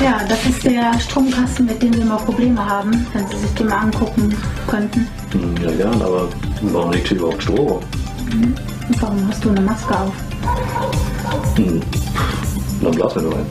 Ja, das ist der Stromkasten, mit dem wir immer Probleme haben, wenn Sie sich den mal angucken könnten. Ja, gern, aber warum liegt hier überhaupt Strom? Und warum hast du eine Maske auf? Dann blasen wir nur ein.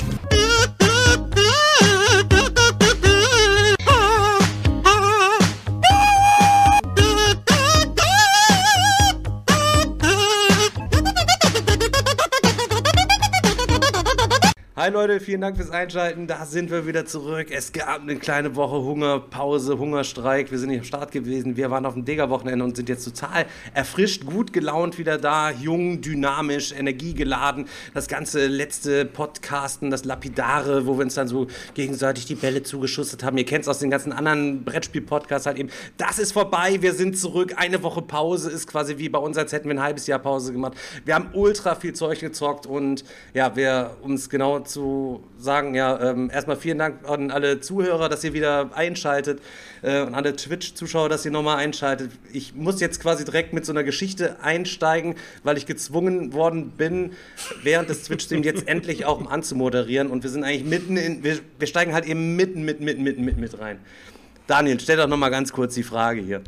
Hi Leute, vielen Dank fürs Einschalten. Da sind wir wieder zurück. Es gab eine kleine Woche Hungerpause, Hungerstreik. Wir sind nicht am Start gewesen. Wir waren auf dem Digger-Wochenende und sind jetzt total erfrischt, gut gelaunt wieder da. Jung, dynamisch, energiegeladen. Das ganze letzte Podcasten, das Lapidare, wo wir uns dann so gegenseitig die Bälle zugeschustert haben. Ihr kennt es aus den ganzen anderen Brettspiel-Podcasts halt eben. Das ist vorbei. Wir sind zurück. Eine Woche Pause ist quasi wie bei uns, als hätten wir ein halbes Jahr Pause gemacht. Wir haben ultra viel Zeug gezockt und ja, um es genau zu sagen, ja, erstmal vielen Dank an alle Zuhörer, dass ihr wieder einschaltet und alle Twitch-Zuschauer, dass ihr nochmal einschaltet. Ich muss jetzt quasi direkt mit so einer Geschichte einsteigen, weil ich gezwungen worden bin, während des Twitch-Streams jetzt endlich auch anzumoderieren und wir sind eigentlich wir steigen halt eben mitten mit rein. Daniel, stell doch nochmal ganz kurz die Frage hier.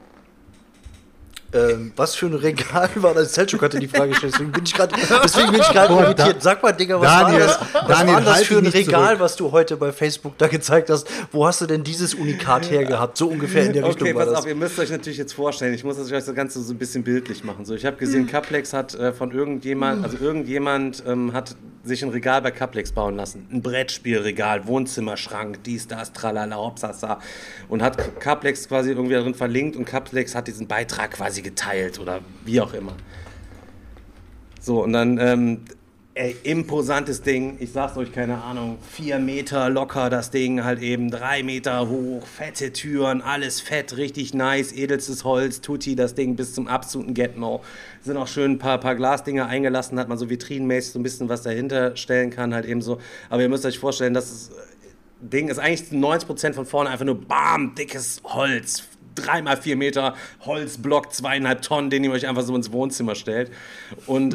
Was für ein Regal war das? Selchuk hatte die Frage gestellt, deswegen bin ich gerade irritiert. Sag mal, Digga, was war das für ein Regal, was du heute bei Facebook da gezeigt hast? Wo hast du denn dieses Unikat hergehabt? So ungefähr in der Richtung war das. Okay, pass auf, ihr müsst euch natürlich jetzt vorstellen, ich muss das euch das Ganze so ein bisschen bildlich machen. So, ich habe gesehen, Caplex hat von irgendjemand hat sich ein Regal bei Caplex bauen lassen. Ein Brettspielregal, Wohnzimmerschrank, dies, das, tralala, hopsasa. Und hat Caplex quasi irgendwie darin verlinkt und Caplex hat diesen Beitrag quasi geteilt oder wie auch immer. So, und dann imposantes Ding, ich sag's euch, keine Ahnung, 4 Meter locker das Ding, halt eben 3 Meter hoch, fette Türen, alles fett, richtig nice, edelstes Holz, Tutti, das Ding bis zum absoluten Get-No. Sind auch schön ein paar Glasdinger eingelassen, hat man so vitrinenmäßig so ein bisschen was dahinter stellen kann, halt eben so. Aber ihr müsst euch vorstellen, das Ding ist eigentlich 90% von vorne einfach nur bam, dickes Holz, 3x4 Meter Holzblock, 2,5 Tonnen, den ihr euch einfach so ins Wohnzimmer stellt. Und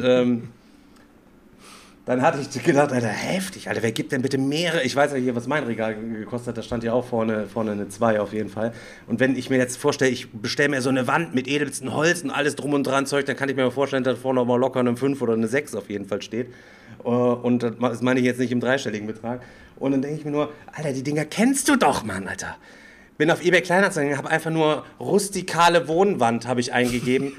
dann hatte ich gedacht, Alter, heftig, Alter, wer gibt denn bitte mehrere? Ich weiß ja hier, was mein Regal gekostet hat, da stand ja auch vorne eine 2 auf jeden Fall. Und wenn ich mir jetzt vorstelle, ich bestelle mir so eine Wand mit edelsten Holz und alles drum und dran Zeug, dann kann ich mir mal vorstellen, dass da vorne mal locker eine 5 oder eine 6 auf jeden Fall steht. Und das meine ich jetzt nicht im dreistelligen Betrag. Und dann denke ich mir nur, Alter, die Dinger kennst du doch, Mann, Alter. Bin auf eBay Kleinanzeigen, habe einfach nur rustikale Wohnwand habe ich eingegeben.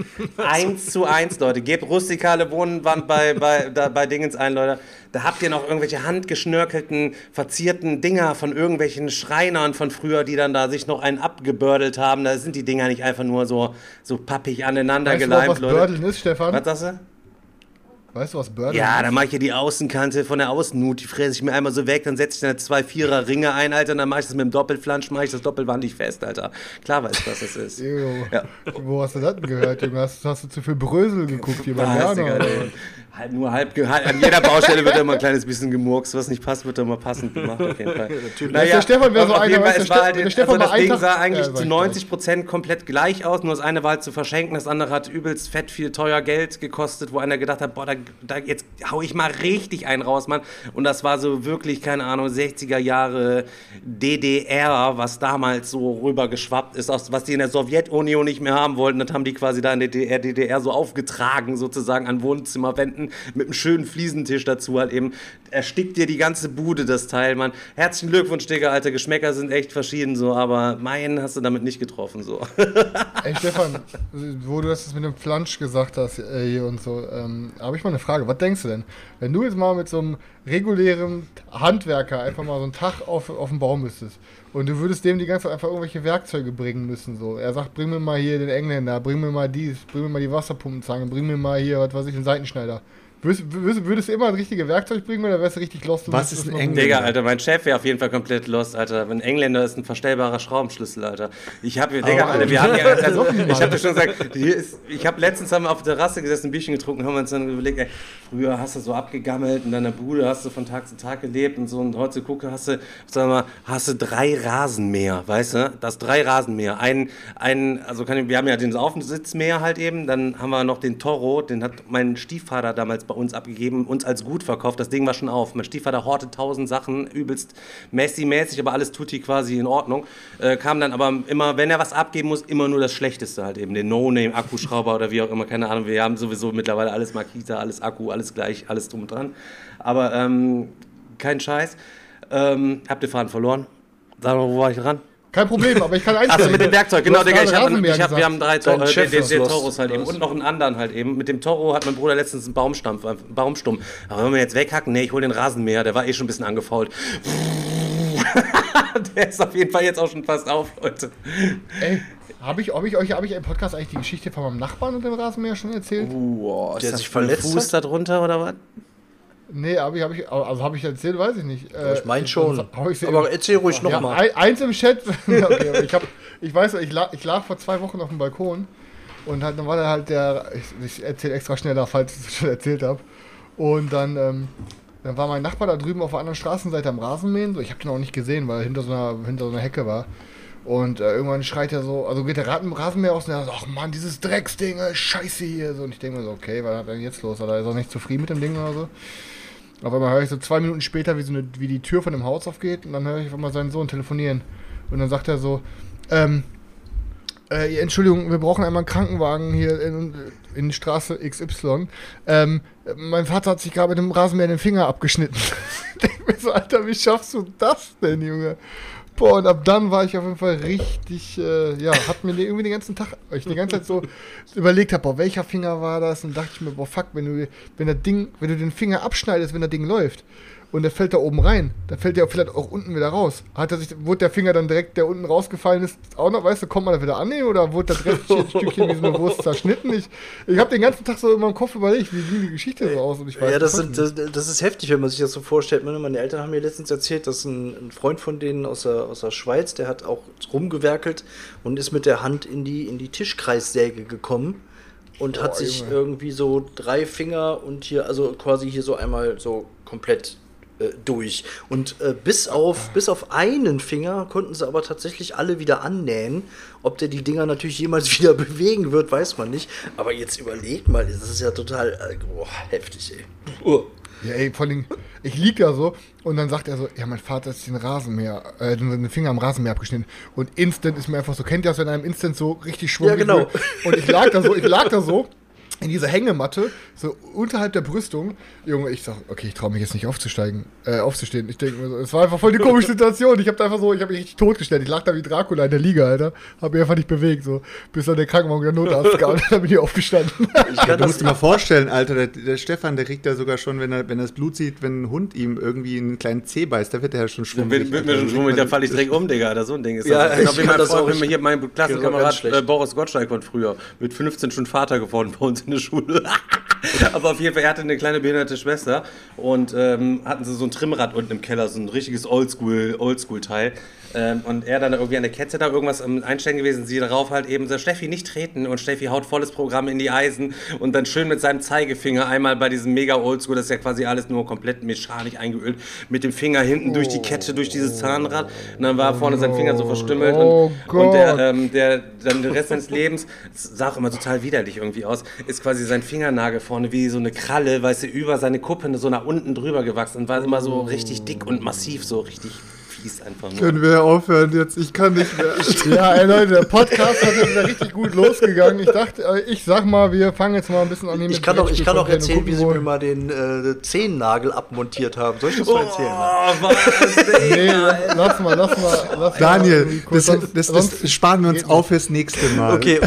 1:1, Leute. Gebt rustikale Wohnwand bei Dingens ein, Leute. Da habt ihr noch irgendwelche handgeschnörkelten, verzierten Dinger von irgendwelchen Schreinern von früher, die dann da sich noch einen abgebördelt haben. Da sind die Dinger nicht einfach nur so pappig aneinander geleimt, Leute. Weißt du, was Bördeln ist, Stefan? Was sagst du? Weißt du, was Bördeln ist? Ja, dann mache ich ja die Außenkante von der Außennut, die fräse ich mir einmal so weg, dann setze ich dann 2 4er-Ringe ein, Alter, und dann mache ich das mit dem Doppelflansch, mache ich das doppelwandig fest, Alter. Klar weiß ich, was das ist. Ja. Wo hast du das denn gehört, Junge? Hast du zu viel Brösel geguckt hier bei Jana? Halt nur halb, an jeder Baustelle wird immer ein kleines bisschen gleich was nicht passt, wird immer passend gemacht, auf jeden Fall. Naja, der Stefan wäre so einer, das Ding sah eigentlich zu 90% komplett gleich aus, nur das eine war halt zu verschenken, das andere hat übelst fett viel teuer Geld gekostet, wo einer gedacht hat, boah, da jetzt hau ich mal richtig einen raus, Mann. Und das war so wirklich, keine Ahnung, 60er Jahre DDR, was damals so rübergeschwappt ist, was die in der Sowjetunion nicht mehr haben wollten, das haben die quasi da in der DDR so aufgetragen, sozusagen an Wohnzimmerwänden, mit einem schönen Fliesentisch dazu halt eben. Erstickt dir die ganze Bude, das Teil, Mann. Herzlichen Glückwunsch, Digga, Alter. Geschmäcker sind echt verschieden, so, aber meinen hast du damit nicht getroffen, so. Ey, Stefan, wo du das mit dem Flansch gesagt hast hier und so, habe ich mal eine Frage. Was denkst du denn, wenn du jetzt mal mit so einem regulären Handwerker einfach mal so einen Tag auf dem Baum müsstest und du würdest dem die ganze Zeit einfach irgendwelche Werkzeuge bringen müssen, so. Er sagt, bring mir mal hier den Engländer, bring mir mal dies, bring mir mal die Wasserpumpenzange, bring mir mal hier, was weiß ich, einen Seitenschneider. Würdest du immer ein richtiges Werkzeug bringen oder wärst du richtig lost? Was ist ein Engländer? Digga, Alter, mein Chef wäre auf jeden Fall komplett lost, Alter. Ein Engländer ist ein verstellbarer Schraubenschlüssel, Alter. Ich habe schon gesagt, ich habe letztens auf der Terrasse gesessen, ein Bierchen getrunken, haben wir uns dann überlegt, ey, früher hast du so abgegammelt in deiner Bude, hast du von Tag zu Tag gelebt und so, und heute gucke, hast du 3 Rasenmäher, weißt du? Das 3 Rasenmäher. Wir haben ja den Aufsitzmäher halt eben, dann haben wir noch den Toro, den hat mein Stiefvater damals bei uns abgegeben, uns als gut verkauft. Das Ding war schon auf. Mein Stiefvater hortet 1000 Sachen, übelst Messi-mäßig, aber alles tutti quasi in Ordnung. Kam dann aber immer, wenn er was abgeben muss, immer nur das Schlechteste halt eben. Den No-Name-Akkuschrauber oder wie auch immer, keine Ahnung. Wir haben sowieso mittlerweile alles Makita, alles Akku, alles gleich, alles drum und dran. Aber kein Scheiß. Habt ihr Faden verloren? Sag mal, wo war ich dran? Kein Problem, aber ich kann eins Achso, mit dem Werkzeug, genau, Digga. Wir haben 3 Dein Chef ist den lost. Toros halt eben und noch einen anderen halt eben. Mit dem Toro hat mein Bruder letztens einen Baumstumm. Aber wenn wir jetzt weghacken, nee, ich hol den Rasenmäher, der war eh schon ein bisschen angefault. Der ist auf jeden Fall jetzt auch schon fast auf, Leute. Ey, habe ich euch im Podcast eigentlich die Geschichte von meinem Nachbarn und dem Rasenmäher schon erzählt? Der sich verletzt Fuß hat? da drunter oder was? Nee, hab ich erzählt, weiß ich nicht. Ich meine schon. Aber erzähl ruhig ja, nochmal. Eins im Chat. Okay, aber ich lag vor 2 Wochen auf dem Balkon und dann war da halt ich erzähle extra schneller, falls ich es schon erzählt habe. Und dann war mein Nachbar da drüben auf der anderen Straßenseite am Rasenmähen. So, ich habe den auch nicht gesehen, weil er hinter so einer Hecke war. Und irgendwann schreit er so, also geht der Rasenmäher aus und er sagt, ach Mann, dieses Drecksding, scheiße hier. So, und ich denke mir so, okay, was hat denn jetzt los? Oder ist er nicht zufrieden mit dem Ding oder so? Auf einmal höre ich so 2 Minuten später, wie die Tür von dem Haus aufgeht und dann höre ich auf einmal seinen Sohn telefonieren. Und dann sagt er so, Entschuldigung, wir brauchen einmal einen Krankenwagen hier in Straße XY. Mein Vater hat sich gerade mit dem Rasenmäher den Finger abgeschnitten. Ich denke mir so, Alter, wie schaffst du das denn, Junge? Boah, und ab dann war ich auf jeden Fall richtig, hat mir irgendwie den ganzen Tag, weil ich die ganze Zeit so überlegt habe, boah, welcher Finger war das? Und dachte ich mir, boah, fuck, wenn du den Finger abschneidest, wenn das Ding läuft und der fällt da oben rein, dann fällt der vielleicht auch unten wieder raus. Wurde der Finger dann direkt, der unten rausgefallen ist, auch noch, weißt du, kommt man da wieder annehmen oder wurde das restliche Stückchen wie so eine Wurst zerschnitten? Ich habe den ganzen Tag so in meinem Kopf überlegt, wie ging die Geschichte so aus und ich weiß Ja, das ist heftig, wenn man sich das so vorstellt. Meine Eltern haben mir letztens erzählt, dass ein Freund von denen aus der Schweiz, der hat auch rumgewerkelt und ist mit der Hand in die Tischkreissäge gekommen und hat sich irgendwie so 3 Finger und hier, also quasi hier so einmal so komplett durch. Und bis auf einen Finger konnten sie aber tatsächlich alle wieder annähen. Ob der die Dinger natürlich jemals wieder bewegen wird, weiß man nicht. Aber jetzt überleg mal, das ist ja total heftig, ey. Ja, ey, vor allem, ich lieg da so und dann sagt er so, ja, mein Vater hat den Finger am Rasenmäher abgeschnitten und instant ist mir einfach so, kennt ihr das, wenn einem instant so richtig Schwung Ja, genau. Und ich lag da so in dieser Hängematte, so unterhalb der Brüstung. Junge, ich sag, okay, ich traue mich jetzt nicht aufzustehen. Ich denke mir so, es war einfach voll die komische Situation. Ich habe mich richtig totgestellt. Ich lag da wie Dracula in der Liga, Alter. Hab mich einfach nicht bewegt, so. Bis dann der Krankenwagen der Notarzt kam und dann bin ich aufgestanden. Du musst dir mal vorstellen, Alter, der Stefan, der kriegt ja sogar schon, wenn er das Blut sieht, wenn ein Hund ihm irgendwie einen kleinen Zeh beißt, da wird er ja schon schwummrig. Wird mir schon schwummrig, da falle ich direkt um, Digga. Das so ein Ding ist Ja, das. Genau wie mein Klassenkamerad schlecht. Boris Gottschalk von früher. Mit 15 schon Vater geworden bei uns in der Schule. Aber auf jeden Fall, er hatte eine kleine behinderte Schwester und hatten sie so ein Trimmrad unten im Keller, so ein richtiges Oldschool-Teil. Und er dann irgendwie an der Kette da irgendwas am Einstellen gewesen, sie darauf halt eben so, Steffi, nicht treten, und Steffi haut volles Programm in die Eisen und dann schön mit seinem Zeigefinger einmal bei diesem mega Oldschool, das ist ja quasi alles nur komplett mechanisch eingeölt, mit dem Finger hinten durch die Kette, durch dieses Zahnrad, und dann war vorne sein Finger so verstümmelt und der dann den Rest seines Lebens, das sah auch immer total widerlich irgendwie aus, ist quasi sein Fingernagel vorne wie so eine Kralle, weißt du, über seine Kuppe so nach unten drüber gewachsen und war immer so richtig dick und massiv, so richtig fies einfach nur. Können wir aufhören jetzt? Ich kann nicht mehr. Ja, ey Leute, der Podcast hat jetzt wieder richtig gut losgegangen. Ich dachte, ich sag mal, wir fangen jetzt mal ein bisschen an. Ich kann auch erzählen, wie sie mir mal den Zehennagel abmontiert haben. Soll ich das mal erzählen? Was? Nee, lass mal. Daniel, das sparen wir uns auf fürs nächste Mal. Okay.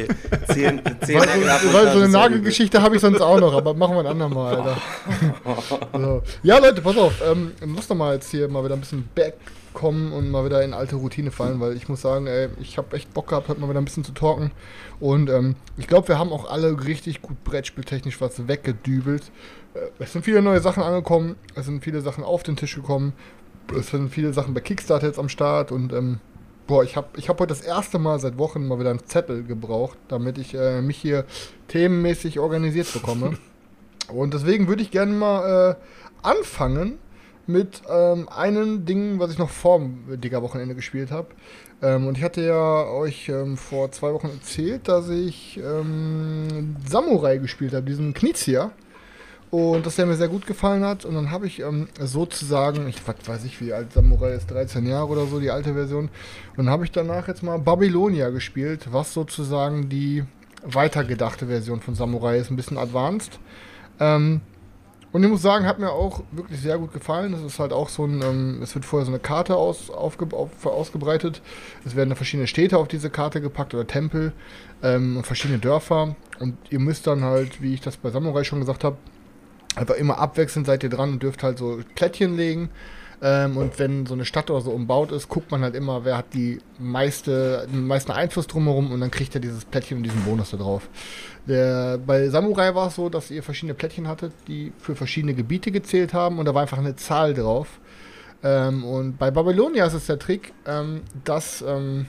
Weil so eine Nagelgeschichte habe ich sonst auch noch, aber machen wir ein andermal, Alter. So. Ja, Leute, pass auf. Lass doch mal jetzt hier mal wieder ein bisschen backkommen und mal wieder in alte Routine fallen, weil ich muss sagen, ey, ich habe echt Bock gehabt, heute mal wieder ein bisschen zu talken. Und ich glaube, wir haben auch alle richtig gut brettspieltechnisch was weggedübelt. Es sind viele neue Sachen angekommen, es sind viele Sachen auf den Tisch gekommen, es sind viele Sachen bei Kickstarter jetzt am Start und ich hab heute das erste Mal seit Wochen mal wieder einen Zettel gebraucht, damit ich mich hier themenmäßig organisiert bekomme. Und deswegen würde ich gerne mal anfangen mit einem Ding, was ich noch vor dem Digger-Wochenende gespielt habe. Und ich hatte ja euch vor 2 Wochen erzählt, dass ich Samurai gespielt habe, diesen Knizia. Und dass der mir sehr gut gefallen hat. Und dann habe ich sozusagen, was weiß ich, wie alt Samurai ist, 13 Jahre oder so, die alte Version. Und dann habe ich danach jetzt mal Babylonia gespielt, was sozusagen die weitergedachte Version von Samurai ist, ein bisschen advanced. Und ich muss sagen, hat mir auch wirklich sehr gut gefallen. Das ist halt auch so es wird vorher so eine Karte ausgebreitet. Es werden verschiedene Städte auf diese Karte gepackt oder Tempel und verschiedene Dörfer. Und ihr müsst dann halt, wie ich das bei Samurai schon gesagt habe, einfach immer abwechselnd seid ihr dran und dürft halt so Plättchen legen. Und wenn so eine Stadt oder so umbaut ist, guckt man halt immer, wer hat den meisten Einfluss drumherum und dann kriegt er dieses Plättchen und diesen Bonus da drauf. Bei Samurai war es so, dass ihr verschiedene Plättchen hattet, die für verschiedene Gebiete gezählt haben und da war einfach eine Zahl drauf. Und bei Babylonia ist es der Trick, dass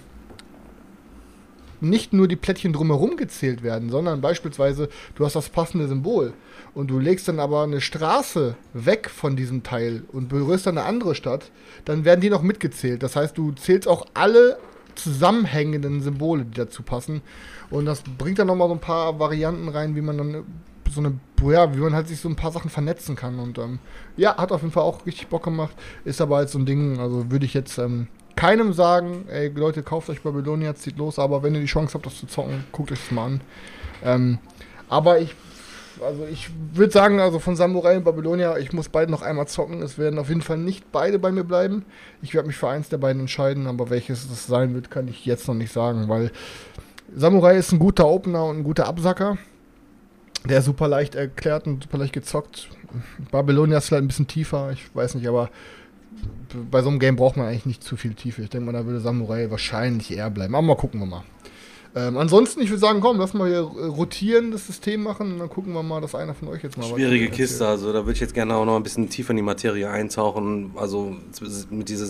nicht nur die Plättchen drumherum gezählt werden, sondern beispielsweise du hast das passende Symbol und du legst dann aber eine Straße weg von diesem Teil und berührst dann eine andere Stadt, dann werden die noch mitgezählt. Das heißt, du zählst auch alle zusammenhängenden Symbole, die dazu passen. Und das bringt dann nochmal so ein paar Varianten rein, wie man dann wie man halt sich so ein paar Sachen vernetzen kann. Und hat auf jeden Fall auch richtig Bock gemacht. Ist aber halt so ein Ding, also würde ich jetzt keinem sagen, ey Leute, kauft euch Babylonia, zieht los, aber wenn ihr die Chance habt, das zu zocken, guckt euch das mal an. Aber ich würde sagen, also von Samurai und Babylonia, ich muss beide noch einmal zocken. Es werden auf jeden Fall nicht beide bei mir bleiben. Ich werde mich für eins der beiden entscheiden, aber welches das sein wird, kann ich jetzt noch nicht sagen, weil Samurai ist ein guter Opener und ein guter Absacker. Der ist super leicht erklärt und super leicht gezockt. Babylonia ist vielleicht ein bisschen tiefer, ich weiß nicht, aber bei so einem Game braucht man eigentlich nicht zu viel Tiefe. Ich denke mal, da würde Samurai wahrscheinlich eher bleiben. Aber mal gucken wir mal. Ansonsten, ich würde sagen, komm, lass mal hier rotieren, das System machen und dann gucken wir mal, dass einer von euch jetzt mal schwierige Kiste, also da würde ich jetzt gerne auch noch ein bisschen tiefer in die Materie eintauchen, also mit dieser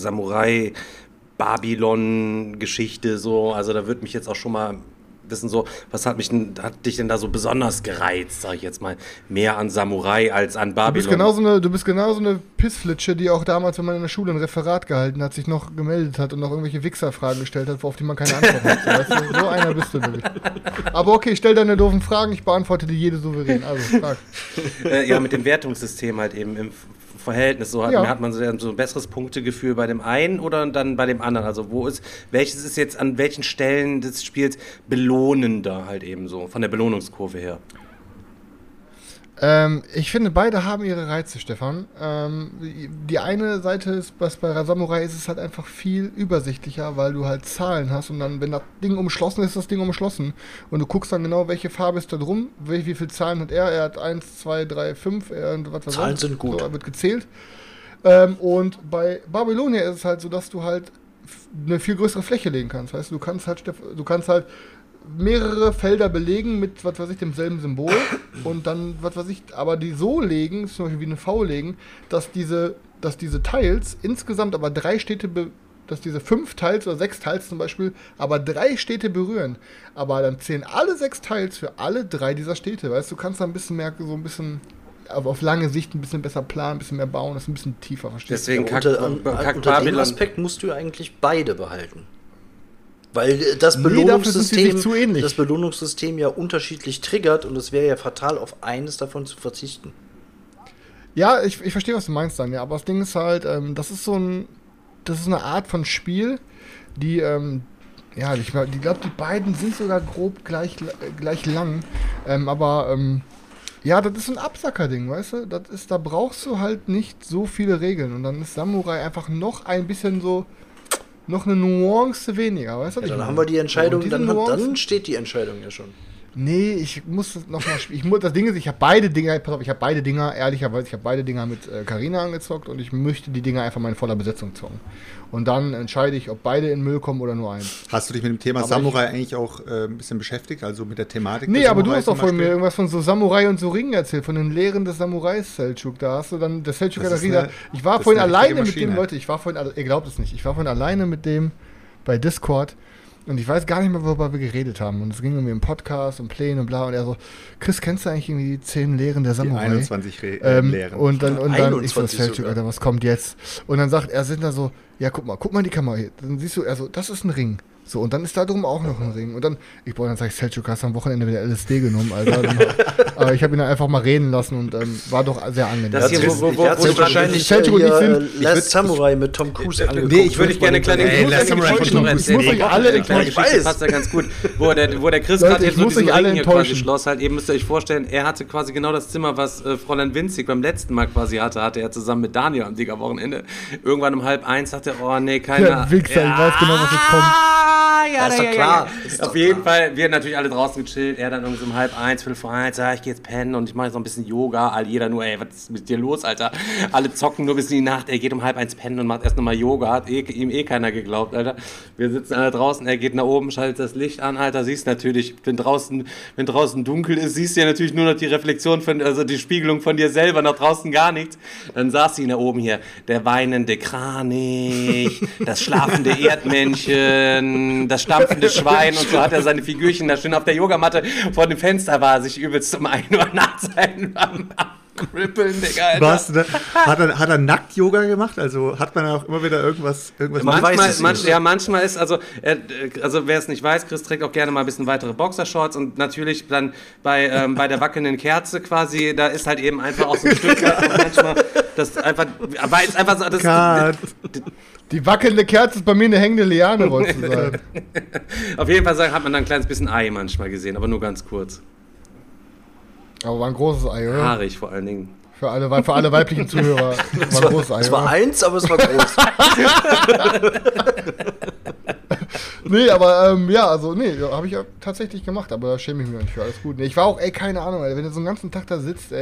Samurai-Babylon-Geschichte so, also da würde mich jetzt auch schon mal wissen, so, was hat dich denn da so besonders gereizt, sag ich jetzt mal, mehr an Samurai als an Babylon? Du bist genauso eine Pissflitsche, die auch damals, wenn man in der Schule ein Referat gehalten hat, sich noch gemeldet hat und noch irgendwelche Wichserfragen gestellt hat, auf die man keine Antwort hat. Weißt du? So einer bist du nämlich. Aber okay, stell deine doofen Fragen, ich beantworte die jede souverän. Also, frag. Ja, mit dem Wertungssystem halt eben im Verhältnis, so hat man so ein besseres Punktegefühl bei dem einen oder dann bei dem anderen, also welches ist jetzt an welchen Stellen des Spiels belohnender halt eben so, von der Belohnungskurve her? Ich finde, beide haben ihre Reize, Stefan. Die eine Seite ist, was bei Samurai ist, es halt einfach viel übersichtlicher, weil du halt Zahlen hast und dann, wenn das Ding umschlossen ist, das Ding umschlossen. Und du guckst dann genau, welche Farbe ist da drum, wie viele Zahlen hat er. Er hat 1, 2, 3, 5, Zahlen sind gut. So, wird gezählt. Und bei Babylonia ist es halt so, dass du halt eine viel größere Fläche legen kannst. Heißt, du kannst halt mehrere Felder belegen mit, demselben Symbol und dann, aber die so legen, zum Beispiel wie eine V legen, dass diese Tiles insgesamt aber 3 Städte, dass diese 5 Tiles oder 6 Tiles zum Beispiel, aber 3 Städte berühren. Aber dann zählen alle 6 Tiles für alle 3 dieser Städte. Weißt du, kannst da ein bisschen mehr, so ein bisschen auf lange Sicht ein bisschen besser planen, ein bisschen mehr bauen, das ist ein bisschen tiefer, verstehst du? Deswegen unter dem Aspekt musst du eigentlich beide behalten. Weil das Belohnungssystem ja unterschiedlich triggert und es wäre ja fatal, auf eines davon zu verzichten. Ja, ich verstehe, was du meinst dann, ja, aber das Ding ist halt, das ist eine Art von Spiel, die, ich glaube, die beiden sind sogar grob gleich lang, ja, das ist so ein Absacker-Ding, weißt du, da brauchst du halt nicht so viele Regeln und dann ist Samurai einfach noch ein bisschen so, noch eine Nuance weniger, weißt du? Ja, dann haben wir die Entscheidung, dann steht die Entscheidung ja schon. Nee, ich muss das nochmal spielen. Das Ding ist, ich habe beide Dinger mit Carina angezockt und ich möchte die Dinger einfach mal in voller Besetzung zocken. Und dann entscheide ich, ob beide in den Müll kommen oder nur eins. Hast du dich mit dem Thema Samurai eigentlich auch ein bisschen beschäftigt, also mit der Thematik? Nee, aber du hast doch von mir irgendwas von so Samurai und so Ringen erzählt, von den Lehren des Samurais Selçuk. Da hast du dann, der Selçuk hat wieder. Ich war vorhin alleine mit dem, Leute, ihr glaubt es nicht, ich war vorhin alleine mit dem bei Discord. Und ich weiß gar nicht mehr, worüber wir geredet haben. Und es ging um den Podcast und Pläne und bla. Und er so, Chris, kennst du eigentlich irgendwie die 10 Lehren der Samurai? Die 21 Lehren. Und dann ich so, Selçuk, Alter, was kommt jetzt? Und dann sagt er, sind da so, ja, guck mal die Kamera hier. Dann siehst du, das ist ein Ring. So, und dann ist da drum auch noch ein Ring. Und dann sag ich, Selçuk, hast du am Wochenende wieder LSD genommen, Alter. Aber ich habe ihn dann einfach mal reden lassen und war doch sehr angenehm. Das hier, wo wahrscheinlich Selçuk und ich sind Last Samurai mit Tom Cruise angeguckt. Nee, ich würde gerne eine kleine Geschichte noch erzählen. Ich muss euch alle enttäuschen. Passt ja ganz gut. Wo der Chris gerade jetzt so diesen Ring hier quasi schloss, halt eben, müsst ihr euch vorstellen, er hatte quasi genau das Zimmer, was Fräulein Winzig beim letzten Mal quasi hatte er zusammen mit Daniel am Digger-Wochenende. Irgendwann um 12:30 sagte er, oh nee, keiner. Ja, Wichser, ich weiß genau, was jetzt kommt. Ja, ist doch klar. Auf jeden Fall, wir natürlich alle draußen gechillt. Er dann irgendwie um 12:30, 12:45, ja, ich gehe jetzt pennen und ich mache jetzt noch ein bisschen Yoga. Jeder nur, ey, was ist mit dir los, Alter? Alle zocken nur bis in die Nacht. Er geht um 12:30 pennen und macht erst nochmal Yoga. Hat ihm keiner geglaubt, Alter. Wir sitzen alle draußen, er geht nach oben, schaltet das Licht an, Alter. Siehst natürlich, wenn draußen dunkel ist, siehst du ja natürlich nur noch die Reflexion also die Spiegelung von dir selber, nach draußen gar nichts. Dann saß sie da oben hier, der weinende Kranich, das schlafende Erdmännchen, das stampfende Schwein und so hat er seine Figürchen da schön auf der Yogamatte vor dem Fenster war, sich übelst um 1 Uhr nachts am Krippeln, Digga, Alter. Was, hat er Nackt-Yoga gemacht? Also hat man auch immer wieder irgendwas manchmal ist, also wer es nicht weiß, Chris trägt auch gerne mal ein bisschen weitere Boxershorts und natürlich dann bei der wackelnden Kerze quasi, da ist halt eben einfach auch so ein Stück, manchmal, das einfach, aber ist einfach so, das die wackelnde Kerze ist bei mir eine hängende Liane, wolltest du sagen. Auf jeden Fall hat man da ein kleines bisschen Ei manchmal gesehen, aber nur ganz kurz. Aber war ein großes Ei, oder? Haarig vor allen Dingen. Für alle weiblichen Zuhörer war ein großes Ei. Es war eins, aber es war groß. Nee, aber habe ich ja tatsächlich gemacht, aber da schäme ich mich nicht für, alles gut. Nee, ich war auch, keine Ahnung, wenn du so einen ganzen Tag da sitzt,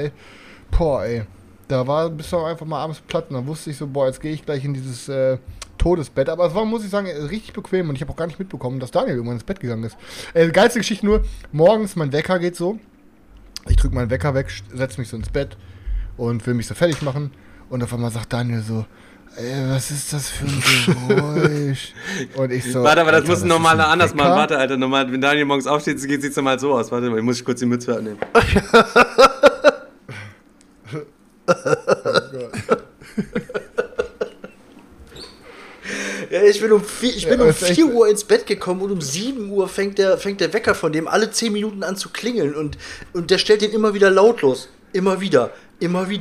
bist du einfach mal abends platt und dann wusste ich so, jetzt gehe ich gleich in dieses Todesbett. Aber es war, muss ich sagen, richtig bequem und ich habe auch gar nicht mitbekommen, dass Daniel irgendwann ins Bett gegangen ist. Geilste Geschichte nur, morgens mein Wecker geht so, ich drücke meinen Wecker weg, setze mich so ins Bett und will mich so fertig machen und auf einmal sagt Daniel so, was ist das für ein Geräusch? Und ich so, warte, aber das musst du nochmal anders machen. Warte, Alter, nochmal, wenn Daniel morgens aufsteht, sieht es nochmal so aus. Warte mal, ich muss kurz die Mütze annehmen. Oh ja, ich bin um 4 Uhr ins Bett gekommen und um 7 Uhr fängt der Wecker von dem alle 10 Minuten an zu klingeln und der stellt den immer wieder lautlos. Immer wieder. Und ich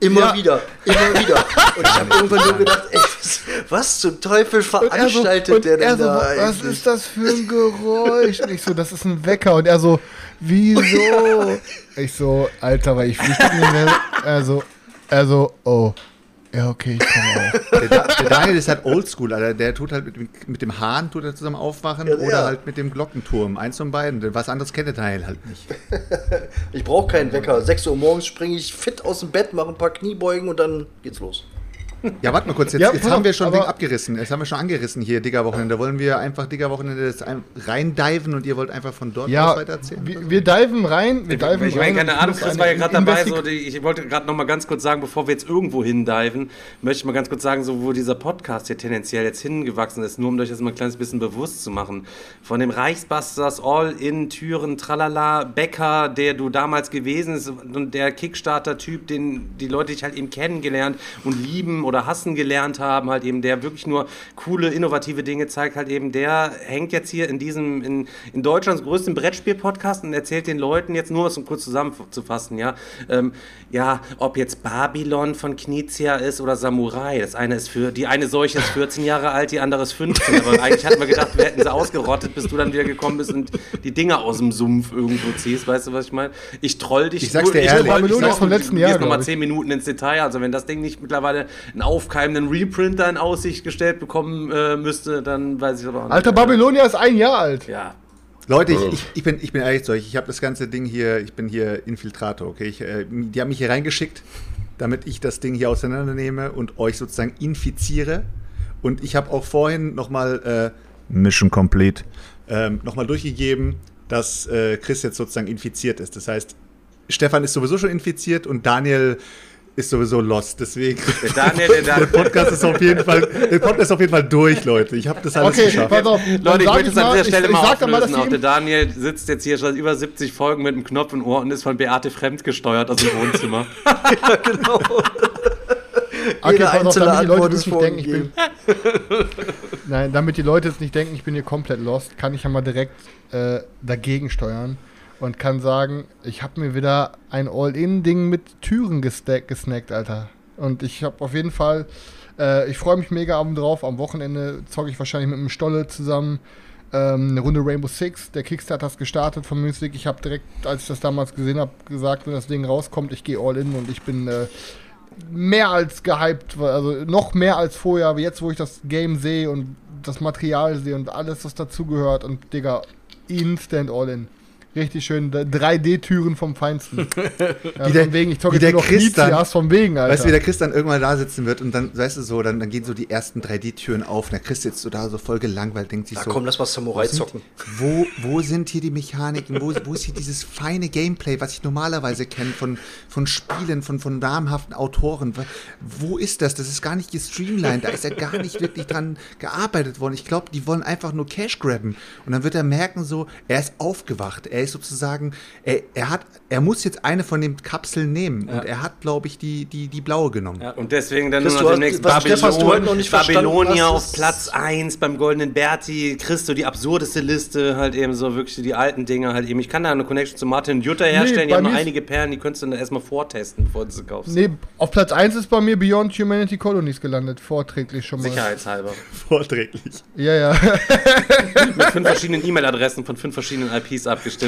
habe irgendwann nur gedacht, was zum Teufel veranstaltet der denn da? Was ist das für ein Geräusch? Und ich so, das ist ein Wecker. Und er so, wieso? Ich so, Alter, weil ich flüchte nicht mehr. Er so, oh. Ja, okay, ich komme auch. Der Daniel ist halt oldschool, Alter. Der tut halt mit dem Hahn tut er zusammen aufwachen oder halt mit dem Glockenturm. Eins von beiden. Was anderes kennt der Daniel halt nicht. Ich brauche keinen Wecker. 6 Uhr morgens springe ich fit aus dem Bett, mache ein paar Kniebeugen und dann geht's los. Ja, warte mal kurz, jetzt haben wir schon Ding abgerissen. Jetzt haben wir schon angerissen hier, Digger-Wochenende. Da wollen wir einfach Digger-Wochenende reindiven und ihr wollt einfach von dort aus weiter erzählen? Wir diven rein. Ich meine, keine Ahnung, Chris war ja gerade dabei. Ich wollte gerade noch mal ganz kurz sagen, bevor wir jetzt irgendwo hindiven, möchte ich mal ganz kurz sagen, so, wo dieser Podcast hier tendenziell jetzt hingewachsen ist, nur um euch das mal ein kleines bisschen bewusst zu machen. Von dem Reichsbusters All-In Türen Tralala Bäcker, der du damals gewesen bist und der Kickstarter-Typ, den die Leute dich halt eben kennengelernt und lieben oder hassen gelernt haben, halt eben, der wirklich nur coole, innovative Dinge zeigt, halt eben, der hängt jetzt hier in Deutschlands größten Brettspiel-Podcast und erzählt den Leuten jetzt nur, um kurz zusammenzufassen, ob jetzt Babylon von Knizia ist oder Samurai. Die eine Seuche ist 14 Jahre alt, die andere ist 15, aber eigentlich hatten wir gedacht, wir hätten sie ausgerottet, bis du dann wieder gekommen bist und die Dinger aus dem Sumpf irgendwo ziehst, weißt du, was ich meine? Ich troll dich. Ich sag's dir ehrlich. Babylon ist vom letzten Jahr, nochmal 10 Minuten ins Detail, also wenn das Ding nicht mittlerweile einen aufkeimenden Reprinter in Aussicht gestellt bekommen müsste, dann weiß ich aber auch nicht. Alter, Babylonia ist 1 Jahr alt. Ja. Leute, ich bin ehrlich zu euch, ich habe das ganze Ding hier, ich bin hier Infiltrator, okay? Die haben mich hier reingeschickt, damit ich das Ding hier auseinandernehme und euch sozusagen infiziere. Und ich habe auch vorhin nochmal Mission Complete nochmal durchgegeben, dass Chris jetzt sozusagen infiziert ist. Das heißt, Stefan ist sowieso schon infiziert und Daniel ist sowieso lost, deswegen der Podcast ist auf jeden Fall durch, Leute. Ich habe das alles geschafft. Pass auf, Leute, ich möchte es an dieser Stelle mal auflösen. Auch der Daniel sitzt jetzt hier schon über 70 Folgen mit einem Knopf im Ohr und ist von Beate Fremd gesteuert aus dem Wohnzimmer. Ja, genau. Jede einzelne Antwort ist vorgegeben. Nein, damit die Leute jetzt nicht denken, ich bin hier komplett lost, kann ich ja mal direkt dagegen steuern und kann sagen, ich habe mir wieder ein All-In-Ding mit Türen gesnackt, Alter. Und ich habe auf jeden Fall, ich freue mich mega drauf. Am Wochenende zocke ich wahrscheinlich mit dem Stolle zusammen eine Runde Rainbow Six. Der Kickstarter ist gestartet von Mystic. Ich habe direkt, als ich das damals gesehen habe, gesagt, wenn das Ding rauskommt, ich gehe all in und ich bin mehr als gehypt, also noch mehr als vorher, jetzt wo ich das Game sehe und das Material sehe und alles, was dazugehört und Digga, instant all in. Richtig schön, 3D-Türen vom Feinsten. Ja, von wegen, ich zocke jetzt noch Nizias vom wegen, Alter. Weißt du, wie der Chris dann irgendwann da sitzen wird und dann, weißt du so, dann gehen so die ersten 3D-Türen auf und der Chris sitzt so da so voll gelangweilt, denkt sich so, komm, lass mal Samurai zocken. Wo sind hier die Mechaniken, wo ist hier dieses feine Gameplay, was ich normalerweise kenne von Spielen, von namhaften Autoren, wo ist das? Das ist gar nicht gestreamlined, da ist ja gar nicht wirklich dran gearbeitet worden. Ich glaube, die wollen einfach nur Cash grabben und dann wird er merken so, er ist aufgewacht, er ist sozusagen, er muss jetzt eine von den Kapseln nehmen und er hat, glaube ich, die blaue genommen. Ja, und deswegen dann nur noch demnächst Babylonia auf Platz 1 beim Goldenen Berti, kriegst du die absurdeste Liste, halt eben so wirklich die alten Dinge halt eben. Ich kann da eine Connection zu Martin Jutta herstellen, die haben noch einige Perlen, die könntest du dann erstmal vortesten, bevor du sie kaufst. Nee, auf Platz 1 ist bei mir Beyond Humanity Colonies gelandet, vorträglich schon mal. Sicherheitshalber. Vorträglich. Ja. Mit 5 verschiedenen E-Mail-Adressen von 5 verschiedenen IPs abgestimmt.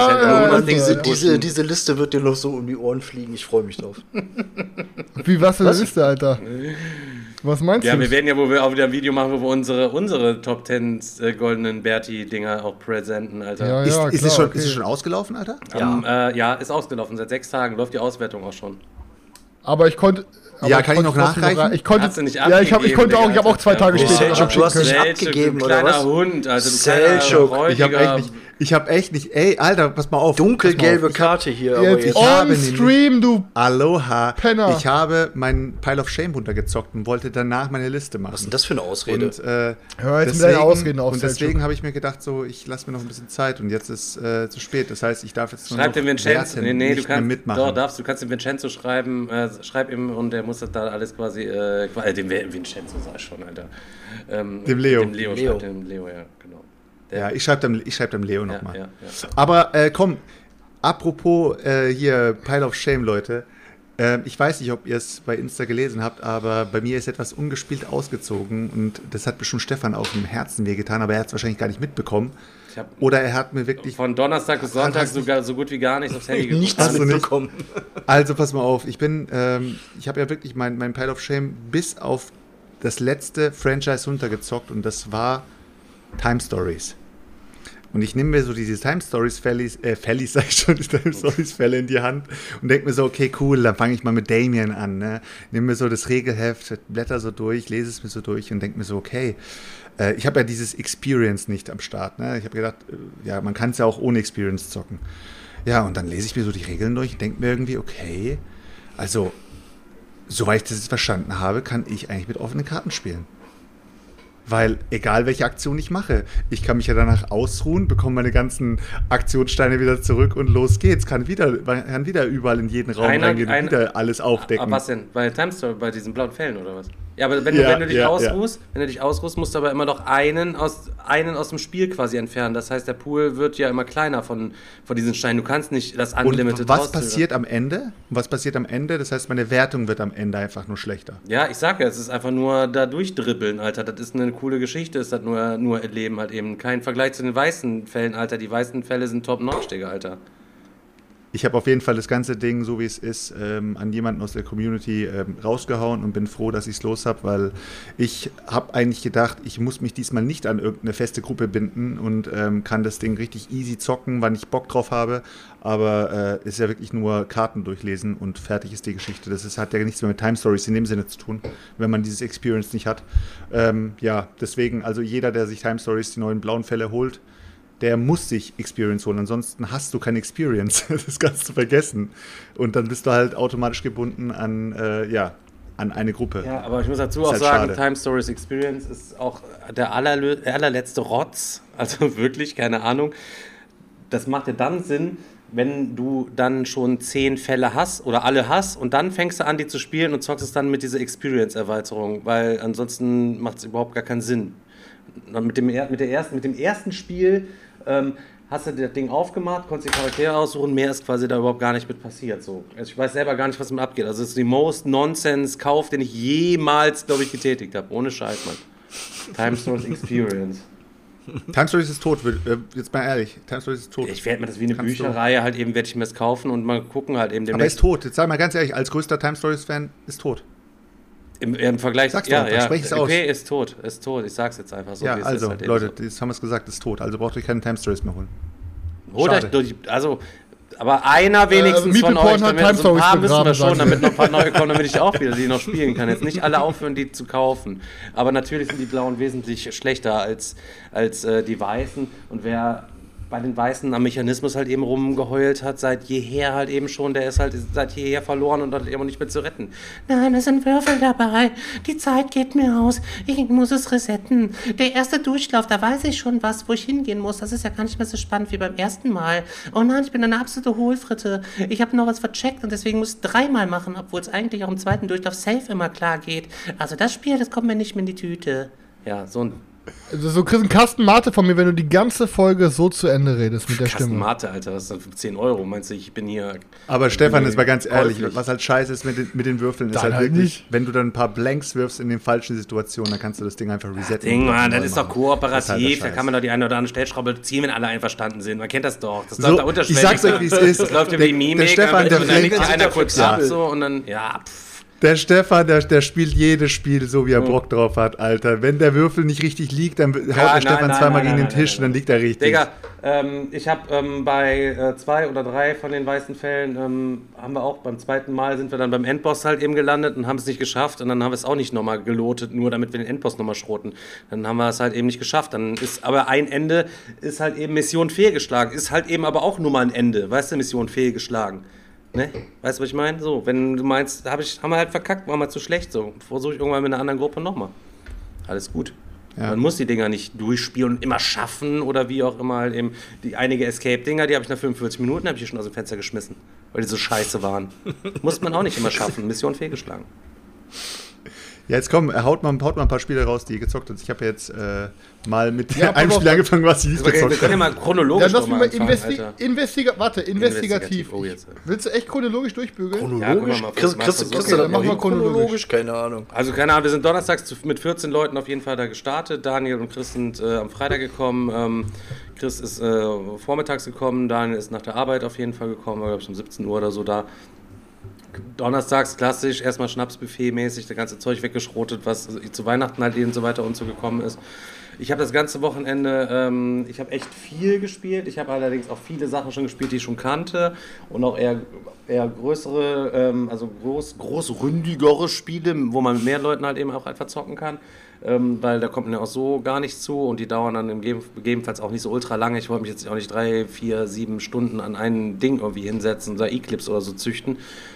Diese Liste wird dir noch so um die Ohren fliegen. Ich freue mich drauf. Wie, was für eine Liste, Alter? Was meinst du? Ja, wir werden ja, wo wir auch wieder ein Video machen, wo wir unsere Top 10 goldenen Berti-Dinger auch präsenten, Alter. Ja, ist es schon ausgelaufen, Alter? Ja, ist ausgelaufen. Seit 6 Tagen läuft die Auswertung auch schon. Aber ich konnte... kann ich noch nachreichen? Ich konnte auch 2 Tage später. Du hast nicht abgegeben, oder was? Kleiner Hund, also du kleiner Ich hab echt nicht, ey, Alter, pass mal auf. Dunkelgelbe Karte hier. Jetzt on Stream, du Aloha. Penner. Ich habe meinen Pile of Shame runtergezockt und wollte danach meine Liste machen. Was ist denn das für eine Ausrede? Und, hör jetzt mit deinen Ausreden auf. Und deswegen habe ich mir gedacht, so, ich lasse mir noch ein bisschen Zeit und jetzt ist zu spät. Das heißt, ich darf jetzt Schreib dem Vincenzo. Nee, du kannst mitmachen. Doch, darfst du kannst dem Vincenzo schreiben, schreib ihm und der muss das da alles quasi, dem Vincenzo sag ich schon, Alter. Dem Leo. Dem Leo, schreibt dem Leo, ja, genau. Ja, ich schreibe dem Leo nochmal. Ja. Aber komm, apropos hier Pile of Shame, Leute. Ich weiß nicht, ob ihr es bei Insta gelesen habt, aber bei mir ist etwas ungespielt ausgezogen und das hat bestimmt Stefan auf dem Herzen wehgetan, aber er hat es wahrscheinlich gar nicht mitbekommen. Oder er hat mir wirklich... Von Donnerstag bis Sonntag sogar so gut wie gar nichts aufs Handy geguckt. Nichts mitbekommen. Also pass mal auf, ich habe ja wirklich mein Pile of Shame bis auf das letzte Franchise runtergezockt und das war Time Stories. Und ich nehme mir so diese Time Stories Fälle in die Hand und denke mir so, okay, cool, dann fange ich mal mit Damien an. Ne? Nehme mir so das Regelheft, blätter so durch, lese es mir so durch und denke mir so, okay, ich habe ja dieses Experience nicht am Start. Ne? Ich habe gedacht, ja, man kann es ja auch ohne Experience zocken. Ja, und dann lese ich mir so die Regeln durch und denke mir irgendwie, okay, also, soweit ich das jetzt verstanden habe, kann ich eigentlich mit offenen Karten spielen. Weil, egal welche Aktion ich mache, ich kann mich ja danach ausruhen, bekomme meine ganzen Aktionssteine wieder zurück und los geht's. Kann wieder überall in jeden Raum reingehen und wieder alles aufdecken. Aber was denn? Bei Time Story, bei diesen blauen Fällen oder was? Ja, aber wenn du dich ausruhst, musst du aber immer noch einen aus dem Spiel quasi entfernen. Das heißt, der Pool wird ja immer kleiner von diesen Steinen. Du kannst nicht das Unlimited rauszögern. Was passiert am Ende? Das heißt, meine Wertung wird am Ende einfach nur schlechter. Ja, ich sag ja, es ist einfach nur da durchdribbeln, Alter. Das ist eine coole Geschichte, ist das nur erleben halt eben. Kein Vergleich zu den weißen Fällen, Alter. Die weißen Fälle sind top-notch, Digga, Alter. Ich habe auf jeden Fall das ganze Ding, so wie es ist, an jemanden aus der Community rausgehauen und bin froh, dass ich es los habe, weil ich habe eigentlich gedacht, ich muss mich diesmal nicht an irgendeine feste Gruppe binden und kann das Ding richtig easy zocken, wann ich Bock drauf habe, aber ist ja wirklich nur Karten durchlesen und fertig ist die Geschichte. Das hat ja nichts mehr mit Time Stories in dem Sinne zu tun, wenn man dieses Experience nicht hat. Ja, deswegen, also jeder, der sich Time Stories, die neuen blauen Fälle holt, der muss sich Experience holen, ansonsten hast du keine Experience. Das kannst du vergessen. Und dann bist du halt automatisch gebunden an eine Gruppe. Ja, aber ich muss dazu auch sagen, Time Stories Experience ist auch der allerletzte Rotz. Also wirklich, keine Ahnung. Das macht ja dann Sinn, wenn du dann schon 10 Fälle hast oder alle hast und dann fängst du an, die zu spielen und zockst es dann mit dieser Experience-Erweiterung, weil ansonsten macht es überhaupt gar keinen Sinn. Mit dem ersten Spiel hast du das Ding aufgemacht, konntest die Charaktere aussuchen, mehr ist quasi da überhaupt gar nicht mit passiert. So. Also ich weiß selber gar nicht, was mit abgeht. Also es ist die most Nonsense-Kauf, den ich jemals, glaube ich, getätigt habe. Ohne Scheiß, Mann. Time Stories Experience. Time Stories ist tot, jetzt mal ehrlich. Time Stories ist tot. Ich werde mir das wie eine Bücherreihe halt eben, werde ich mir das kaufen und mal gucken halt eben. Aber ist tot, jetzt sag mal ganz ehrlich, als größter Time Stories-Fan ist tot. Im Vergleich, sag's doch, sprech es aus. Okay, ist tot, ich sag's jetzt einfach so. Ja, wie es also, ist halt Leute, so. das haben wir es gesagt, ist tot, also braucht ihr keine Time Stories mehr holen. Holt euch durch, also, aber einer wenigstens von euch, damit so ein paar wissen wir schon, damit noch ein paar neue kommen, damit ich auch wieder die noch spielen kann. Jetzt nicht alle aufhören, die zu kaufen. Aber natürlich sind die Blauen wesentlich schlechter als die Weißen. Und wer bei den Weißen am Mechanismus halt eben rumgeheult hat, seit jeher halt eben schon, der ist halt seit jeher verloren und halt eben nicht mehr zu retten. Nein, es sind Würfel dabei. Die Zeit geht mir aus. Ich muss es resetten. Der erste Durchlauf, da weiß ich schon was, wo ich hingehen muss. Das ist ja gar nicht mehr so spannend wie beim ersten Mal. Oh nein, ich bin eine absolute Hohlfritte. Ich habe noch was vercheckt und deswegen muss ich 3-mal machen, obwohl es eigentlich auch im zweiten Durchlauf safe immer klar geht. Also das Spiel, das kommt mir nicht mehr in die Tüte. Ja, so ein Also so kriegst du einen Kasten Mate von mir, wenn du die ganze Folge so zu Ende redest mit der Kasten Stimme. Mate, Alter, das ist dann für 10 Euro. Meinst du, ich bin hier... Aber Stefan, jetzt mal ganz ehrlich, käuflich. was halt scheiße ist mit den Würfeln, ist Dann halt halt wirklich, nicht. wenn du dann ein paar Blanks wirfst in den falschen Situationen, dann kannst du das Ding einfach resetten. Ding, Mann, neu das ist doch machen. kooperativ, Das ist halt der da Scheiß. kann man doch die eine oder andere Stellschraube ziehen, wenn alle einverstanden sind. Man kennt das doch. Das So, läuft da unterschwellig. ich sag's euch, wie es ist. Das läuft über Der- die Mimik, der Stefan, der und dann nickt fängt- einer kurz ab Ja. so und dann, ja, pff. Der Stefan, der spielt jedes Spiel so, wie er Bock drauf hat, Alter. Wenn der Würfel nicht richtig liegt, dann haut der Stefan zweimal gegen den Tisch und dann liegt er richtig. Digga, ich habe bei 2 oder 3 von den weißen Fällen, haben wir auch beim zweiten Mal sind wir dann beim Endboss halt eben gelandet und haben es nicht geschafft und dann haben wir es auch nicht nochmal gelotet, nur damit wir den Endboss nochmal schroten. Dann haben wir es halt eben nicht geschafft. Dann ist aber ein Ende, ist halt eben Mission fehlgeschlagen, ist halt eben aber auch nur mal ein Ende, weißt du, Mission fehlgeschlagen. Ne? Weißt du, was ich meine? So, wenn du meinst, haben wir halt verkackt, war mal zu schlecht, so. Versuche ich irgendwann mit einer anderen Gruppe nochmal. Alles gut. Ja. Man muss die Dinger nicht durchspielen und immer schaffen oder wie auch immer halt eben. Die einige Escape-Dinger, die habe ich nach 45 Minuten, habe ich schon aus dem Fenster geschmissen, weil die so scheiße waren. Muss man auch nicht immer schaffen. Mission fehlgeschlagen. Ja, jetzt komm, haut mal ein paar Spiele raus, die ihr gezockt habt. Ich habe jetzt mal mit Ja, einem pass Spiel auf. angefangen, was ich nicht Wir gezockt können ja habe. mal chronologisch Dann lass doch mich mal mal anfangen, Alter. investigativ. Oh, jetzt. Willst du echt chronologisch durchbügeln? Ja, guck mal, Kriegst du Okay, das dann noch machen wir chronologisch? Keine Ahnung. Also keine Ahnung, wir sind donnerstags mit 14 Leuten auf jeden Fall da gestartet. Daniel und Chris sind am Freitag gekommen. Chris ist vormittags gekommen, Daniel ist nach der Arbeit auf jeden Fall gekommen, war glaube ich um 17 Uhr oder so da. Donnerstags klassisch, erstmal Schnapsbuffet-mäßig, das ganze Zeug weggeschrotet, was zu Weihnachten halt und so weiter und so gekommen ist. Ich habe das ganze Wochenende, ich habe echt viel gespielt. Ich habe allerdings auch viele Sachen schon gespielt, die ich schon kannte. Und auch eher größere, also großründigere Spiele, wo man mit mehr Leuten halt eben auch einfach zocken kann. Weil da kommt mir auch so gar nicht zu und die dauern dann gegebenenfalls auch nicht so ultra lange. Ich wollte mich jetzt auch nicht 3, 4, 7 Stunden an ein Ding irgendwie hinsetzen, da Eclipse oder so züchten.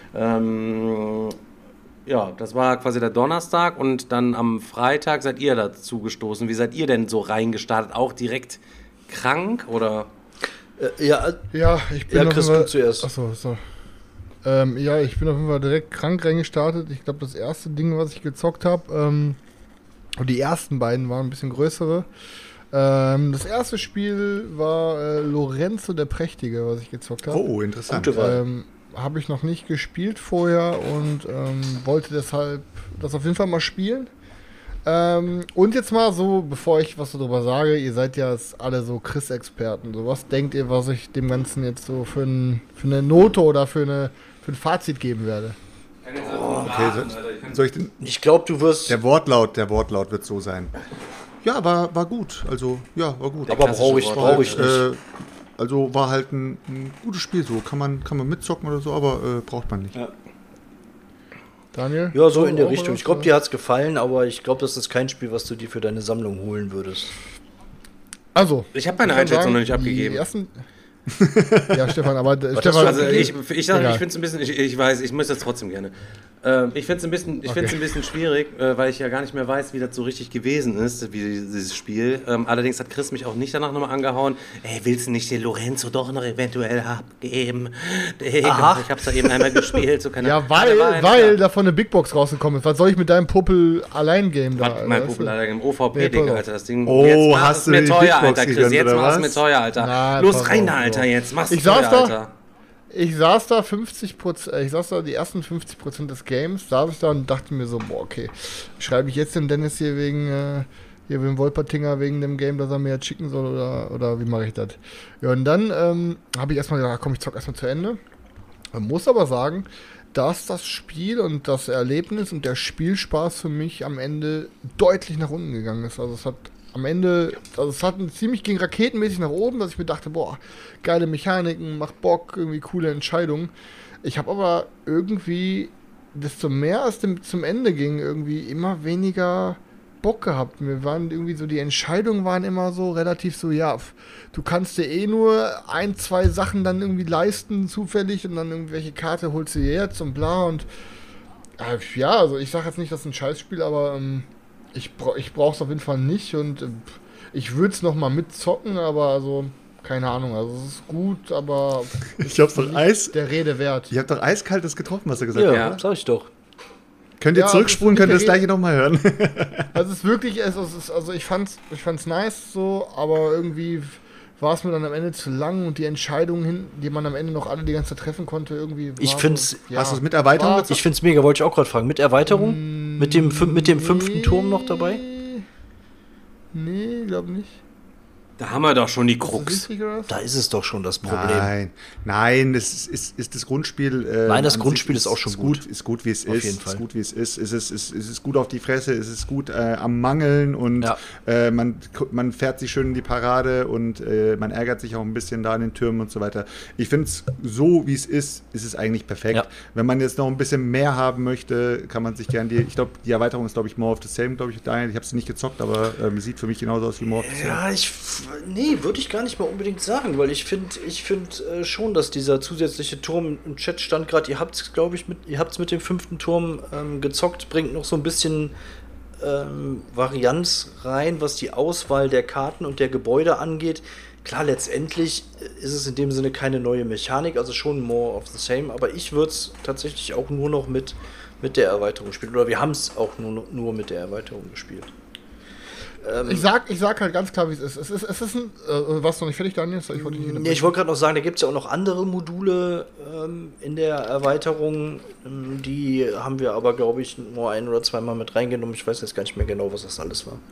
Ja, das war quasi der Donnerstag und dann am Freitag seid ihr dazu gestoßen. Wie seid ihr denn so reingestartet? Auch direkt krank oder? Ja, ich bin Ja, auf Chris, jeden Fall- du zuerst. Achso, so. Ja, ich bin auf jeden Fall direkt krank reingestartet. Ich glaube, das erste Ding, was ich gezockt habe, und die ersten beiden waren ein bisschen größere. Das erste Spiel war Lorenzo der Prächtige, was ich gezockt habe. Oh, interessant. Gute Wahl. Habe ich noch nicht gespielt vorher und wollte deshalb das auf jeden Fall mal spielen. Und jetzt mal so, bevor ich was darüber sage, ihr seid ja jetzt alle so Chris-Experten. So, was denkt ihr, was ich dem Ganzen jetzt so für eine Note oder für ein Fazit geben werde? Okay, soll ich den, Ich glaube, du wirst. der Wortlaut wird so sein. Ja, war gut. Also, ja, war gut. Aber brauche ich nicht. Also war halt ein gutes Spiel so. Kann man mitzocken oder so, aber braucht man nicht. Ja. Daniel? Ja, so in der auch Richtung. was? Ich glaube, dir hat es gefallen, aber ich glaube, das ist kein Spiel, was du dir für deine Sammlung holen würdest. Also, Ich habe meine kann Einschätzung sagen, noch nicht abgegeben. Die ersten, Ja, Stefan, aber Stefan... Also ich finde es ein bisschen, ich weiß, ich muss das trotzdem gerne. Ich finde es ein bisschen schwierig, weil ich ja gar nicht mehr weiß, wie das so richtig gewesen ist, wie dieses Spiel. Allerdings hat Chris mich auch nicht danach nochmal angehauen. Ey, willst du nicht den Lorenzo doch noch eventuell abgeben? Ich hab's da eben einmal gespielt. So weil davon eine Big Box rausgekommen ist. Was soll ich mit deinem Puppel Allein-Game da? Mein Puppel Allein-Game, OVP-Ding, Alter. Das Ding. Oh, jetzt hast du mir die teuer, Big Box Alter, Chris. Jetzt machst du mir teuer, Alter. Nein, los rein, Alter, jetzt. Machst du teuer, Alter. Ich saß da die ersten 50% des Games, saß ich da und dachte mir so, boah, okay, schreibe ich jetzt den Dennis hier wegen Wolpertinger, wegen dem Game, dass er mir jetzt schicken soll oder wie mache ich das? Ja, und dann habe ich erstmal gedacht, komm, ich zock erstmal zu Ende. Man muss aber sagen, dass das Spiel und das Erlebnis und der Spielspaß für mich am Ende deutlich nach unten gegangen ist. Also es hat ziemlich ging raketenmäßig nach oben, dass ich mir dachte, boah, geile Mechaniken, macht Bock, irgendwie coole Entscheidungen. Ich habe aber irgendwie, desto mehr es zum Ende ging, irgendwie immer weniger Bock gehabt. Die Entscheidungen waren immer so relativ so, ja, du kannst dir nur 1-2 Sachen dann irgendwie leisten, zufällig, und dann irgendwelche Karte holst du dir jetzt und bla und ja, also ich sage jetzt nicht, das ist ein Scheißspiel, aber ich brauche es auf jeden Fall nicht und ich würde es nochmal mitzocken, aber also, keine Ahnung, also es ist gut, aber ich hab's doch der Rede wert. Ihr habt doch eiskaltes getroffen, was du gesagt hast. Ja, sag ich doch. Könnt ihr zurückspulen, könnt ihr das gleiche nochmal hören. Also es ist wirklich, also ich fand's nice so, aber irgendwie war es mir dann am Ende zu lang und die Entscheidungen, die man am Ende noch alle die ganze Zeit treffen konnte, irgendwie. Ich find's. Ja, hast du es mit Erweiterung? Ich find's mega, wollte ich auch gerade fragen. Mit Erweiterung? Mit dem 5. Turm noch dabei? Nee, glaube nicht. Da haben wir doch schon die Krux. Da ist es doch schon das Problem. Nein, das ist das Grundspiel. Nein, das Grundspiel ist auch schon gut. Ist gut, wie es auf ist. Jeden Fall. Ist gut, wie es ist. Es ist gut auf die Fresse, es ist gut am Mangeln und man fährt sich schön in die Parade und man ärgert sich auch ein bisschen da in den Türmen und so weiter. Ich finde es so, wie es ist es eigentlich perfekt. Ja. Wenn man jetzt noch ein bisschen mehr haben möchte, kann man sich gerne ich glaube, die Erweiterung ist, glaube ich, More of the Same, glaube ich. Ich habe sie nicht gezockt, aber sieht für mich genauso aus wie More of the Same. Ja, nee, würde ich gar nicht mal unbedingt sagen, weil ich finde schon, dass dieser zusätzliche Turm, im Chat stand gerade, ihr habt es, glaube ich, mit dem 5. Turm gezockt, bringt noch so ein bisschen Varianz rein, was die Auswahl der Karten und der Gebäude angeht. Klar, letztendlich ist es in dem Sinne keine neue Mechanik, also schon more of the same, aber ich würde es tatsächlich auch nur noch mit der Erweiterung spielen, oder wir haben es auch nur mit der Erweiterung gespielt. Ich sag halt ganz klar, wie es ist. Es ist ein. Warst du noch nicht fertig, Daniel? Ich wollte gerade noch sagen, da gibt es ja auch noch andere Module in der Erweiterung. Die haben wir aber, glaube ich, nur 1 oder 2 Mal mit reingenommen. Ich weiß jetzt gar nicht mehr genau, was das alles war.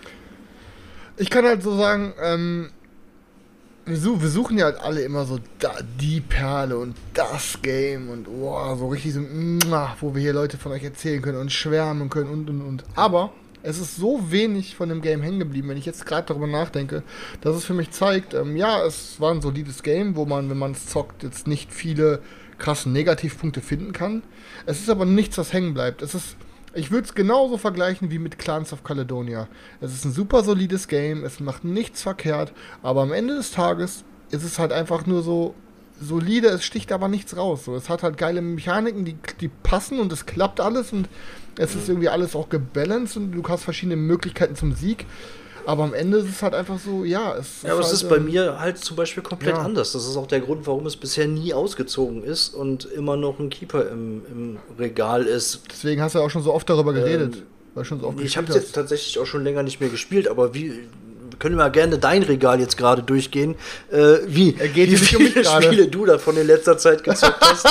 Ich kann halt so sagen, wir suchen ja halt alle immer so die Perle und das Game und so richtig so, wo wir hier Leute von euch erzählen können und schwärmen können und. Aber es ist so wenig von dem Game hängen geblieben, wenn ich jetzt gerade darüber nachdenke, dass es für mich zeigt, es war ein solides Game, wo man, wenn man es zockt, jetzt nicht viele krasse Negativpunkte finden kann. Es ist aber nichts, was hängen bleibt. Ich würde es genauso vergleichen wie mit Clans of Caledonia. Es ist ein super solides Game, es macht nichts verkehrt, aber am Ende des Tages ist es halt einfach nur so solide, es sticht aber nichts raus. So, es hat halt geile Mechaniken, die passen und es klappt alles und es ist irgendwie alles auch gebalanced und du hast verschiedene Möglichkeiten zum Sieg. Aber am Ende ist es halt einfach so, aber es halt, ist bei mir halt zum Beispiel komplett anders. Das ist auch der Grund, warum es bisher nie ausgezogen ist und immer noch ein Keeper im Regal ist. Deswegen hast du ja auch schon so oft darüber geredet. Weil schon so oft ich habe es jetzt tatsächlich auch schon länger nicht mehr gespielt, aber können wir mal gerne dein Regal jetzt gerade durchgehen. Wie viele Spiele du davon in letzter Zeit gezockt hast.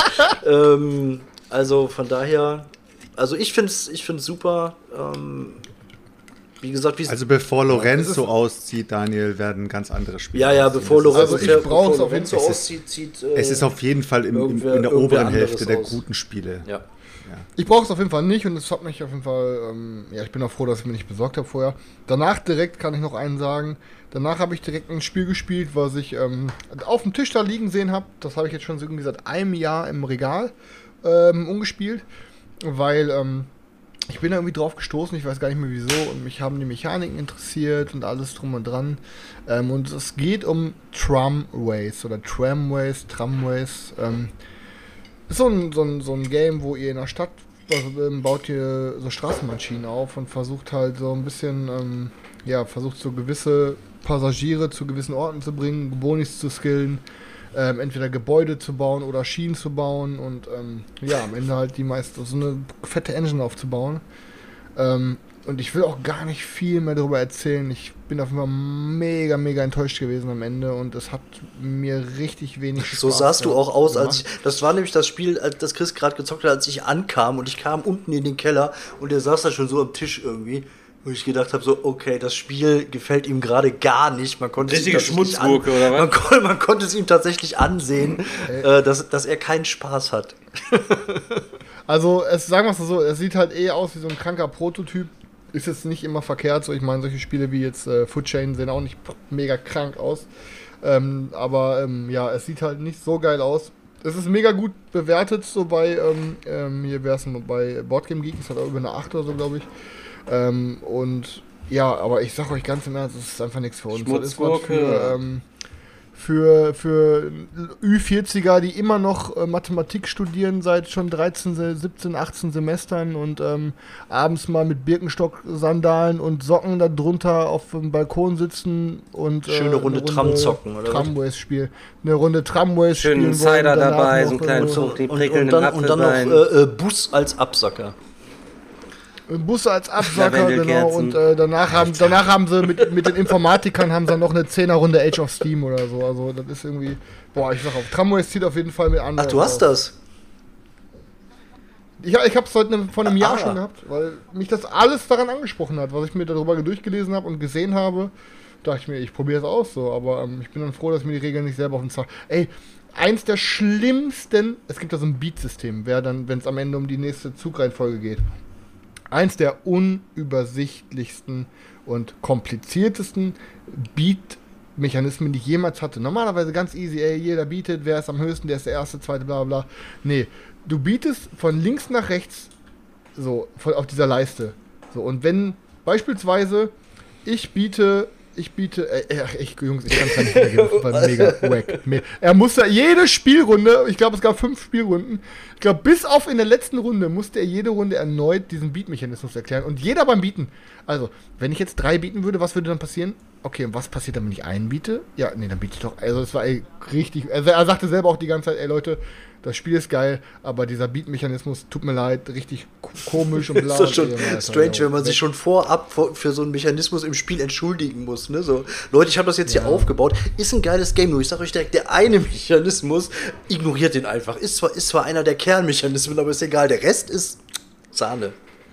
Also von daher, ich find's super. Wie gesagt, also bevor Lorenzo auszieht, Daniel, werden ganz andere Spiele. Ja, bevor Lorenzo auszieht, es ist auf jeden Fall in der oberen Hälfte der guten Spiele. Ja. Ich brauche es auf jeden Fall nicht und es hat mich auf jeden Fall, ich bin auch froh, dass ich mir nicht besorgt habe vorher. Danach direkt kann ich noch einen sagen, danach habe ich direkt ein Spiel gespielt, was ich auf dem Tisch da liegen sehen habe. Das habe ich jetzt schon irgendwie seit einem Jahr im Regal umgespielt, weil ich bin da irgendwie drauf gestoßen, ich weiß gar nicht mehr wieso, und mich haben die Mechaniken interessiert und alles drum und dran. Und es geht um Tramways. Ist so ein Game, wo ihr in der Stadt baut ihr so Straßenmaschinen auf und versucht halt so ein bisschen, versucht so gewisse Passagiere zu gewissen Orten zu bringen, Bonis zu skillen, entweder Gebäude zu bauen oder Schienen zu bauen und am Ende halt so eine fette Engine aufzubauen. Und ich will auch gar nicht viel mehr darüber erzählen. Ich bin auf jeden Fall mega, mega enttäuscht gewesen am Ende und es hat mir richtig wenig Spaß So sahst du auch aus, das war nämlich das Spiel, das Chris gerade gezockt hat, als ich ankam und ich kam unten in den Keller und der saß da schon so am Tisch irgendwie. Wo ich gedacht habe, so, okay, das Spiel gefällt ihm gerade gar nicht. Man konnte richtige Schmutzgurke, oder was? Man konnte es ihm tatsächlich ansehen, dass er keinen Spaß hat. Also, sagen wir es so, es sieht halt aus wie so ein kranker Prototyp. Ist jetzt nicht immer verkehrt. So, ich meine, solche Spiele wie jetzt Food Chain sehen auch nicht mega krank aus. Es sieht halt nicht so geil aus. Es ist mega gut bewertet, so bei, hier wäre es bei Boardgame Geek, ist halt auch über eine 8 oder so, glaube ich. Aber ich sag euch ganz im Ernst, das ist einfach nichts für uns. Das ist was für Ü40er, die immer noch Mathematik studieren seit schon 13, 17, 18 Semestern und abends mal mit Birkenstock-Sandalen und Socken da drunter auf dem Balkon sitzen und schöne Runde Tram zocken, oder? Tramways spielen. Eine Runde Tramways spielen. Schönen Cider dabei, so einen kleinen Zug, die prickelnden Apfelwein. Und dann noch Bus als Absacker. Busse als Absacker, genau. Und danach haben sie mit den Informatikern haben sie noch eine 10er-Runde Age of Steam oder so. Also das ist irgendwie, ich sag auf, Tramways zieht auf jeden Fall mit an. Ach, du hast das? Ich hab's vor einem Jahr schon gehabt, weil mich das alles daran angesprochen hat, was ich mir darüber durchgelesen habe und gesehen habe. Dachte ich mir, ich probiere es aus so, aber ich bin dann froh, dass ich mir die Regeln nicht selber auf den Zahn. Eins der schlimmsten, es gibt da so ein Beat-System, wenn es am Ende um die nächste Zugreihenfolge geht. Eins der unübersichtlichsten und kompliziertesten Beat-Mechanismen, die ich jemals hatte. Normalerweise ganz easy, jeder beatet, wer ist am höchsten, der ist der erste, zweite, bla bla. Nee, du beatest von links nach rechts, so, auf dieser Leiste. So, und wenn beispielsweise Jungs, ich kann es nicht mehr geben, das war mega wack. Er musste jede Spielrunde, ich glaube es gab 5 Spielrunden, ich glaube bis auf in der letzten Runde musste er jede Runde erneut diesen Beat-Mechanismus erklären. Und jeder beim Beaten, also wenn ich jetzt 3 beaten würde, was würde dann passieren? Okay, und was passiert dann, wenn ich einen biete? Ja, nee, dann biete ich doch, also es war richtig, also er sagte selber auch die ganze Zeit, Leute, das Spiel ist geil, aber dieser Beat-Mechanismus, tut mir leid, richtig komisch und bla. Das ist schon strange, wenn man sich schon vorab für so einen Mechanismus im Spiel entschuldigen muss. Ne? So, Leute, ich habe das jetzt hier aufgebaut. Ist ein geiles Game, nur ich sage euch direkt, der eine Mechanismus, ignoriert den einfach. Ist zwar einer der Kernmechanismen, aber ist egal. Der Rest ist Sahne.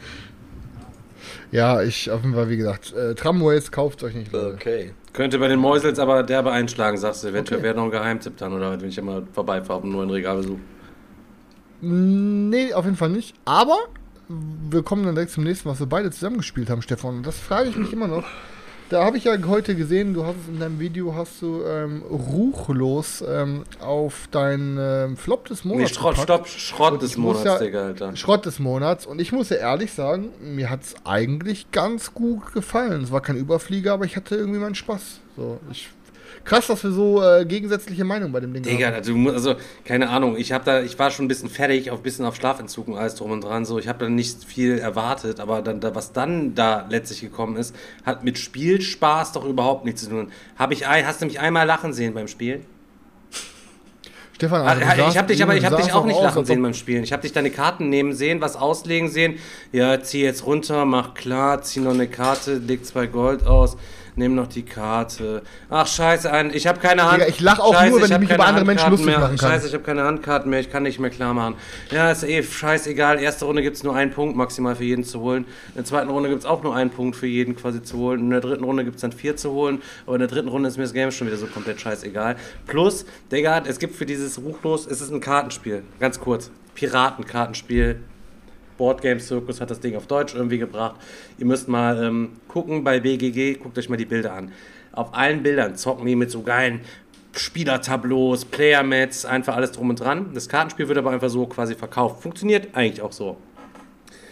Ja, auf jeden Fall, wie gesagt, Tramways kauft euch nicht. Leute. Okay. Könnte bei den Mäusels aber derbe einschlagen, sagst du. Eventuell wäre noch ein Geheimtipp dann, oder wenn ich immer vorbeifahre und nur ein Regal besuche. Nee, auf jeden Fall nicht. Aber wir kommen dann direkt zum nächsten, was wir beide zusammengespielt haben, Stefan. Und das frage ich mich immer noch. Da habe ich ja heute gesehen, du hast es in deinem Video, ruchlos auf deinen Flop des Monats Schrott des Monats, Digga, Alter. Schrott des Monats. Und ich muss ja ehrlich sagen, mir hat es eigentlich ganz gut gefallen. Es war kein Überflieger, aber ich hatte irgendwie meinen Spaß. So, krass, dass wir so gegensätzliche Meinungen bei dem Ding Digga, haben. Also, keine Ahnung, ich war schon ein bisschen fertig, ein bisschen auf Schlafentzug und alles drum und dran. So, ich habe da nicht viel erwartet, aber was dann da letztlich gekommen ist, hat mit Spielspaß doch überhaupt nichts zu tun. Hast du mich einmal lachen sehen beim Spielen? Stefan, ich hab dich auch nicht lachen sehen beim Spielen. Ich habe dich deine Karten nehmen sehen, was auslegen sehen. Ja, zieh jetzt runter, mach klar, zieh noch eine Karte, leg 2 Gold aus. Nimm noch die Karte. Ach, scheiße, ich habe keine Hand. Digga, ich lache auch nur, wenn ich mich über andere Menschen lustig machen kann. Scheiße, ich habe keine Handkarten mehr, ich kann nicht mehr klar machen. Ja, ist scheißegal. Erste Runde gibt es nur 1 Punkt maximal für jeden zu holen. In der zweiten Runde gibt es auch nur 1 Punkt für jeden quasi zu holen. In der dritten Runde gibt es dann 4 zu holen. Aber in der dritten Runde ist mir das Game schon wieder so komplett scheißegal. Plus, Digga, es gibt für dieses Ruchlos, es ist ein Kartenspiel. Ganz kurz. Piratenkartenspiel. Boardgame Circus hat das Ding auf Deutsch irgendwie gebracht. Ihr müsst mal gucken bei BGG, guckt euch mal die Bilder an. Auf allen Bildern zocken die mit so geilen Spielertableaus, Player-Mats, einfach alles drum und dran. Das Kartenspiel wird aber einfach so quasi verkauft. Funktioniert eigentlich auch so.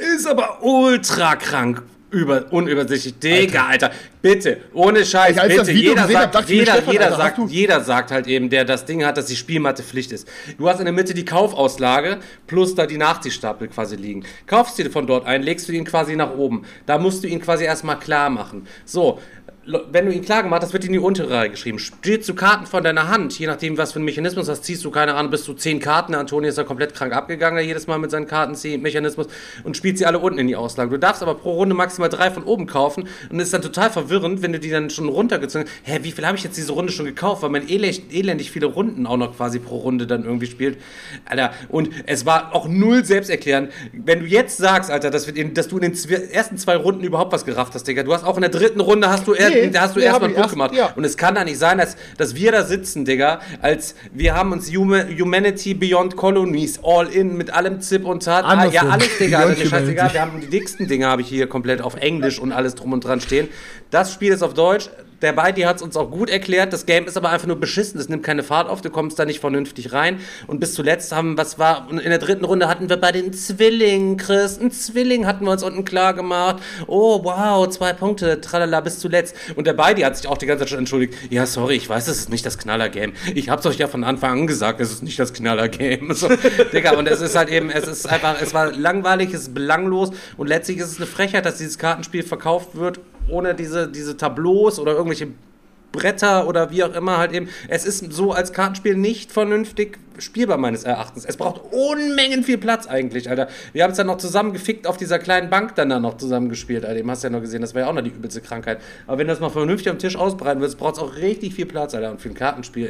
Ist aber ultra krank. Unübersichtlich. Digga, Alter. Bitte, ohne Scheiß, als bitte. das Video gesehen hab, dachte ich mir, Stefan, Jeder sagt halt eben, der das Ding hat, dass die Spielmatte Pflicht ist. Du hast in der Mitte die Kaufauslage plus da die Nachziehstapel quasi liegen. Kaufst dir von dort ein, legst du ihn quasi nach oben. Da musst du ihn quasi erstmal klar machen. So, wenn du ihn klar gemacht hast, wird in die untere Reihe geschrieben. Spielst du Karten von deiner Hand, je nachdem, was für einen Mechanismus hast, ziehst du, keine Ahnung, bis zu 10 Karten. Der Antonio ist ja komplett krank abgegangen, jedes Mal mit seinen Kartenziehmechanismus und spielt sie alle unten in die Auslage. Du darfst aber pro Runde maximal 3 von oben kaufen und es ist dann total verwirrend, wenn du die dann schon runtergezogen hast. Wie viel habe ich jetzt diese Runde schon gekauft, weil man elendig viele Runden auch noch quasi pro Runde dann irgendwie spielt. Alter, und es war auch null selbsterklärend. Wenn du jetzt sagst, Alter, dass du in den ersten 2 Runden überhaupt was gerafft hast, Digga, du hast auch in der 3. Runde erstmal einen Punkt gemacht. Ja. Und es kann da nicht sein, dass wir da sitzen, Digga, als wir haben uns Humanity Beyond Colonies all in mit allem Zip und Tat. Ja, alles, Digga, Alter, scheißegal. Wir haben die dicksten Dinge, habe ich hier komplett auf Englisch und alles drum und dran stehen. Das Spiel ist auf Deutsch. Der Beidi hat es uns auch gut erklärt. Das Game ist aber einfach nur beschissen. Es nimmt keine Fahrt auf. Du kommst da nicht vernünftig rein. Und bis zuletzt in der 3. Runde hatten wir bei den Zwillingen, Chris, einen Zwilling hatten wir uns unten klar gemacht. Oh, wow, 2 Punkte, tralala, bis zuletzt. Und der Beidi hat sich auch die ganze Zeit schon entschuldigt. Ja, sorry, ich weiß, es ist nicht das Knaller-Game. Ich hab's euch ja von Anfang an gesagt, es ist nicht das Knaller-Game. So, Digga, und es ist halt eben, es war langweilig, es ist belanglos. Und letztlich ist es eine Frechheit, dass dieses Kartenspiel verkauft wird, ohne diese Tableaus oder irgendwelche Bretter oder wie auch immer halt eben. Es ist so als Kartenspiel nicht vernünftig spielbar meines Erachtens. Es braucht Unmengen viel Platz eigentlich, Alter. Wir haben es dann noch zusammengefickt auf dieser kleinen Bank dann da noch zusammengespielt, Alter. Hast du ja noch gesehen, das war ja auch noch die übelste Krankheit. Aber wenn du das mal vernünftig am Tisch ausbreiten willst, braucht es auch richtig viel Platz, Alter. Und für ein Kartenspiel,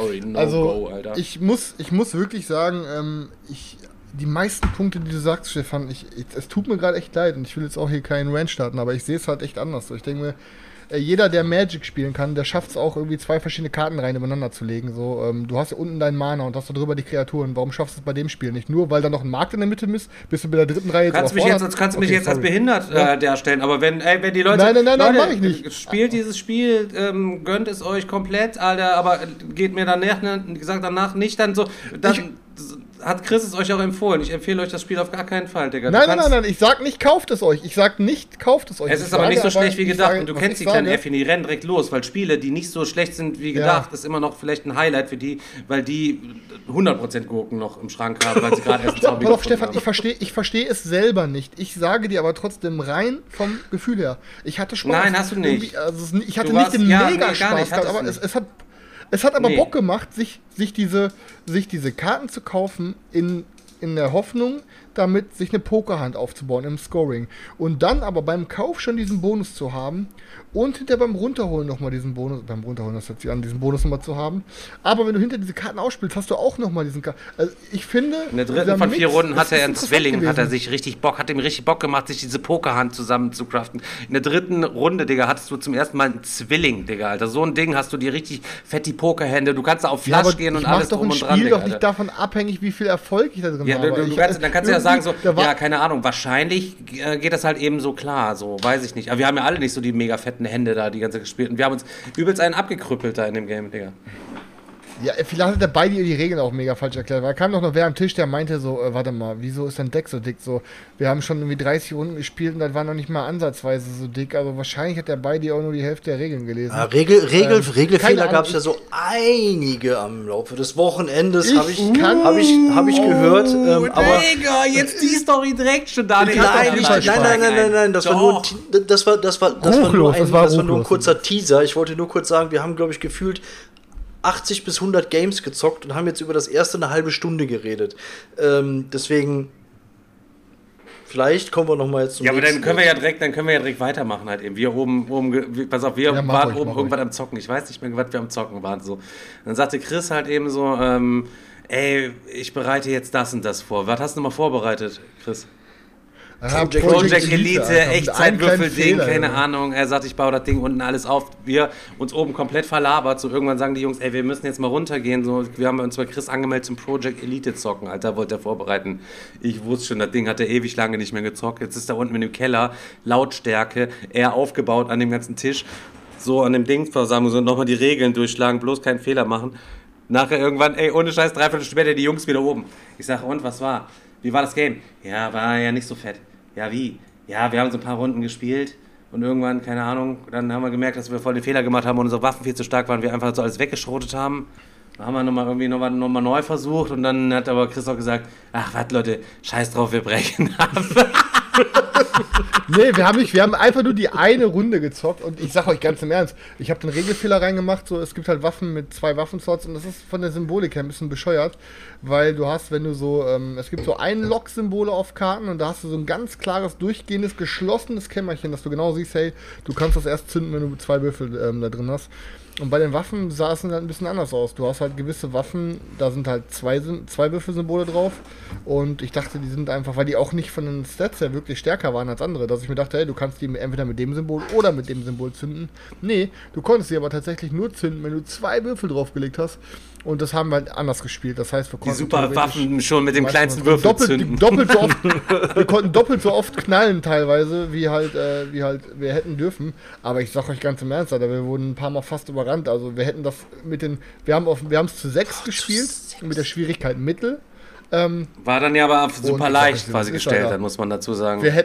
go, Alter. Ich muss wirklich sagen, die meisten Punkte, die du sagst, Stefan, es tut mir gerade echt leid und ich will jetzt auch hier keinen Rant starten, aber ich sehe es halt echt anders. Ich denke mir, jeder, der Magic spielen kann, der schafft es auch irgendwie 2 verschiedene Kartenreihen übereinander zu legen. So, du hast ja unten deinen Mana und hast da drüber die Kreaturen. Warum schaffst du es bei dem Spiel nicht? Nur weil da noch ein Markt in der Mitte ist, bist du bei der 3. Reihe kannst du mich jetzt als behindert darstellen, aber wenn die Leute... Nein, Leute, mach ich nicht. Spielt dieses Spiel, gönnt es euch komplett, Alter, aber geht mir danach nicht dann so... Hat Chris es euch auch empfohlen. Ich empfehle euch das Spiel auf gar keinen Fall, Digga. Nein, ich sag nicht, kauft es euch. Ich sag nicht, kauft es euch. Es ist aber nicht so schlecht wie gedacht. Und du kennst die kleinen Effi, die rennen direkt los, weil Spiele, die nicht so schlecht sind wie gedacht, ist immer noch vielleicht ein Highlight für die, weil die 100% Gurken noch im Schrank haben, weil sie gerade erst ein Zombie gefunden Stefan, haben. Ich verstehe es selber nicht. Ich sage dir aber trotzdem rein vom Gefühl her. Ich hatte Spaß. Nein, hast du nicht. Ich hatte nicht den Mega-Spaß gehabt, aber es hat aber Bock gemacht, sich diese Karten zu kaufen in der Hoffnung, damit sich eine Pokerhand aufzubauen im Scoring. Und dann aber beim Kauf schon diesen Bonus zu haben und hinterher beim Runterholen nochmal diesen Bonus, diesen Bonus nochmal zu haben. Aber wenn du hinter diese Karten ausspielst, hast du auch nochmal diesen Also ich finde... In der 3. von 4 Runden hat er einen Zwilling, hat ihm richtig Bock gemacht, sich diese Pokerhand zusammen zu craften. In der 3. Runde, Digga, hattest du zum ersten Mal einen Zwilling, Digga, Alter. So ein Ding hast du dir richtig fett die Pokerhände, du kannst da auf Flash gehen und alles drum und dran, Digga. Ich mach doch ein Spiel doch nicht davon abhängig, wie viel Erfolg ich da drin habe. Dann kannst du ja sagen so, keine Ahnung, wahrscheinlich geht das halt eben so klar, so, weiß ich nicht. Aber wir haben ja alle nicht so die mega fetten Hände da die ganze Zeit gespielt und wir haben uns übelst einen abgekrüppelt da in dem Game, Digga. Ja, vielleicht hat der Beidi die Regeln auch mega falsch erklärt, weil da kam doch noch wer am Tisch, der meinte so, warte mal, wieso ist dein Deck so dick? So, wir haben schon irgendwie 30 Runden gespielt und das war noch nicht mal ansatzweise so dick, also wahrscheinlich hat der Beidi auch nur die Hälfte der Regeln gelesen. Ja, Regelfehler gab es ja so einige am Laufe des Wochenendes, habe ich gehört. Aber Digga, jetzt die Story direkt schon da. Nein, das war nur ein kurzer Teaser. Ich wollte nur kurz sagen, wir haben, glaube ich, gefühlt 80 bis 100 Games gezockt und haben jetzt über das erste eine halbe Stunde geredet. Deswegen, vielleicht kommen wir noch mal jetzt zum aber dann können wir ja direkt weitermachen halt eben. Wir pass auf, wir waren oben irgendwas am Zocken. Ich weiß nicht mehr, was wir am Zocken waren. So. Dann sagte Chris halt eben so, ich bereite jetzt das und das vor. Was hast du noch mal vorbereitet, Chris? Project Elite, Echtzeitwürfel-Ding, keine Ahnung. Er sagt, ich baue das Ding unten alles auf. Wir uns oben komplett verlabert. So irgendwann sagen die Jungs, wir müssen jetzt mal runtergehen. So, wir haben uns bei Chris angemeldet zum Project Elite zocken. Alter, wollte er vorbereiten. Ich wusste schon, das Ding hat er ewig lange nicht mehr gezockt. Jetzt ist er unten in dem Keller, Lautstärke, er aufgebaut an dem ganzen Tisch. So an dem Ding versammeln, so nochmal die Regeln durchschlagen, bloß keinen Fehler machen. Nachher irgendwann, ohne Scheiß, 3/4 später die Jungs wieder oben. Ich sag, und, was war? Wie war das Game? Ja, war ja nicht so fett. Ja, wie? Ja, wir haben so ein paar Runden gespielt und irgendwann, keine Ahnung, dann haben wir gemerkt, dass wir voll den Fehler gemacht haben und unsere Waffen viel zu stark waren, wir einfach so alles weggeschrotet haben. Da haben wir nochmal neu versucht und dann hat aber Chris auch gesagt, ach, was Leute, scheiß drauf, wir brechen ab. Nee, wir haben einfach nur die eine Runde gezockt und ich sag euch ganz im Ernst, ich habe den Regelfehler reingemacht, so es gibt halt Waffen mit 2 Waffenslots und das ist von der Symbolik her ein bisschen bescheuert, weil du hast, wenn du so, es gibt so Lock-Symbole auf Karten und da hast du so ein ganz durchgehendes, geschlossenes Kämmerchen, dass du genau siehst, hey, du kannst das erst zünden, wenn du 2 Würfel da drin hast. Und bei den Waffen sah es halt ein bisschen anders aus. Du hast halt gewisse Waffen, da sind halt 2 Würfelsymbole drauf. Und ich dachte, die sind einfach, weil die auch nicht von den Stats her wirklich stärker waren als andere, dass ich mir dachte, hey, du kannst die entweder mit dem Symbol oder mit dem Symbol zünden. Nee, du konntest sie aber tatsächlich nur zünden, wenn du 2 Würfel draufgelegt hast. Und das haben wir halt anders gespielt. Das heißt, wir konnten die super Waffen schon mit dem kleinsten Würfel zünden. Wir konnten doppelt so oft knallen teilweise, wie halt wir hätten dürfen. Aber ich sag euch ganz im Ernst, Alter, wir wurden ein paar Mal fast überrannt. Also wir hätten das wir haben es zu 6 gespielt, mit der Schwierigkeit Mittel. War dann ja aber super leicht quasi gestellt, dann muss man dazu sagen. Wir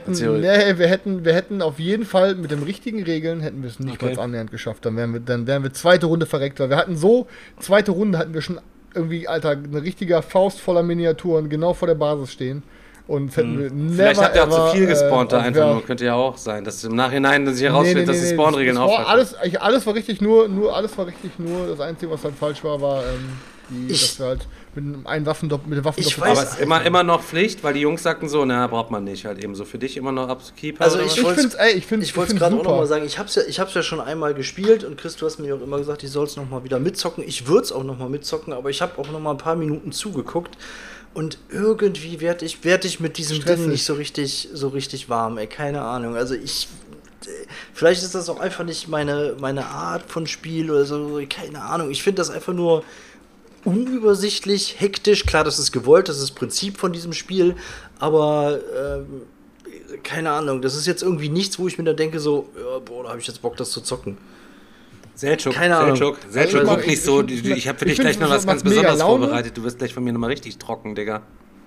hätten auf jeden Fall mit den richtigen Regeln hätten wir es nicht ganz annähernd geschafft. Dann wären wir zweite Runde verreckt, weil wir hatten zweite Runde hatten wir schon irgendwie, Alter, eine richtige Faust voller Miniaturen genau vor der Basis stehen. Und hätten wir vielleicht habt ihr auch zu viel gespawnt da einfach nur, könnte ja auch sein, dass im Nachhinein sich herausstellt, dass die Spawnregeln aufhalten. Alles war richtig, nur das Einzige, was halt falsch war, dass wir halt mit den Waffen Aber es ist immer noch Pflicht, weil die Jungs sagten so, braucht man nicht, halt eben so für dich immer noch Upkeeper. Also ich wollte es gerade auch nochmal sagen, ich hab's ja schon einmal gespielt und Chris, du hast mir auch immer gesagt, ich soll es nochmal wieder mitzocken. Ich würde es auch nochmal mitzocken, aber ich habe auch nochmal ein paar Minuten zugeguckt. Und irgendwie werd ich mit diesem Ding nicht so richtig warm, ey, keine Ahnung. Also vielleicht ist das auch einfach nicht meine Art von Spiel oder so, keine Ahnung. Ich finde das einfach nur unübersichtlich, hektisch. Klar, das ist gewollt, das ist das Prinzip von diesem Spiel, aber keine Ahnung, das ist jetzt irgendwie nichts, wo ich mir da denke so, ja, boah, da habe ich jetzt Bock, das zu zocken. Selchuk, guck nicht so. Ich habe für dich gleich noch was ganz Besonderes vorbereitet. Du wirst gleich von mir nochmal richtig trocken, Digga.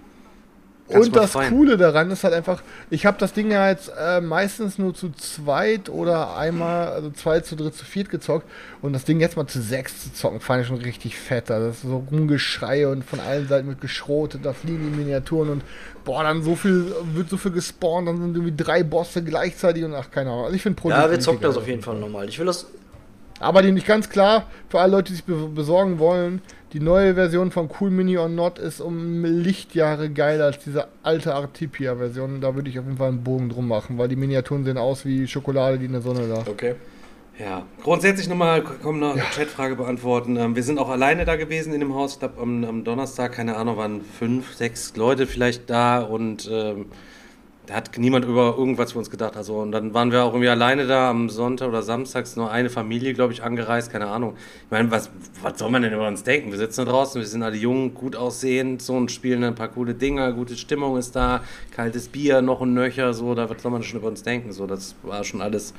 Und das Coole daran ist halt einfach, ich habe das Ding ja jetzt meistens nur zu zweit oder einmal, also 2 zu 3 zu 4 gezockt und das Ding jetzt mal zu 6 zu zocken, fand ich schon richtig fett. Das ist so Rumgeschrei und von allen Seiten wird geschrotet, da fliegen die Miniaturen und boah, dann wird so viel gespawnt, dann sind irgendwie 3 Bosse gleichzeitig und ach, keine Ahnung. Also ich finde ja, wir zocken das auf jeden Fall nochmal. Ich will das. Aber die nicht ganz klar, für alle Leute, die sich besorgen wollen, die neue Version von Cool Mini or Not ist um Lichtjahre geiler als diese alte Artipia-Version. Da würde ich auf jeden Fall einen Bogen drum machen, weil die Miniaturen sehen aus wie Schokolade, die in der Sonne lag. Okay. Ja, grundsätzlich nochmal, eine Chatfrage beantworten. Wir sind auch alleine da gewesen in dem Haus. Ich glaube, am Donnerstag, keine Ahnung, waren 5, 6 Leute vielleicht da und da hat niemand über irgendwas für uns gedacht. Also, und dann waren wir auch irgendwie alleine da am Sonntag oder Samstags, nur eine Familie, glaube ich, angereist, keine Ahnung. Ich meine, was soll man denn über uns denken? Wir sitzen da draußen, wir sind alle jung, gut aussehend, so und spielen ein paar coole Dinger, gute Stimmung ist da, kaltes Bier, noch ein Nöcher, so, da was soll man schon über uns denken? So, das war schon alles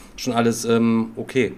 okay.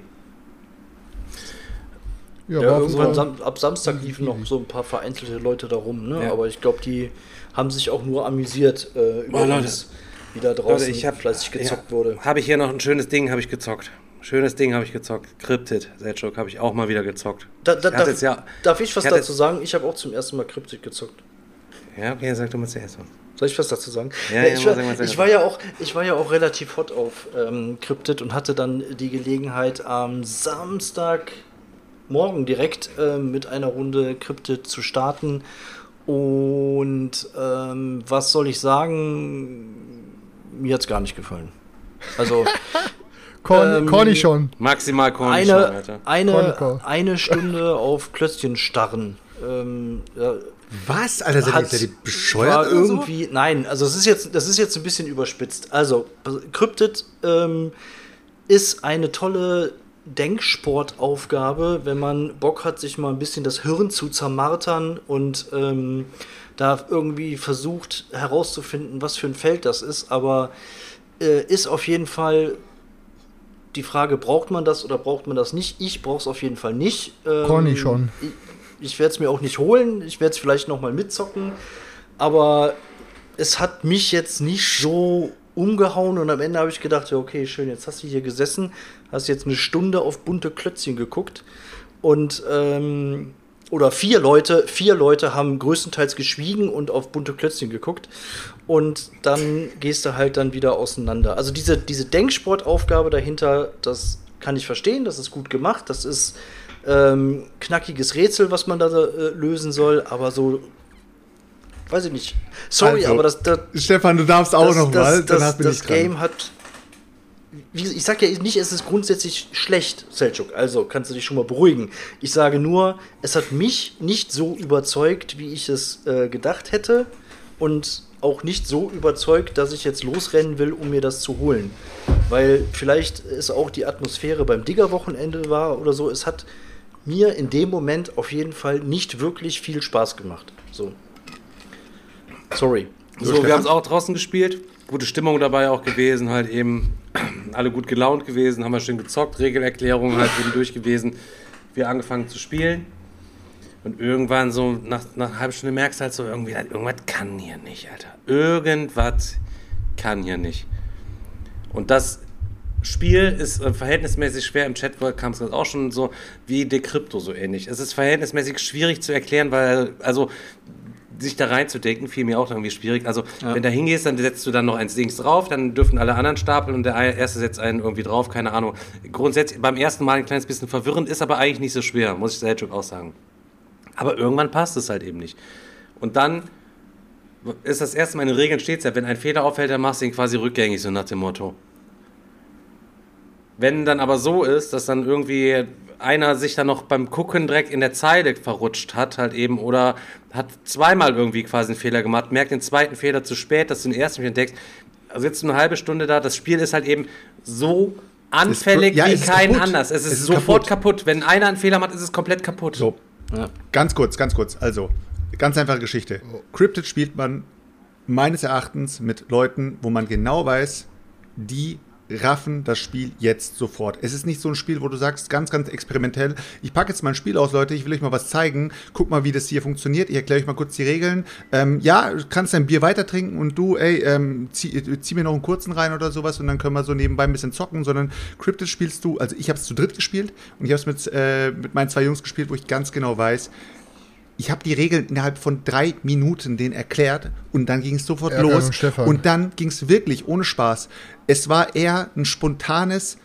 Ja, irgendwann ab Samstag liefen noch so ein paar vereinzelte Leute da rum, ne? Ja. Aber ich glaube, die haben sich auch nur amüsiert über uns, wie da draußen fleißig gezockt wurde. Habe ich hier noch ein schönes Ding, habe ich gezockt. Cryptid, Selchuk, habe ich auch mal wieder gezockt. Darf ich was dazu sagen? Ich habe auch zum ersten Mal Cryptid gezockt. Ja, okay, sag du mal zuerst. Soll ich was dazu sagen? Ja, ich war ja auch relativ hot auf Cryptid und hatte dann die Gelegenheit am Samstagmorgen direkt mit einer Runde Cryptid zu starten. Und was soll ich sagen? Mir hat es gar nicht gefallen. Also Cornichon. Maximal Cornichon, Alter. Eine Stunde auf Klötzchen starren. Was? Alter, seid ihr bescheuert? War irgendwie, so? Nein, also das ist jetzt ein bisschen überspitzt. Also, Cryptid ist eine tolle Denksportaufgabe, wenn man Bock hat, sich mal ein bisschen das Hirn zu zermartern und da irgendwie versucht herauszufinden, was für ein Feld das ist, aber ist auf jeden Fall die Frage, braucht man das oder braucht man das nicht? Ich brauche es auf jeden Fall nicht. Cornichon. Ich werde es mir auch nicht holen, ich werde es vielleicht noch mal mitzocken, aber es hat mich jetzt nicht so umgehauen und am Ende habe ich gedacht, ja okay, schön, jetzt hast du hier gesessen, hast jetzt eine Stunde auf bunte Klötzchen geguckt und oder vier Leute haben größtenteils geschwiegen und auf bunte Klötzchen geguckt und dann gehst du halt dann wieder auseinander. Also diese Denksportaufgabe dahinter, das kann ich verstehen, das ist gut gemacht, das ist knackiges Rätsel, was man da lösen soll, aber so, weiß ich nicht. Sorry, also, aber das Stefan, du darfst auch noch mal, dann bin ich dran. Game hat, ich sag ja nicht, es ist grundsätzlich schlecht, Selçuk, also kannst du dich schon mal beruhigen. Ich sage nur, es hat mich nicht so überzeugt, wie ich es gedacht hätte und auch nicht so überzeugt, dass ich jetzt losrennen will, um mir das zu holen. Weil vielleicht ist auch die Atmosphäre beim Digger-Wochenende war oder so, es hat mir in dem Moment auf jeden Fall nicht wirklich viel Spaß gemacht. So. Sorry. So, wir haben es auch draußen gespielt. Gute Stimmung dabei auch gewesen, halt eben alle gut gelaunt gewesen, haben wir schön gezockt, Regelerklärungen halt eben durch gewesen. Wir angefangen zu spielen und irgendwann so nach einer halben Stunde merkst du halt so, irgendwie, irgendwas kann hier nicht, Alter. Irgendwas kann hier nicht. Und das Spiel ist verhältnismäßig schwer, im Chat kam es auch schon so wie Decrypto so ähnlich. Es ist verhältnismäßig schwierig zu erklären, weil, also sich da reinzudenken, fiel mir auch irgendwie schwierig. Also, wenn du da hingehst, dann setzt du dann noch eins links drauf, dann dürfen alle anderen stapeln und der erste setzt einen irgendwie drauf, keine Ahnung. Grundsätzlich beim ersten Mal ein kleines bisschen verwirrend, ist aber eigentlich nicht so schwer, muss ich Selçuk auch sagen. Aber irgendwann passt es halt eben nicht. Und dann ist das erste Mal in den Regeln steht's ja, wenn ein Fehler auffällt, dann machst du ihn quasi rückgängig, so nach dem Motto. Wenn dann aber so ist, dass dann irgendwie einer sich dann noch beim Gucken direkt in der Zeile verrutscht hat, halt eben, oder hat zweimal irgendwie quasi einen Fehler gemacht, merkt den zweiten Fehler zu spät, dass du den ersten nicht entdeckst, also sitzt du eine halbe Stunde da, das Spiel ist halt eben so anfällig wie kein anders. Es ist sofort kaputt. Wenn einer einen Fehler macht, ist es komplett kaputt. So, ganz kurz. Also, ganz einfache Geschichte. Cryptid spielt man meines Erachtens mit Leuten, wo man genau weiß, die raffen das Spiel jetzt sofort. Es ist nicht so ein Spiel, wo du sagst, ganz, ganz experimentell, ich packe jetzt mal ein Spiel aus, Leute, ich will euch mal was zeigen, guck mal, wie das hier funktioniert, ich erkläre euch mal kurz die Regeln. Ja, du kannst dein Bier weiter trinken und du, zieh mir noch einen kurzen rein oder sowas und dann können wir so nebenbei ein bisschen zocken, sondern Cryptid spielst du, also ich habe es zu dritt gespielt und ich habe es mit meinen 2 Jungs gespielt, wo ich ganz genau weiß, ich habe die Regeln innerhalb von 3 Minuten denen erklärt und dann ging es sofort los. Und dann ging es wirklich ohne Spaß. Es war eher ein spontanes,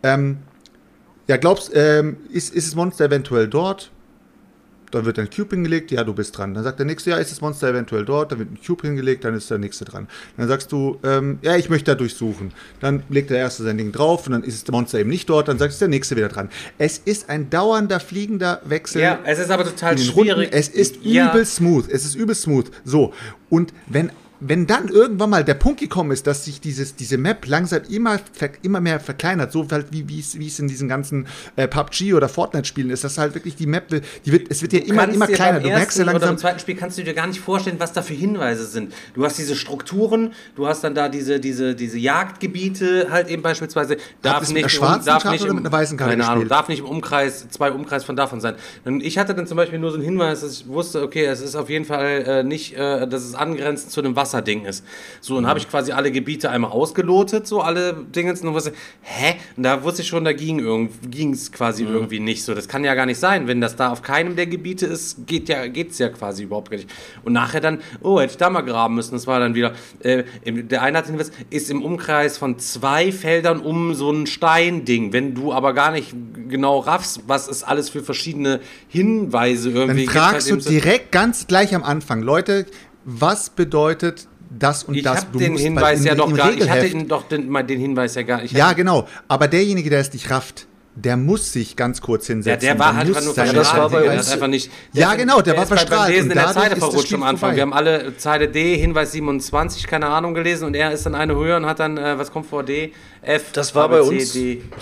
ist das Monster eventuell dort? Dann wird ein Cube hingelegt, ja, du bist dran. Dann sagt der Nächste, ja, ist das Monster eventuell dort? Dann wird ein Cube hingelegt, dann ist der Nächste dran. Dann sagst du, ja, ich möchte da durchsuchen. Dann legt der Erste sein Ding drauf und dann ist das Monster eben nicht dort, dann sagst du, der Nächste wieder dran. Es ist ein dauernder, fliegender Wechsel. Ja, es ist aber total schwierig. Runden. Es ist übel smooth. Es ist übel smooth. So, und wenn dann irgendwann mal der Punkt gekommen ist, dass sich diese Map langsam immer mehr verkleinert, so halt wie es in diesen ganzen PUBG oder Fortnite-Spielen ist, dass halt wirklich die Map, es wird ja immer kleiner. Du merkst ja langsam. Oder im zweiten Spiel kannst du dir gar nicht vorstellen, was da für Hinweise sind. Du hast diese Strukturen, du hast dann da diese Jagdgebiete halt eben beispielsweise. Darf nicht mit einer schwarzen Karte oder mit einer weißen Karte keine Ahnung, gespielt? darf nicht im Umkreis, 2 Umkreis von davon sein. Und ich hatte dann zum Beispiel nur so einen Hinweis, dass ich wusste, okay, es ist auf jeden Fall nicht, dass es angrenzend zu einem Wasserding ist. So, und habe ich quasi alle Gebiete einmal ausgelotet, so alle Dingens, und wusste, und da wusste ich schon, da ging es quasi irgendwie nicht so. Das kann ja gar nicht sein, wenn das da auf keinem der Gebiete ist, geht's ja quasi überhaupt gar nicht. Und nachher dann, hätte ich da mal graben müssen, das war dann wieder, der eine hat den Hinweis, ist im Umkreis von 2 Feldern um so ein Steinding, wenn du aber gar nicht genau raffst, was es alles für verschiedene Hinweise irgendwie gibt. Dann fragst du direkt ganz gleich am Anfang, Leute, was bedeutet das und das? Ich habe den Hinweis ja doch gar nicht. Ich hatte den Hinweis ja gar nicht. Ja, genau. Aber derjenige, der es nicht rafft, der muss sich ganz kurz hinsetzen. Ja, der war halt nur verstrahlt. Das war bei uns einfach nicht. Ja, genau, der war verstrahlt. Beim Lesen in der Zeile verrutscht am Anfang. Vorbei. Wir haben alle Zeile D, Hinweis 27, keine Ahnung, gelesen und er ist dann eine höher und hat dann, was kommt vor D? F, das war bei uns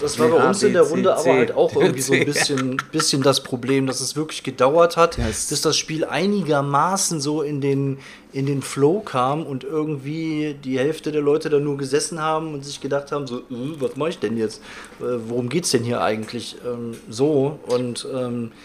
in der Runde aber halt auch irgendwie so ein bisschen das Problem, dass es wirklich gedauert hat, bis das Spiel einigermaßen so in den Flow kam und irgendwie die Hälfte der Leute da nur gesessen haben und sich gedacht haben, so, was mache ich denn jetzt? Worum geht's denn hier eigentlich?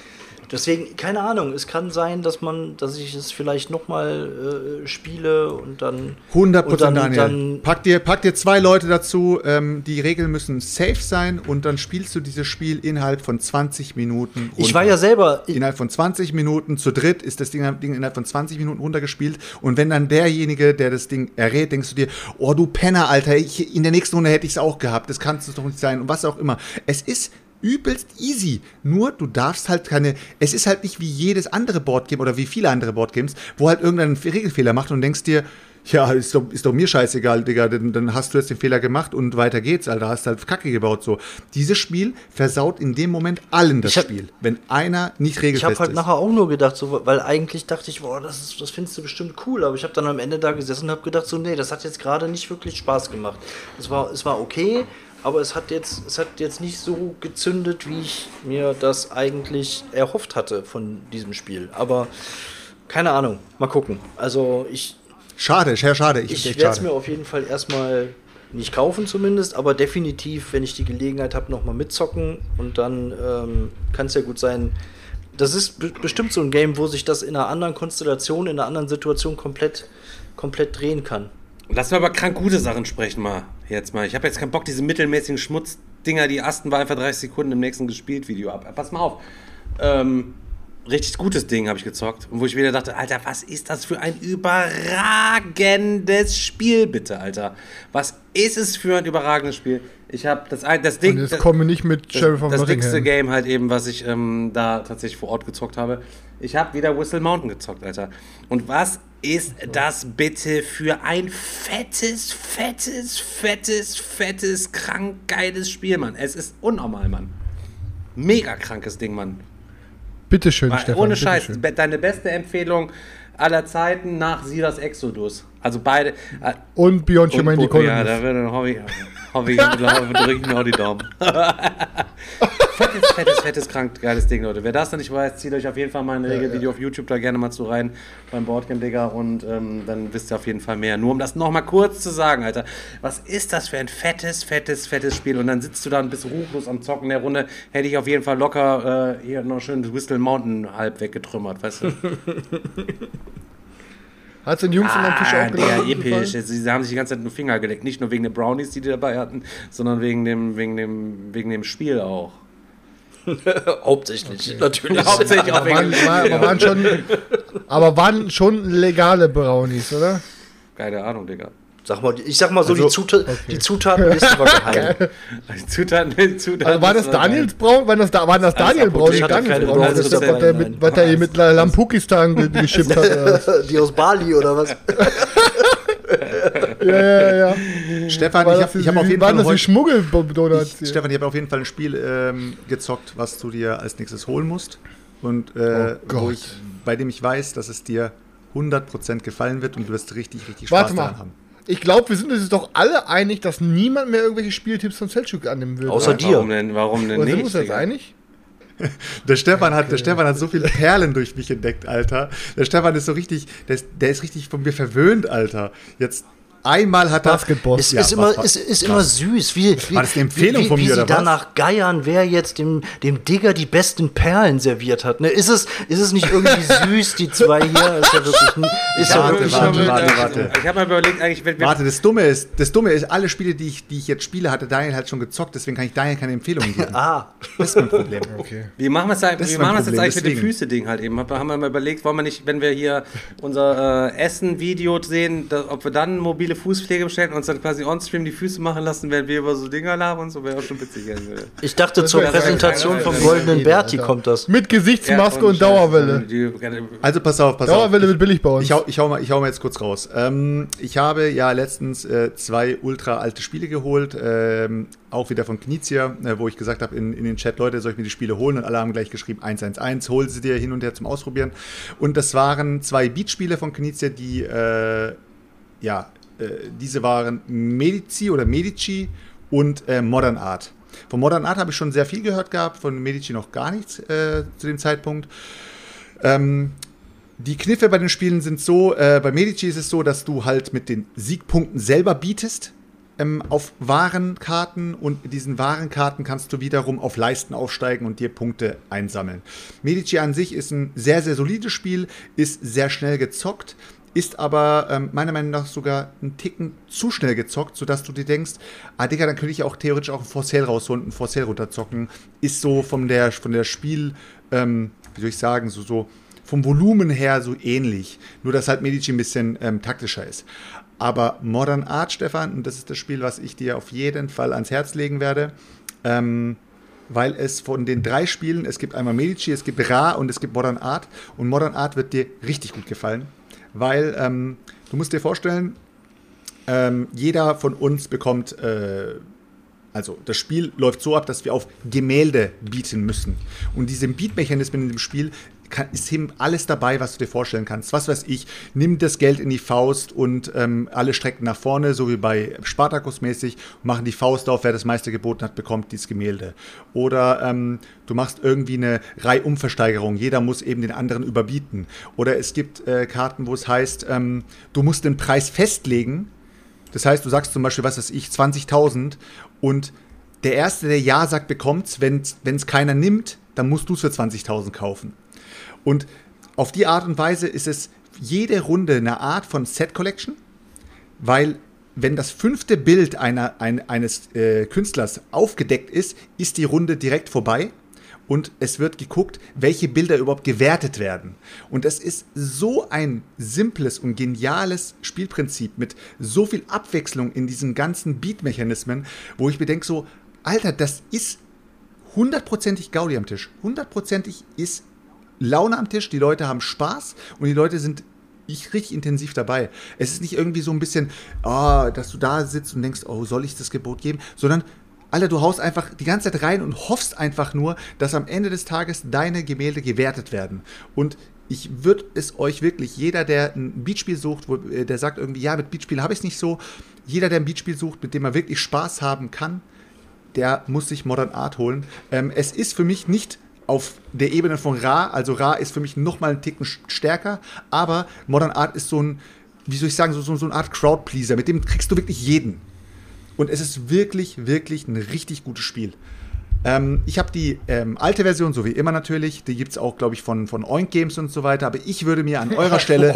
Deswegen, keine Ahnung, es kann sein, dass ich es vielleicht nochmal spiele und dann 100%, Daniel. Pack dir 2 Leute dazu, die Regeln müssen safe sein und dann spielst du dieses Spiel innerhalb von 20 Minuten runter. Ich war ja selber... Innerhalb von 20 Minuten, zu dritt ist das Ding innerhalb von 20 Minuten runtergespielt und wenn dann derjenige, der das Ding errät, denkst du dir, oh du Penner, Alter, in der nächsten Runde hätte ich es auch gehabt, das kann es doch nicht sein und was auch immer. Es ist übelst easy. Nur du darfst halt es ist halt nicht wie jedes andere Boardgame oder wie viele andere Boardgames, wo halt irgendein Regelfehler macht und denkst dir, ja, ist doch mir scheißegal, Digga, dann hast du jetzt den Fehler gemacht und weiter geht's, Alter, hast halt Kacke gebaut, so. Dieses Spiel versaut in dem Moment allen das Spiel, wenn einer nicht regelfest ist. Ich habe halt nachher auch nur gedacht, so, weil eigentlich dachte ich, boah, das findest du bestimmt cool, aber ich habe dann am Ende da gesessen und habe gedacht, so, nee, das hat jetzt gerade nicht wirklich Spaß gemacht. Es war okay, aber es hat jetzt nicht so gezündet, wie ich mir das eigentlich erhofft hatte von diesem Spiel. Aber keine Ahnung, mal gucken. Also Schade. Ich werde es mir auf jeden Fall erstmal nicht kaufen zumindest, aber definitiv, wenn ich die Gelegenheit habe, nochmal mitzocken und dann kann es ja gut sein. Das ist bestimmt so ein Game, wo sich das in einer anderen Konstellation, in einer anderen Situation komplett drehen kann. Lass mal über krank gute Sachen sprechen mal. Ich habe jetzt keinen Bock, diese mittelmäßigen Schmutzdinger, die ersten war einfach 30 Sekunden im nächsten gespielt Video ab. Pass mal auf. Richtig gutes Ding habe ich gezockt. Und wo ich wieder dachte, Alter, was ist das für ein überragendes Spiel, bitte, Alter. Was ist es für ein überragendes Spiel? Ich habe das Ding... Und jetzt kommen wir nicht mit Sheriff of Nottingham. Das dickste Game halt eben, was ich da tatsächlich vor Ort gezockt habe. Ich habe wieder Whistle Mountain gezockt, Alter. Und was ist das bitte für ein fettes, krank geiles Spiel, Mann. Es ist unnormal, Mann. Mega krankes Ding, Mann. Bitteschön, Stefan. Ohne Scheiß, deine beste Empfehlung aller Zeiten nach Silas Exodus. Also beide. Und Beyond Human Economy. Ja, da wird ein Hobby drücke ich mir auch die Daumen. fettes, krank, geiles Ding, Leute. Wer das noch nicht weiß, zieht euch auf jeden Fall mal ein Regelvideo auf YouTube da gerne mal zu rein beim Boardgame, Digga, und dann wisst ihr auf jeden Fall mehr. Nur um das nochmal kurz zu sagen, Alter, was ist das für ein fettes Spiel? Und dann sitzt du da und bist ruchlos am Zocken der Runde, hätte ich auf jeden Fall locker hier noch schön das Whistle Mountain halb weggetrümmert, weißt du? Hat es den Jungs an Tisch auch gelassen? Ja, episch. Sie haben sich die ganze Zeit nur Finger geleckt. Nicht nur wegen den Brownies, die dabei hatten, sondern wegen dem Spiel auch. Hauptsächlich, okay. Natürlich. Hauptsächlich auch wegen aber waren schon legale Brownies, oder? Keine Ahnung, Digga. Ich sag mal so, also, die Zutatenliste war geheim. Die Zutaten also war das Daniels Braun? Waren das Daniel Braun? Ich hatte keine Braun. Das ist was der mit Lampukistan geschippt hat. Die aus Bali oder was? Ja. Stefan, ich habe auf jeden Fall heute Schmuggeldonuts. Stefan, ich habe auf jeden Fall ein Spiel gezockt, was du dir als nächstes holen musst. Und bei dem ich weiß, dass es dir 100% gefallen wird und du wirst richtig Spaß daran haben. Ich glaube, wir sind uns doch alle einig, dass niemand mehr irgendwelche Spieltipps von Selçuk annehmen will. Außer dir. Warum denn nicht? Sind wir uns jetzt einig? Der Stefan hat so viele Perlen durch mich entdeckt, Alter. Der Stefan ist so richtig, der ist richtig von mir verwöhnt, Alter. Jetzt einmal hat Basketball. Es ist immer süß, war das eine Empfehlung von mir, wie oder sie danach geiern, wer jetzt dem Digger die besten Perlen serviert hat. Ne? Ist es nicht irgendwie süß, die zwei hier? Ist ja wirklich. Warte. Ich habe mal überlegt, eigentlich. Warte, das Dumme ist, alle Spiele, die ich jetzt spiele, hatte Daniel halt schon gezockt, deswegen kann ich Daniel keine Empfehlungen geben. Das ist mein Problem. Okay. Wie machen wir es jetzt eigentlich mit dem Füße-Ding halt eben? Haben wir mal überlegt, wollen wir nicht, wenn wir hier unser Essen-Video sehen, ob wir dann mobile Fußpflege bestellen und uns dann quasi on-stream die Füße machen lassen, während wir über so Dinger labern und so, wäre auch schon witzig. Ich dachte, zur Präsentation vom Goldenen Berti kommt das. Mit Gesichtsmaske und Dauerwelle. Also pass auf. Dauerwelle wird billig bei uns. Ich hau mal jetzt kurz raus. Ich habe ja letztens 2 ultra alte Spiele geholt, auch wieder von Knizia, wo ich gesagt habe in den Chat, Leute, soll ich mir die Spiele holen? Und alle haben gleich geschrieben, 111, hol sie dir hin und her zum Ausprobieren. Und das waren 2 Beat-Spiele von Knizia, die diese waren Medici und Modern Art. Von Modern Art habe ich schon sehr viel gehört gehabt, von Medici noch gar nichts zu dem Zeitpunkt. Die Kniffe bei den Spielen sind so, bei Medici ist es so, dass du halt mit den Siegpunkten selber bietest. auf Warenkarten und mit diesen Warenkarten kannst du wiederum auf Leisten aufsteigen und dir Punkte einsammeln. Medici an sich ist ein sehr, sehr solides Spiel, ist sehr schnell gezockt, ist aber meiner Meinung nach sogar einen Ticken zu schnell gezockt, sodass du dir denkst, Digga, dann könnte ich auch theoretisch auch ein For Sale rausholen, ein For Sale runterzocken. Ist so von der Spiel, wie soll ich sagen, so vom Volumen her so ähnlich. Nur, dass halt Medici ein bisschen taktischer ist. Aber Modern Art, Stefan, und das ist das Spiel, was ich dir auf jeden Fall ans Herz legen werde, weil es von den 3 Spielen, es gibt einmal Medici, es gibt Ra und es gibt Modern Art. Und Modern Art wird dir richtig gut gefallen, weil du musst dir vorstellen, jeder von uns bekommt, also das Spiel läuft so ab, dass wir auf Gemälde bieten müssen. Und diese Beat-Mechanismen in dem Spiel ist eben alles dabei, was du dir vorstellen kannst. Was weiß ich, nimm das Geld in die Faust und alle strecken nach vorne, so wie bei Spartacus mäßig, machen die Faust auf, wer das meiste geboten hat, bekommt dieses Gemälde. Oder du machst irgendwie eine Reihumversteigerung, jeder muss eben den anderen überbieten. Oder es gibt Karten, wo es heißt, du musst den Preis festlegen. Das heißt, du sagst zum Beispiel, was weiß ich, 20.000 und der Erste, der Ja sagt, bekommt's. Wenn es keiner nimmt, dann musst du es für 20.000 kaufen. Und auf die Art und Weise ist es jede Runde eine Art von Set-Collection, weil wenn das 5. Bild eines Künstlers aufgedeckt ist, ist die Runde direkt vorbei und es wird geguckt, welche Bilder überhaupt gewertet werden. Und das ist so ein simples und geniales Spielprinzip mit so viel Abwechslung in diesen ganzen Beat-Mechanismen, wo ich mir denke so, Alter, das ist 100%ig Gaudi am Tisch. 100%ig ist Laune am Tisch, die Leute haben Spaß und die Leute sind richtig intensiv dabei. Es ist nicht irgendwie so ein bisschen, dass du da sitzt und denkst, soll ich das Gebot geben? Sondern, Alter, du haust einfach die ganze Zeit rein und hoffst einfach nur, dass am Ende des Tages deine Gemälde gewertet werden. Und ich würde es euch wirklich, jeder, der ein Beatspiel sucht, der sagt irgendwie, ja, mit Beatspiel habe ich es nicht so, jeder, der ein Beatspiel sucht, mit dem er wirklich Spaß haben kann, der muss sich Modern Art holen. Es ist für mich nicht auf der Ebene von Ra, also Ra ist für mich nochmal einen Ticken stärker, aber Modern Art ist so ein, wie soll ich sagen, so eine Art Crowdpleaser, mit dem kriegst du wirklich jeden. Und es ist wirklich, wirklich ein richtig gutes Spiel. Ich habe die alte Version, so wie immer natürlich, die gibt es auch, glaube ich, von Oink Games und so weiter, aber ich würde mir an eurer Stelle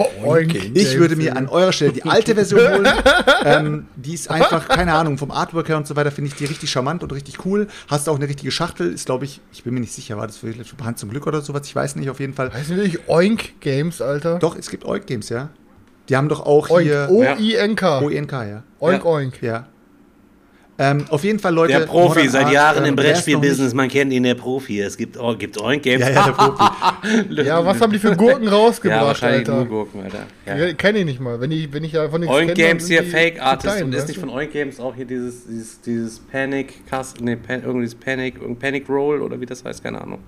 die alte Version holen. Die ist einfach, keine Ahnung, vom Artwork her und so weiter, finde ich die richtig charmant und richtig cool. Hast auch eine richtige Schachtel, ist, glaube ich bin mir nicht sicher, war das für Hand zum Glück oder sowas, ich weiß nicht, auf jeden Fall. Heißt nicht Oink Games, Alter? Doch, es gibt Oink Games, ja. Die haben doch auch Oink, hier... O-I-N-K. O-I-N-K, ja. Oink, Oink. Ja. Auf jeden Fall, Leute. Der Profi, Modern seit Art, Jahren im Brettspiel-Business, man kennt ihn, der Profi. Es gibt Oink Games. Ja, der Profi. Ja, was haben die für Gurken rausgebracht, ja, wahrscheinlich Alter? nur Gurken, Alter. Ja. Kenne ich nicht mal. Wenn ich davon nichts Oink kenne, Games hier, die Fake Artist. klein, Und ist weißt nicht du? von Oink Games auch hier dieses Panic, irgendwie das Panic Roll oder wie das heißt, keine Ahnung.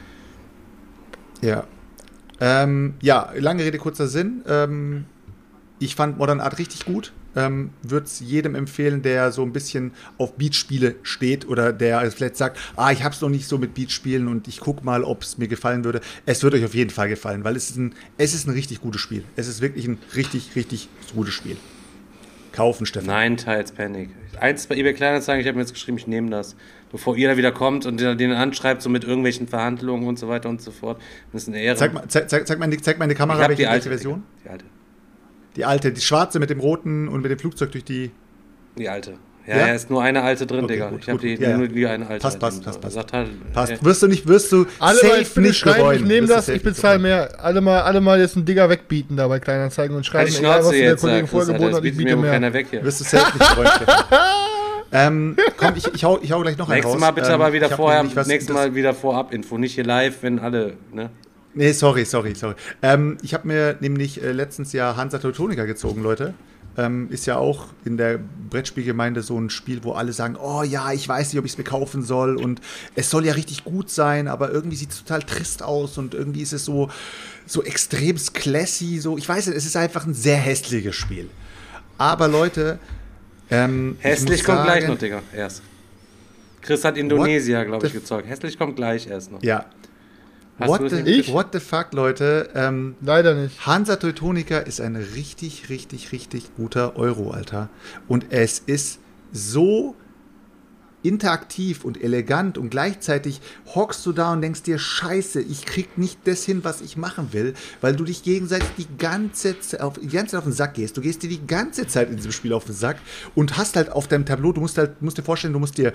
Ja. Lange Rede, kurzer Sinn. Ich fand Modern Art richtig gut. Würde es jedem empfehlen, der so ein bisschen auf Beatspiele steht oder der vielleicht sagt, ich hab's noch nicht so mit Beatspielen und ich guck mal, ob es mir gefallen würde. Es wird euch auf jeden Fall gefallen, weil es ist ein richtig gutes Spiel. Es ist wirklich ein richtig, richtig gutes Spiel. Kaufen, Stefan. 9 Tiles Panic. Eins bei eBay Kleinanzeigen, ich habe mir jetzt geschrieben, ich nehme das. Bevor ihr da wieder kommt und den anschreibt, so mit irgendwelchen Verhandlungen und so weiter und so fort. Das ist eine Ehre. Zeig mal die Kamera, welche Version? Die alte. Die alte, die schwarze mit dem roten und mit dem Flugzeug durch die... Die alte. Ja, ist nur eine alte drin, okay, Digga. Gut, ich habe nur die eine alte. Passt. Sagt halt, passt. Wirst du alle safe nicht bereuen. Ich nehme das, ich bezahle mehr. Alle mal jetzt einen Digger wegbieten da bei Kleinanzeigen und schreiben, egal, was der Kollege vorgeboten hat, ich biete mehr. Keiner weg hier. Wirst du safe nicht bereuen, Stefan. Komm, ich hau gleich noch einen raus. Nächstes Mal bitte aber wieder vorab Info, nicht hier live, wenn alle, ne? Nee, sorry. Ich habe mir nämlich letztens ja Hansa Teutonica gezogen, Leute. Ist ja auch in der Brettspielgemeinde so ein Spiel, wo alle sagen, ich weiß nicht, ob ich es mir kaufen soll und es soll ja richtig gut sein, aber irgendwie sieht es total trist aus und irgendwie ist es so extrem classy, so, ich weiß nicht, es ist einfach ein sehr hässliches Spiel. Aber Leute, hässlich kommt gleich noch, Digga, erst. Chris hat Indonesia, glaube ich, gezeugt. Hässlich kommt gleich erst noch. Ja. What the fuck, Leute? Leider nicht. Hansa Teutonica ist ein richtig, richtig, richtig guter Euro, Alter. Und es ist so interaktiv und elegant und gleichzeitig hockst du da und denkst dir, scheiße, ich krieg nicht das hin, was ich machen will, weil du dich gegenseitig die ganze Zeit auf den Sack gehst. Du gehst dir die ganze Zeit in diesem Spiel auf den Sack und hast halt auf deinem Tableau, du musst dir vorstellen, du musst dir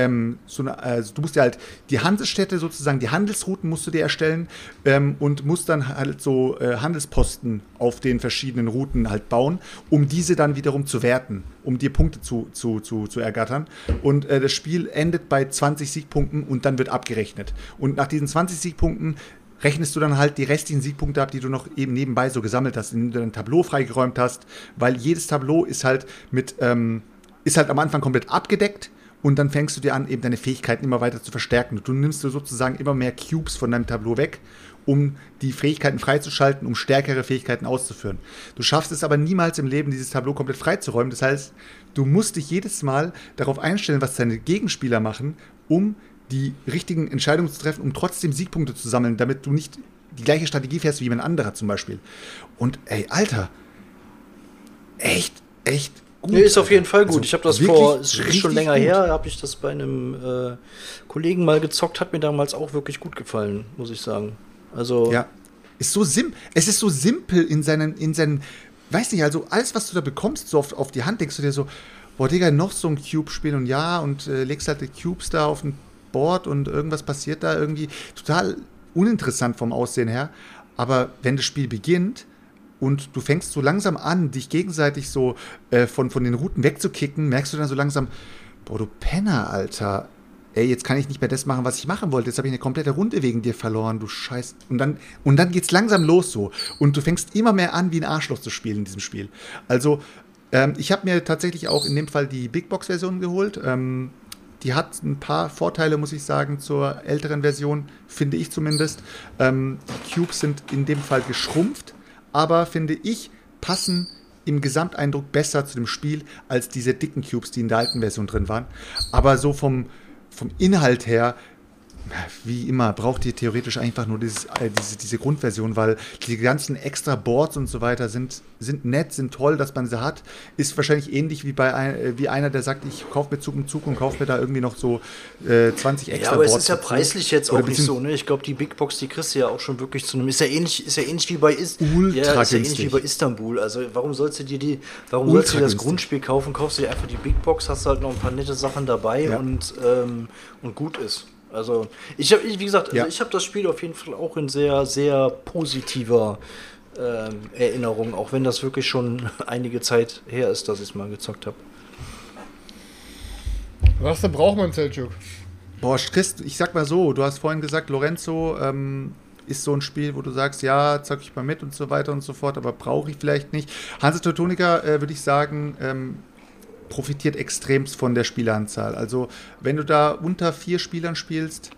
halt die Handelsstädte sozusagen, die Handelsrouten musst du dir erstellen und musst dann halt so Handelsposten auf den verschiedenen Routen halt bauen, um diese dann wiederum zu werten, um dir Punkte zu ergattern. Und das Spiel endet bei 20 Siegpunkten und dann wird abgerechnet. Und nach diesen 20 Siegpunkten rechnest du dann halt die restlichen Siegpunkte ab, die du noch eben nebenbei so gesammelt hast, indem du dein Tableau freigeräumt hast, weil jedes Tableau ist halt am Anfang komplett abgedeckt und dann fängst du dir an, eben deine Fähigkeiten immer weiter zu verstärken. Du nimmst sozusagen immer mehr Cubes von deinem Tableau weg, um die Fähigkeiten freizuschalten, um stärkere Fähigkeiten auszuführen. Du schaffst es aber niemals im Leben, dieses Tableau komplett freizuräumen. Das heißt, du musst dich jedes Mal darauf einstellen, was deine Gegenspieler machen, um die richtigen Entscheidungen zu treffen, um trotzdem Siegpunkte zu sammeln, damit du nicht die gleiche Strategie fährst wie jemand anderer zum Beispiel. Und ey, Alter, echt gut. Nee, ist auf jeden Fall gut. Also ich habe das ist schon länger her, habe ich das bei einem Kollegen mal gezockt, hat mir damals auch wirklich gut gefallen, muss ich sagen. Also ja, es ist so simpel in seinen, weiß nicht, also alles, was du da bekommst, so auf die Hand, denkst du dir so, boah, Digga, noch so ein Cube-Spiel und legst halt die Cubes da auf ein Board und irgendwas passiert da irgendwie. Total uninteressant vom Aussehen her. Aber wenn das Spiel beginnt und du fängst so langsam an, dich gegenseitig so von den Routen wegzukicken, merkst du dann so langsam, boah, du Penner, Alter. Ey, jetzt kann ich nicht mehr das machen, was ich machen wollte. Jetzt habe ich eine komplette Runde wegen dir verloren, du Scheiß. Und dann geht's langsam los so. Und du fängst immer mehr an, wie ein Arschloch zu spielen in diesem Spiel. Also, ich habe mir tatsächlich auch in dem Fall die Big Box-Version geholt. Die hat ein paar Vorteile, muss ich sagen, zur älteren Version, finde ich zumindest. Die Cubes sind in dem Fall geschrumpft, aber, finde ich, passen im Gesamteindruck besser zu dem Spiel als diese dicken Cubes, die in der alten Version drin waren. Aber so vom Inhalt her, wie immer, braucht ihr theoretisch einfach nur diese Grundversion, weil die ganzen extra Boards und so weiter sind nett, sind toll, dass man sie hat. Ist wahrscheinlich ähnlich wie wie einer, der sagt, ich kaufe mir Zug um Zug und kaufe mir da irgendwie noch so 20 extra Boards. Ja, aber es ist ja preislich jetzt auch nicht so, ne? Ich glaube, die Big Box, die kriegst du ja auch schon wirklich zu einem, ist ja ähnlich wie bei Istanbul. Also warum sollst du dir das Grundspiel kaufen? Kaufst du dir einfach die Big Box, hast halt noch ein paar nette Sachen dabei und gut ist. Also, ich habe das Spiel auf jeden Fall auch in sehr, sehr positiver Erinnerung, auch wenn das wirklich schon einige Zeit her ist, dass ich es mal gezockt habe. Was denn braucht man, Selçuk? Boah, Christ, ich sag mal so, du hast vorhin gesagt, Lorenzo ist so ein Spiel, wo du sagst, ja, zock ich mal mit und so weiter und so fort, aber brauche ich vielleicht nicht. Hansa Teutonica, würde ich sagen, profitiert extremst von der Spieleranzahl. Also, wenn du da unter 4 Spielern spielst,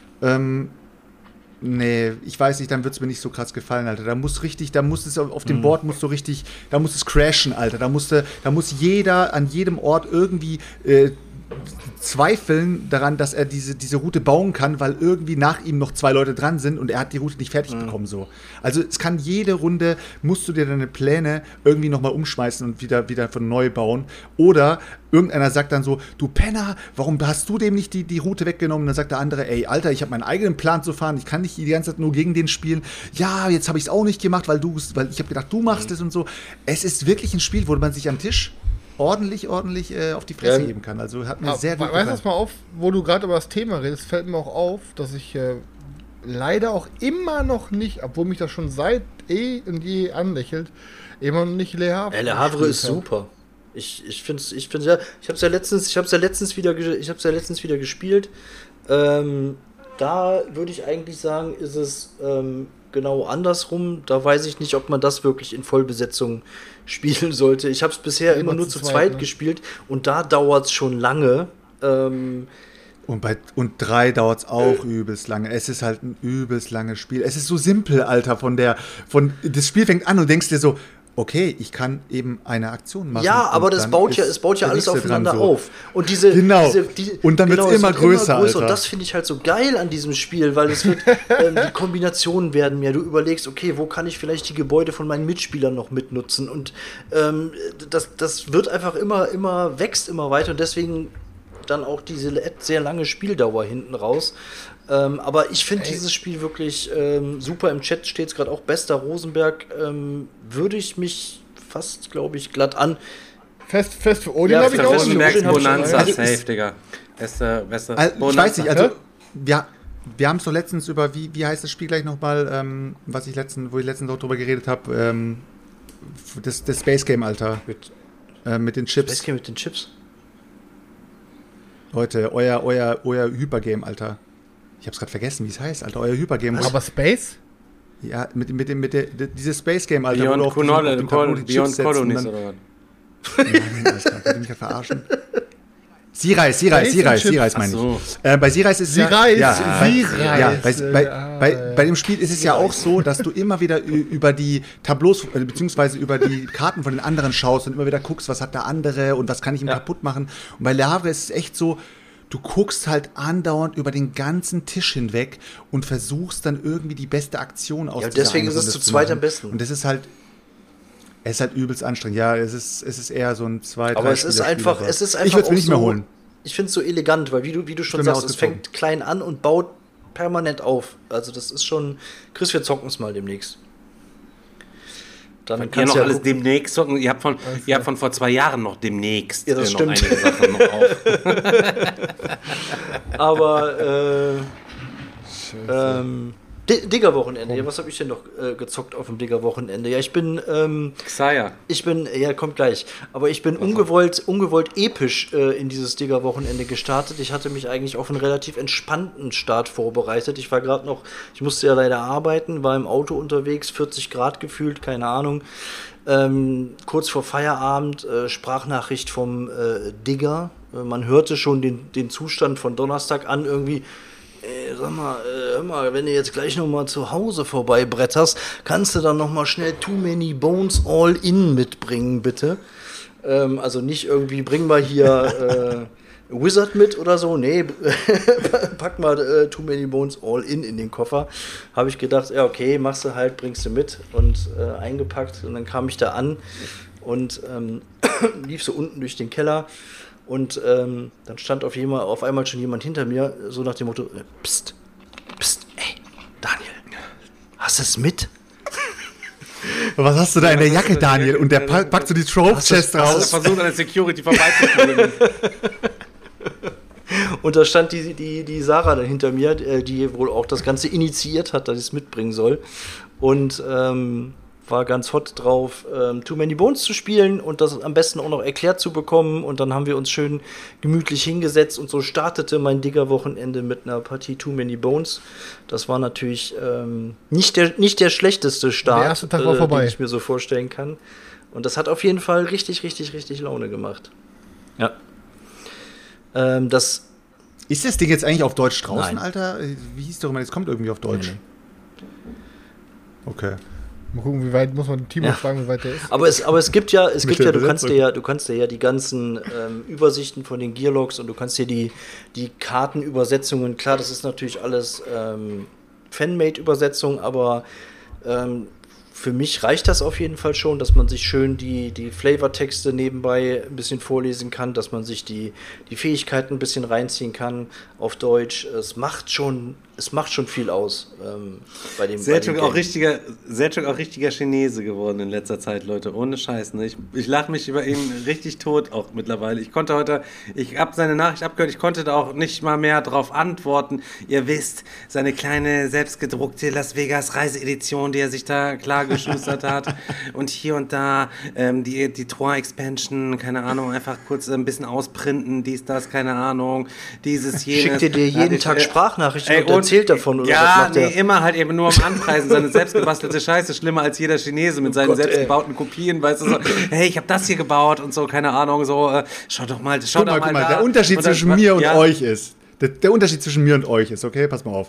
nee, ich weiß nicht, dann wird es mir nicht so krass gefallen, Alter. Da muss es auf dem Board da muss es crashen, Alter. Da muss jeder an jedem Ort irgendwie zweifeln daran, dass er diese Route bauen kann, weil irgendwie nach ihm noch 2 Leute dran sind und er hat die Route nicht fertig bekommen, so. Also es kann jede Runde, musst du dir deine Pläne irgendwie nochmal umschmeißen und wieder von neu bauen. Oder irgendeiner sagt dann so, du Penner, warum hast du dem nicht die Route weggenommen? Und dann sagt der andere, ey, Alter, ich habe meinen eigenen Plan zu fahren, ich kann nicht die ganze Zeit nur gegen den spielen. Ja, jetzt habe ich es auch nicht gemacht, weil ich habe gedacht, du machst es und so. Es ist wirklich ein Spiel, wo man sich am Tisch ordentlich auf die Fresse geben kann. Also hat mir sehr gut gefallen. Weißt du mal auf, wo du gerade über das Thema redest, fällt mir auch auf, dass ich leider auch immer noch nicht, obwohl mich das schon seit und je anlächelt, immer noch nicht Le Havre. Le Havre ist super. Ich finde ja, ich habe es ja letztens wieder gespielt. Da würde ich eigentlich sagen, ist es genau andersrum. Da weiß ich nicht, ob man das wirklich in Vollbesetzung spielen sollte. Ich habe es bisher immer nur zu zweit gespielt und da dauert es schon lange. Und 3 dauert es auch übelst lange. Es ist halt ein übelst langes Spiel. Es ist so simpel, Alter, das Spiel fängt an und denkst dir so, okay, ich kann eben eine Aktion machen. Ja, aber es baut ja alles aufeinander auf. Und diese und dann wird es immer größer, Alter. Und das finde ich halt so geil an diesem Spiel, weil es wird, die Kombinationen werden mehr. Du überlegst, okay, wo kann ich vielleicht die Gebäude von meinen Mitspielern noch mitnutzen? Und das wird einfach immer wächst immer weiter und deswegen dann auch diese sehr lange Spieldauer hinten raus. Aber ich finde dieses Spiel wirklich super. Im Chat steht es gerade auch bester Rosenberg. Würde ich mich fast, glaube ich, glatt an. Fest für Odin habe ich auch schon. Rosenbergs Bonanza safe, Digga. Bester Bonanza. Ich weiß nicht, also wir haben es doch letztens über, wie heißt das Spiel gleich nochmal, wo ich letztens auch drüber geredet habe, das Space Game, Alter. Mit den Chips. Space Game mit den Chips? Leute, euer Hypergame, Alter. Ich hab's gerade vergessen, wie es heißt, Alter. Euer Hypergame. Aber Space? Ja, dieses Space Game, Alter. Beyond Colonies oder was? Nein, alles klar, will mich ja verarschen. Sea-Rise meine ich. Bei Sea-Rise ist bei dem Spiel ist es ja auch so, dass du immer wieder über die Tableaus, beziehungsweise über die Karten von den anderen schaust und immer wieder guckst, was hat der andere und was kann ich ihm kaputt machen. Und bei Le Havre ist es echt so, du guckst halt andauernd über den ganzen Tisch hinweg und versuchst dann irgendwie die beste Aktion auszuführen. Ja, deswegen ist es zu zweit am besten. Und das ist halt übelst anstrengend. Ja, es ist eher so ein 2-3 Aber es ist einfach ich würde es nicht mehr holen. Ich finde es so elegant, weil wie du schon sagst, es fängt klein an und baut permanent auf. Also das ist schon, Chris, wir zocken es mal demnächst. Dann kannst du ja alles demnächst zocken. Ihr habt von vor 2 Jahren noch demnächst ja, das noch stimmt. einige Sachen noch auf. Aber Digger-Wochenende. Ja, was habe ich denn noch gezockt auf dem Digger-Wochenende? Ja, ich bin Xayah. Kommt gleich. Aber ich bin ungewollt episch in dieses Digger-Wochenende gestartet. Ich hatte mich eigentlich auf einen relativ entspannten Start vorbereitet. Ich musste ja leider arbeiten, war im Auto unterwegs, 40 Grad gefühlt, keine Ahnung. Kurz vor Feierabend, Sprachnachricht vom Digger. Man hörte schon den Zustand von Donnerstag an irgendwie. Sag mal, hör mal, wenn du jetzt gleich noch mal zu Hause vorbeibretterst, kannst du dann noch mal schnell Too Many Bones All In mitbringen, bitte. Also nicht irgendwie, bring mal hier Wizard mit oder so. Nee, pack mal Too Many Bones All In den Koffer. Habe ich gedacht, ja okay, machst du halt, bringst du mit und eingepackt. Und dann kam ich da an und lief so unten durch den Keller. Und dann stand auf einmal schon jemand hinter mir, so nach dem Motto, Psst, ey, Daniel, hast du es mit? Was hast du da in der Jacke, Daniel? Und der packt so die Trope-Chest raus. Hast du versucht, an der Security vorbeizukommen? Und da stand die Sarah dann hinter mir, die wohl auch das Ganze initiiert hat, dass ich es mitbringen soll. Und war ganz hot drauf, Too Many Bones zu spielen und das am besten auch noch erklärt zu bekommen. Und dann haben wir uns schön gemütlich hingesetzt und so startete mein Digger-Wochenende mit einer Partie Too Many Bones. Das war natürlich nicht der schlechteste Start, der erste Tag war vorbei, den ich mir so vorstellen kann. Und das hat auf jeden Fall richtig, richtig, richtig Laune gemacht. Ja. Ist das Ding jetzt eigentlich auf Deutsch draußen, Nein. Alter? Wie hieß doch immer, es kommt irgendwie auf Deutsch. Nee. Okay. Mal gucken, wie weit, muss man Timo fragen, wie weit der ist. Aber es gibt ja, du kannst dir ja die ganzen Übersichten von den Gearlogs und du kannst dir die Kartenübersetzungen, klar, das ist natürlich alles Fanmade-Übersetzung, aber für mich reicht das auf jeden Fall schon, dass man sich schön die Flavortexte nebenbei ein bisschen vorlesen kann, dass man sich die Fähigkeiten ein bisschen reinziehen kann auf Deutsch. Es macht schon viel aus bei dem Selchuk auch richtiger Chinese geworden in letzter Zeit, Leute. Ohne Scheiß. Ne? Ich lache mich über ihn richtig tot auch mittlerweile. Ich habe seine Nachricht abgehört, ich konnte da auch nicht mal mehr drauf antworten. Ihr wisst, seine kleine selbstgedruckte Las Vegas Reiseedition, die er sich da klar geschustert hat. Und hier und da die Trois Expansion, keine Ahnung, einfach kurz ein bisschen ausprinten, dies, das, keine Ahnung, dieses, jenes. Schickt dir jeden Tag Sprachnachrichten und erzählt davon, oder ja, was macht der? Immer halt eben nur am Anpreisen, seine selbstgebastelte Scheiße, schlimmer als jeder Chinese mit seinen selbstgebauten Kopien, weißt du, so, hey, ich habe das hier gebaut und so, keine Ahnung, so, schau doch mal guck mal, der Unterschied zwischen mir und euch ist, der Unterschied zwischen mir und euch ist, okay, pass mal auf,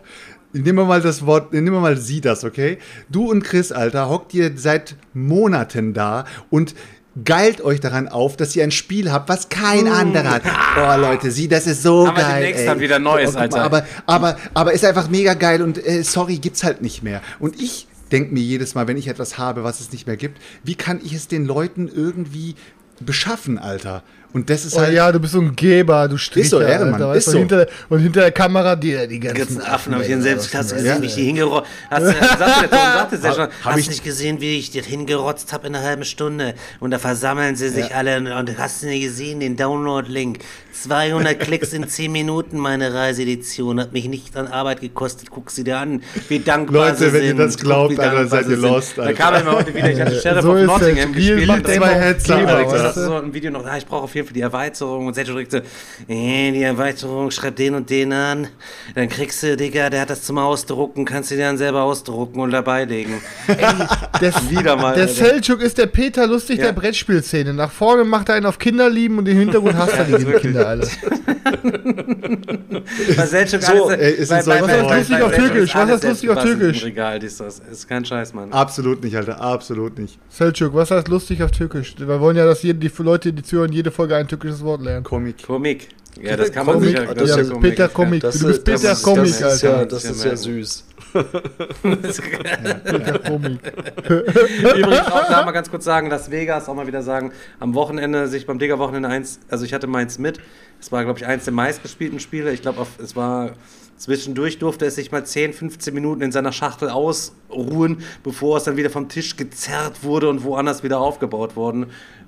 Nehmen wir mal das Wort, nehmen wir mal sie das, okay? Du und Chris, Alter, hockt ihr seit Monaten da und geilt euch daran auf, dass ihr ein Spiel habt, was kein anderer hat. Oh, Leute, das ist so aber geil. Aber demnächst dann wieder Neues, Alter. Aber ist einfach mega geil und sorry, gibt's halt nicht mehr. Und ich denke mir jedes Mal, wenn ich etwas habe, was es nicht mehr gibt, wie kann ich es den Leuten irgendwie beschaffen, Alter? Und das ist halt. Ja, du bist so ein Geber, du Stricher. Ist so, Ehrenmann. Alter, ist so. Und hinter der Kamera die ganzen Affen habe ich in selbst. Hast du gesehen, wie ich die hingerotzt habe? Hast du nicht gesehen, wie ich das hingerotzt habe in einer halben Stunde? Und da versammeln sie sich alle. Und hast du nicht gesehen, den Download-Link? 200 Klicks in 10 Minuten, meine Reiseedition. Hat mich nicht an Arbeit gekostet. Guck sie dir an, wie dankbar sie sind. Leute, wenn ihr das glaubt, Alter, seid ihr lost, Alter. Da kam immer heute wieder, ich hatte Sheriff so of Nottingham gespielt. Macht zwei Hetzer, Alter. Das ist so ein Video noch, ich brauche auf jeden Fall die Erweiterung. Und Sergio drückte, die Erweiterung, schreib den und den an. Dann kriegst du, Digga, der hat das zum Ausdrucken, kannst du dir dann selber ausdrucken und dabei legen. Der Selçuk ist der Peter Lustig der Brettspielszene. Nach vorne macht er einen auf Kinderlieben und im Hintergrund hasst er die Kinder alle. Was ist lustig auf Türkisch? Was ist lustig auf Türkisch? Regal, ist kein Scheiß, Mann. Absolut nicht, Alter, absolut nicht. Selçuk, was heißt lustig auf Türkisch? Wir wollen ja, dass die Leute, die zuhören, jede Folge ein türkisches Wort lernen. Komik. Ja, das kann man sicher. Peter Komik. Du bist Peter Komik, Alter. Das ist ja süß. Peter Komik. Übrigens auch da mal ganz kurz sagen, Las Vegas, auch mal wieder sagen, am Wochenende sich beim Digger-Wochenende also ich hatte meins mit. Es war, glaube ich, eins der meistgespielten Spiele. Ich glaube, es war zwischendurch durfte es sich mal 10, 15 Minuten in seiner Schachtel ausruhen, bevor es dann wieder vom Tisch gezerrt wurde und woanders wieder aufgebaut worden.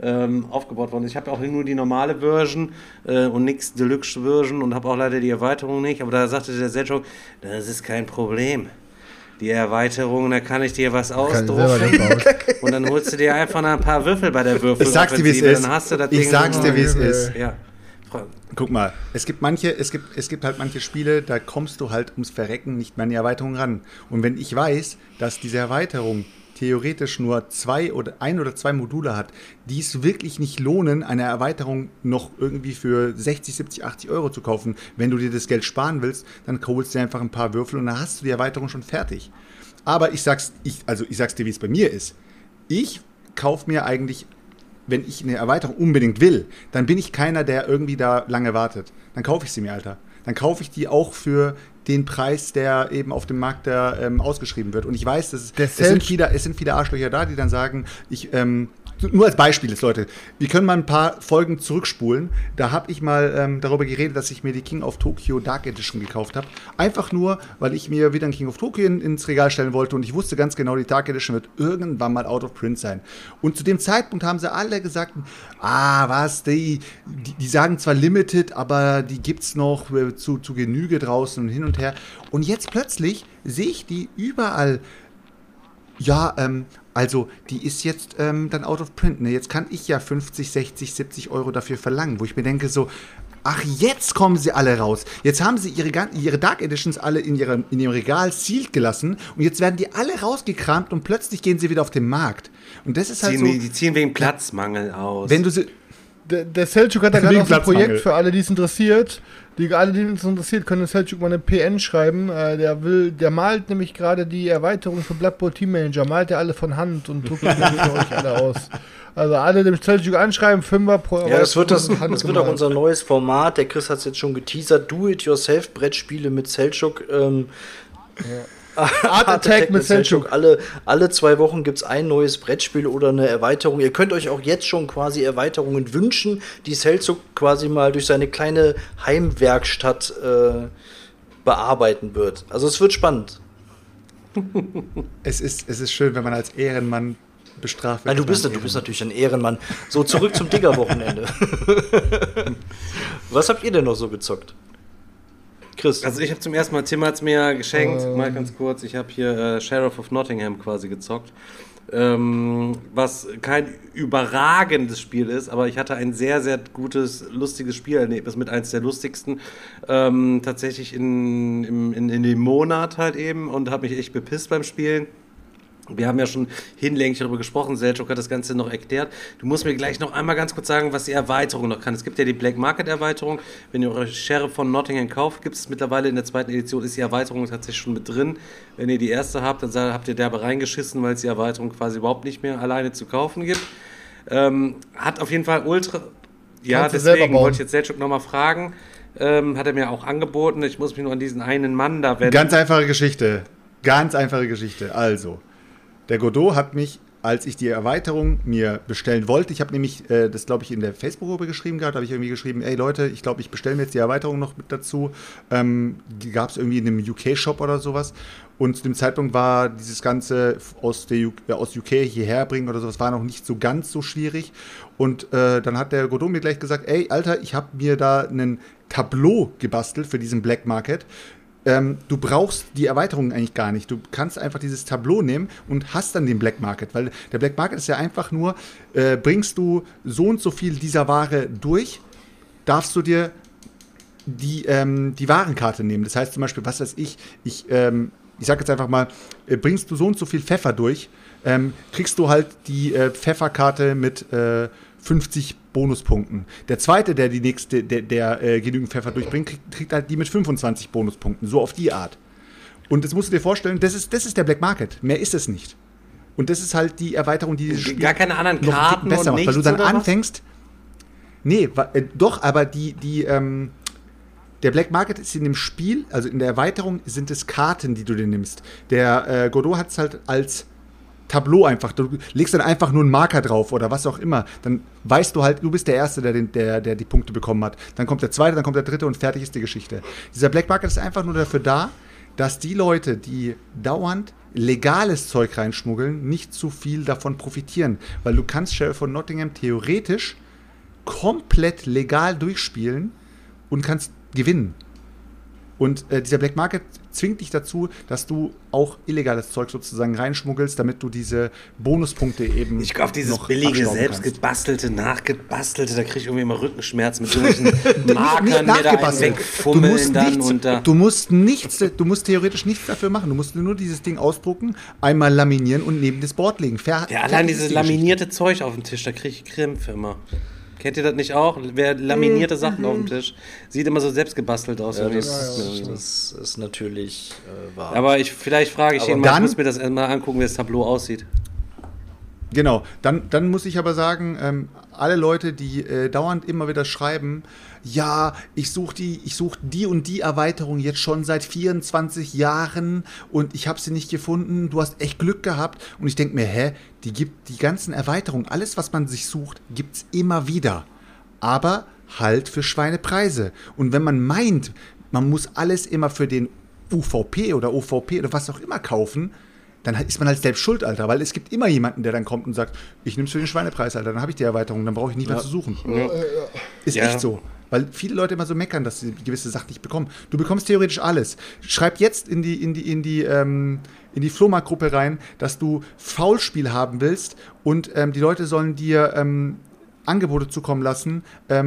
Ich habe auch nur die normale Version und nix Deluxe Version und habe auch leider die Erweiterung nicht. Aber da sagte der Sergio, das ist kein Problem. Die Erweiterung, da kann ich dir was ausdrucken und dann holst du dir einfach ein paar Würfel bei der Würfel. Ich sag's dir, wie es ist. Ich sag's dir, wie es ist. Ja. Guck mal, es gibt halt manche Spiele, da kommst du halt ums Verrecken nicht mehr an die Erweiterung ran. Und wenn ich weiß, dass diese Erweiterung theoretisch nur ein oder zwei Module hat, die es wirklich nicht lohnen, eine Erweiterung noch irgendwie für 60, 70, 80 Euro zu kaufen, wenn du dir das Geld sparen willst, dann holst du dir einfach ein paar Würfel und dann hast du die Erweiterung schon fertig. Aber ich sag's dir, wie es bei mir ist. Ich kaufe mir eigentlich, wenn ich eine Erweiterung unbedingt will, dann bin ich keiner, der irgendwie da lange wartet. Dann kaufe ich sie mir, Alter. Dann kaufe ich die auch für den Preis, der eben auf dem Markt ausgeschrieben wird. Und ich weiß, es sind viele Arschlöcher da, die dann sagen, nur als Beispiel jetzt, Leute, wir können mal ein paar Folgen zurückspulen. Da habe ich mal darüber geredet, dass ich mir die King of Tokyo Dark Edition gekauft habe. Einfach nur, weil ich mir wieder ein King of Tokyo ins Regal stellen wollte und ich wusste ganz genau, die Dark Edition wird irgendwann mal out of print sein. Und zu dem Zeitpunkt haben sie alle gesagt, die sagen zwar limited, aber die gibt's noch zu Genüge draußen und hin und her. Und jetzt plötzlich sehe ich die überall. Ja, also die ist jetzt dann out of print. Ne? Jetzt kann ich ja 50, 60, 70 Euro dafür verlangen, wo ich mir denke so, ach, jetzt kommen sie alle raus. Jetzt haben sie ihre Dark Editions alle in ihrem Regal sealed gelassen und jetzt werden die alle rausgekramt und plötzlich gehen sie wieder auf den Markt. Und das ist halt so... Die ziehen wegen Platzmangel aus. Wenn du sie... Der Selçuk hat da gerade auch ein Projekt für alle, die es interessiert. Alle, die es interessiert, können Selçuk mal eine PN schreiben. Der malt nämlich gerade die Erweiterung für Blood Bowl Team Manager. Malt er alle von Hand und druckt die für euch alle aus. Also alle dem Selçuk anschreiben, 5er pro Erweiterung. Ja, das wird auch unser neues Format. Der Chris hat es jetzt schon geteasert. Do-it-yourself-Brettspiele mit Selçuk. Art Attack mit Selçuk. Alle 2 Wochen gibt es ein neues Brettspiel oder eine Erweiterung. Ihr könnt euch auch jetzt schon quasi Erweiterungen wünschen, die Selçuk quasi mal durch seine kleine Heimwerkstatt bearbeiten wird. Also es wird spannend. Es ist schön, wenn man als Ehrenmann bestraft wird. Nein, du bist natürlich ein Ehrenmann. So, zurück zum Digger-Wochenende. Was habt ihr denn noch so gezockt? Chris. Also ich habe zum ersten Mal, Tim hat es mir geschenkt, mal ganz kurz, ich habe hier Sheriff of Nottingham quasi gezockt, was kein überragendes Spiel ist, aber ich hatte ein sehr, sehr gutes, lustiges Spielerlebnis mit eins der lustigsten, tatsächlich in dem Monat halt eben und habe mich echt bepisst beim Spielen. Wir haben ja schon hinlänglich darüber gesprochen, Selçuk hat das Ganze noch erklärt. Du musst mir gleich noch einmal ganz kurz sagen, was die Erweiterung noch kann. Es gibt ja die Black Market Erweiterung. Wenn ihr eure Sheriff von Nottingham kauft, gibt es mittlerweile in der 2. Edition, ist die Erweiterung tatsächlich schon mit drin. Wenn ihr die erste habt, dann habt ihr derbe reingeschissen, weil es die Erweiterung quasi überhaupt nicht mehr alleine zu kaufen gibt. Hat auf jeden Fall ultra... Ja, deswegen wollte ich jetzt Selçuk nochmal fragen. Hat er mir auch angeboten. Ich muss mich nur an diesen einen Mann da wenden. Ganz einfache Geschichte. Also... Der Godot hat mich, als ich die Erweiterung mir bestellen wollte, ich habe nämlich das, glaube ich, in der Facebook-Gruppe geschrieben gehabt, habe ich irgendwie geschrieben, ey Leute, ich glaube, ich bestelle mir jetzt die Erweiterung noch mit dazu. Die gab es irgendwie in einem UK-Shop oder sowas. Und zu dem Zeitpunkt war dieses Ganze aus UK hierher bringen oder sowas, war noch nicht so ganz so schwierig. Und dann hat der Godot mir gleich gesagt, ey Alter, ich habe mir da ein Tableau gebastelt für diesen Black Market. Du brauchst die Erweiterung eigentlich gar nicht. Du kannst einfach dieses Tableau nehmen und hast dann den Black Market. Weil der Black Market ist ja einfach nur, bringst du so und so viel dieser Ware durch, darfst du dir die Warenkarte nehmen. Das heißt zum Beispiel, was weiß ich sag jetzt einfach mal, bringst du so und so viel Pfeffer durch, kriegst du halt die Pfefferkarte mit 50 Bonuspunkten. Der zweite, der genügend Pfeffer durchbringt, kriegt halt die mit 25 Bonuspunkten. So auf die Art. Und das musst du dir vorstellen, das ist der Black Market. Mehr ist es nicht. Und das ist halt die Erweiterung, die dieses Spiel gar keine anderen Karten besser und macht. Weil du dann anfängst... Nee, doch, aber der Black Market ist in dem Spiel, also in der Erweiterung, sind es Karten, die du dir nimmst. Der Godot hat es halt als Tableau einfach. Du legst dann einfach nur einen Marker drauf oder was auch immer. Dann weißt du halt, du bist der Erste, der die Punkte bekommen hat. Dann kommt der Zweite, dann kommt der Dritte und fertig ist die Geschichte. Dieser Black Market ist einfach nur dafür da, dass die Leute, die dauernd legales Zeug reinschmuggeln, nicht zu viel davon profitieren. Weil du kannst Sheriff von Nottingham theoretisch komplett legal durchspielen und kannst gewinnen. Und dieser Black Market zwingt dich dazu, dass du auch illegales Zeug sozusagen reinschmuggelst, damit du diese Bonuspunkte eben Ich kaufe dieses billige, selbstgebastelte, nachgebastelte, da kriege ich irgendwie immer Rückenschmerzen mit irgendwelchen Markern, mir da einen wegfummeln Du musst theoretisch nichts dafür machen. Du musst nur dieses Ding ausdrucken, einmal laminieren und neben das Board legen. Allein dieses laminierte Zeug auf dem Tisch, da kriege ich Krämpfe immer. Kennt ihr das nicht auch? Wer laminierte Sachen auf dem Tisch, sieht immer so selbstgebastelt aus. Ja, das ist natürlich wahr. Aber vielleicht frage ich ihn mal, ich muss mir das mal angucken, wie das Tableau aussieht. Genau, dann muss ich aber sagen, alle Leute, die dauernd immer wieder schreiben, ja, ich suche die und die Erweiterung jetzt schon seit 24 Jahren und ich habe sie nicht gefunden, du hast echt Glück gehabt. Und ich denke mir, die ganzen Erweiterungen, alles, was man sich sucht, gibt's immer wieder. Aber halt für Schweinepreise. Und wenn man meint, man muss alles immer für den UVP oder OVP oder was auch immer kaufen, dann ist man halt selbst schuld, Alter, weil es gibt immer jemanden, der dann kommt und sagt, ich nehme es für den Schweinepreis, Alter, dann habe ich die Erweiterung, dann brauche ich nie mehr zu suchen. Ist echt so. Weil viele Leute immer so meckern, dass sie gewisse Sachen nicht bekommen. Du bekommst theoretisch alles. Schreib jetzt in die Flohmarktgruppe rein, dass du Foulspiel haben willst und die Leute sollen dir Angebote zukommen lassen.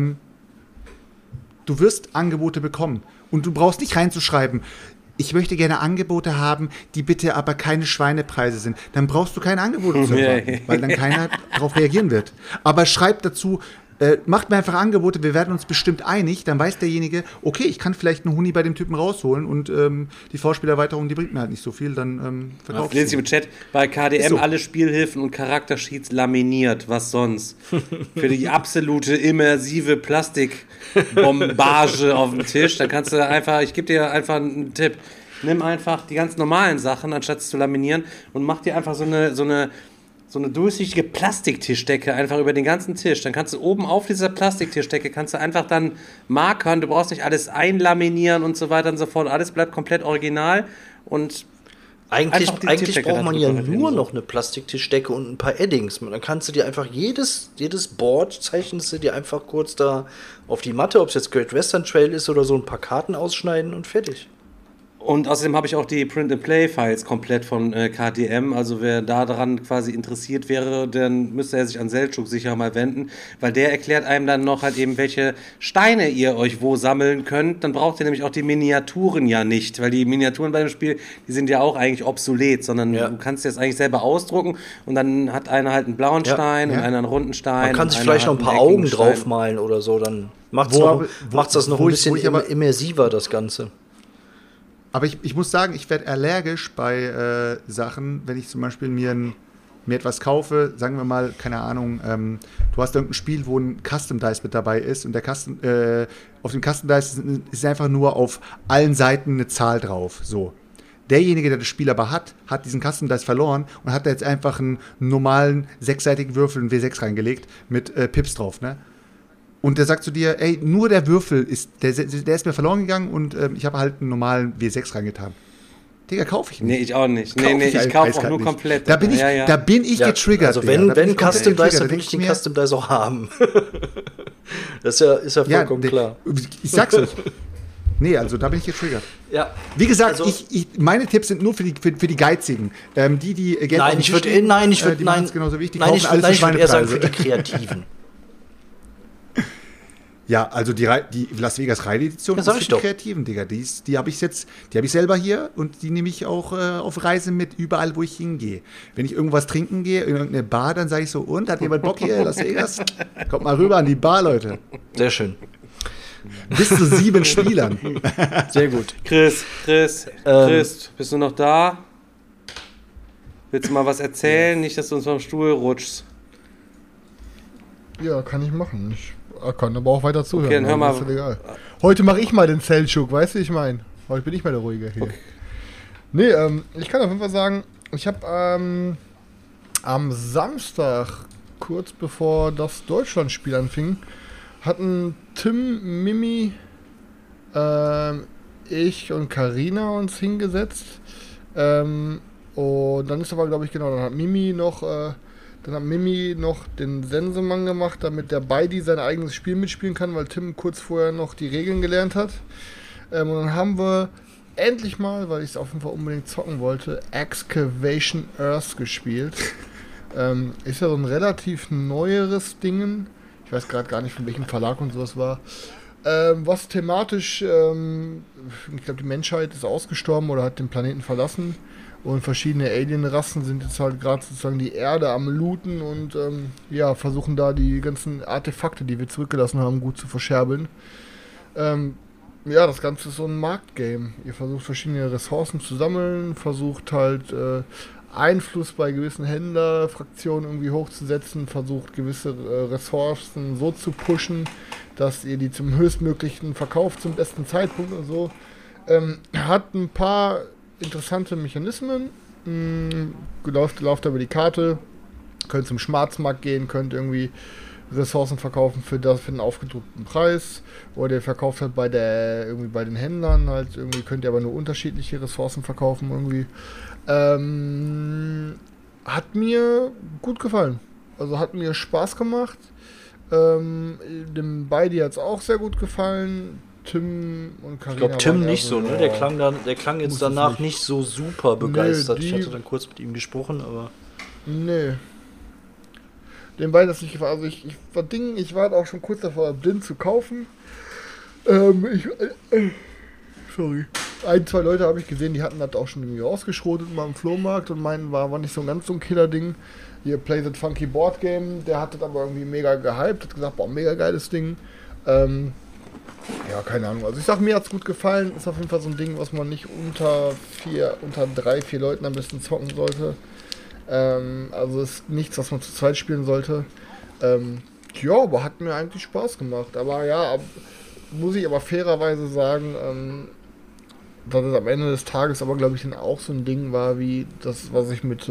Du wirst Angebote bekommen. Und du brauchst nicht reinzuschreiben, ich möchte gerne Angebote haben, die bitte aber keine Schweinepreise sind. Dann brauchst du keine Angebote zu erwarten, weil dann keiner darauf reagieren wird. Aber schreib dazu, macht mir einfach Angebote, wir werden uns bestimmt einig, dann weiß derjenige, okay, ich kann vielleicht einen Huni bei dem Typen rausholen und die Vorspielerweiterung, die bringt mir halt nicht so viel, dann verkaufe ich sie. Im Chat, bei KDM so. Alle Spielhilfen und Charaktersheets laminiert, was sonst? Für die absolute immersive Plastikbombage auf dem Tisch, dann kannst du einfach, ich gebe dir einfach einen Tipp, nimm einfach die ganz normalen Sachen, anstatt es zu laminieren und mach dir einfach so eine durchsichtige Plastiktischdecke einfach über den ganzen Tisch. Dann kannst du oben auf dieser Plastiktischdecke kannst du einfach dann markern. Du brauchst nicht alles einlaminieren und so weiter und so fort. Alles bleibt komplett original und eigentlich braucht man ja nur noch eine Plastiktischdecke und ein paar Eddings. Dann kannst du dir einfach jedes Board zeichnest du dir einfach kurz da auf die Matte, ob es jetzt Great Western Trail ist oder so, ein paar Karten ausschneiden und fertig. Und außerdem habe ich auch die Print-and-Play-Files komplett von KTM. Also wer daran quasi interessiert wäre, dann müsste er sich an Selçuk sicher mal wenden, weil der erklärt einem dann noch halt eben, welche Steine ihr euch wo sammeln könnt. Dann braucht ihr nämlich auch die Miniaturen ja nicht, weil die Miniaturen bei dem Spiel, die sind ja auch eigentlich obsolet, sondern du kannst jetzt eigentlich selber ausdrucken und dann hat einer halt einen blauen Stein und einer einen runden Stein. Man kann sich vielleicht noch ein paar Augen draufmalen oder so, dann macht's das noch ein bisschen immersiver, das Ganze. Aber ich muss sagen, ich werde allergisch bei Sachen, wenn ich zum Beispiel mir etwas kaufe, sagen wir mal, keine Ahnung, du hast irgendein Spiel, wo ein Custom Dice mit dabei ist und auf dem Custom Dice ist einfach nur auf allen Seiten eine Zahl drauf. So. Derjenige, der das Spiel aber hat diesen Custom Dice verloren und hat da jetzt einfach einen normalen sechsseitigen Würfel, einen W6 reingelegt mit Pips drauf, ne? Und der sagt zu dir, ey, nur der Würfel der ist mir verloren gegangen und ich habe halt einen normalen W6 reingetan. Digga, kaufe ich nicht. Nee, ich auch nicht. Ich kaufe auch nur komplett. Da bin ich getriggert. Also wenn Custom Dice, dann will ich den Custom Dice auch haben. Das ist ja vollkommen klar. Ich sag's euch. Nee, also da bin ich getriggert. Ja. Wie gesagt, also, meine Tipps sind nur für die Geizigen. Die Geld nein, ich würde genauso wichtig. Nein, ich würde eher sagen für die Kreativen. Ja, also die Las Vegas Reide-Edition ist für die Kreativen, Digga. Die habe ich selber hier und die nehme ich auch auf Reise mit, überall, wo ich hingehe. Wenn ich irgendwas trinken gehe, in irgendeine Bar, dann sage ich so, und, hat jemand Bock hier, Las Vegas? Kommt mal rüber an die Bar, Leute. Sehr schön. Bis zu 7 Spielern. Sehr gut. Chris, bist du noch da? Willst du mal was erzählen? Nicht, dass du uns vom Stuhl rutschst. Ja, kann ich machen. Ich kann aber auch weiter zuhören. Okay, dann hör mal. Ist egal. Heute mache ich mal den Selçuk, weißt du, ich meine. Heute bin ich mal der Ruhige hier. Okay. Nee, ich kann auf jeden Fall sagen, ich habe am Samstag, kurz bevor das Deutschlandspiel anfing, hatten Tim, Mimi, ich und Carina uns hingesetzt. Und dann ist aber, glaube ich, dann hat Mimi noch den Sensemann gemacht, damit der Beidi sein eigenes Spiel mitspielen kann, weil Tim kurz vorher noch die Regeln gelernt hat. Und dann haben wir endlich mal, weil ich es auf jeden Fall unbedingt zocken wollte, Excavation Earth gespielt. Ist ja so ein relativ neueres Ding. Ich weiß gerade gar nicht, von welchem Verlag und sowas war. Was thematisch, ich glaube, die Menschheit ist ausgestorben oder hat den Planeten verlassen. Und verschiedene Alien-Rassen sind jetzt halt gerade sozusagen die Erde am Looten und versuchen da die ganzen Artefakte, die wir zurückgelassen haben, gut zu verscherbeln. Das Ganze ist so ein Marktgame. Ihr versucht verschiedene Ressourcen zu sammeln, versucht halt Einfluss bei gewissen Händlerfraktionen irgendwie hochzusetzen, versucht gewisse Ressourcen so zu pushen, dass ihr die zum höchstmöglichen verkauft, zum besten Zeitpunkt und so. Hat ein paar interessante Mechanismen. Lauft über die Karte, könnt zum Schwarzmarkt gehen, könnt irgendwie Ressourcen verkaufen für den aufgedruckten Preis, oder ihr verkauft halt bei den Händlern halt irgendwie, könnt ihr aber nur unterschiedliche Ressourcen verkaufen irgendwie. Hat mir gut gefallen. Also hat mir Spaß gemacht. Dem Beidi hat es auch sehr gut gefallen. Tim und Carina. Ich glaube, Tim nicht so, ne? Der klang jetzt danach nicht so super begeistert. Ich hatte dann kurz mit ihm gesprochen, aber. Nee. Den beiden das nicht gefallen. Also ich war auch schon kurz davor, blind zu kaufen. Sorry. 1, 2 Leute habe ich gesehen, die hatten das auch schon irgendwie ausgeschrotet mal im Flohmarkt und meinen war nicht so ein ganz so ein Killer-Ding. Hier Play That Funky Board Game, der hat das aber irgendwie mega gehypt, hat gesagt, boah, mega geiles Ding. Ja, keine Ahnung. Also ich sag, mir hat's gut gefallen. Ist auf jeden Fall so ein Ding, was man nicht unter 3, 4 Leuten am besten zocken sollte. Also ist nichts, was man zu zweit spielen sollte. Aber hat mir eigentlich Spaß gemacht. Aber ja, muss ich aber fairerweise sagen, dass es am Ende des Tages aber, glaube ich, dann auch so ein Ding war, wie das, was ich mit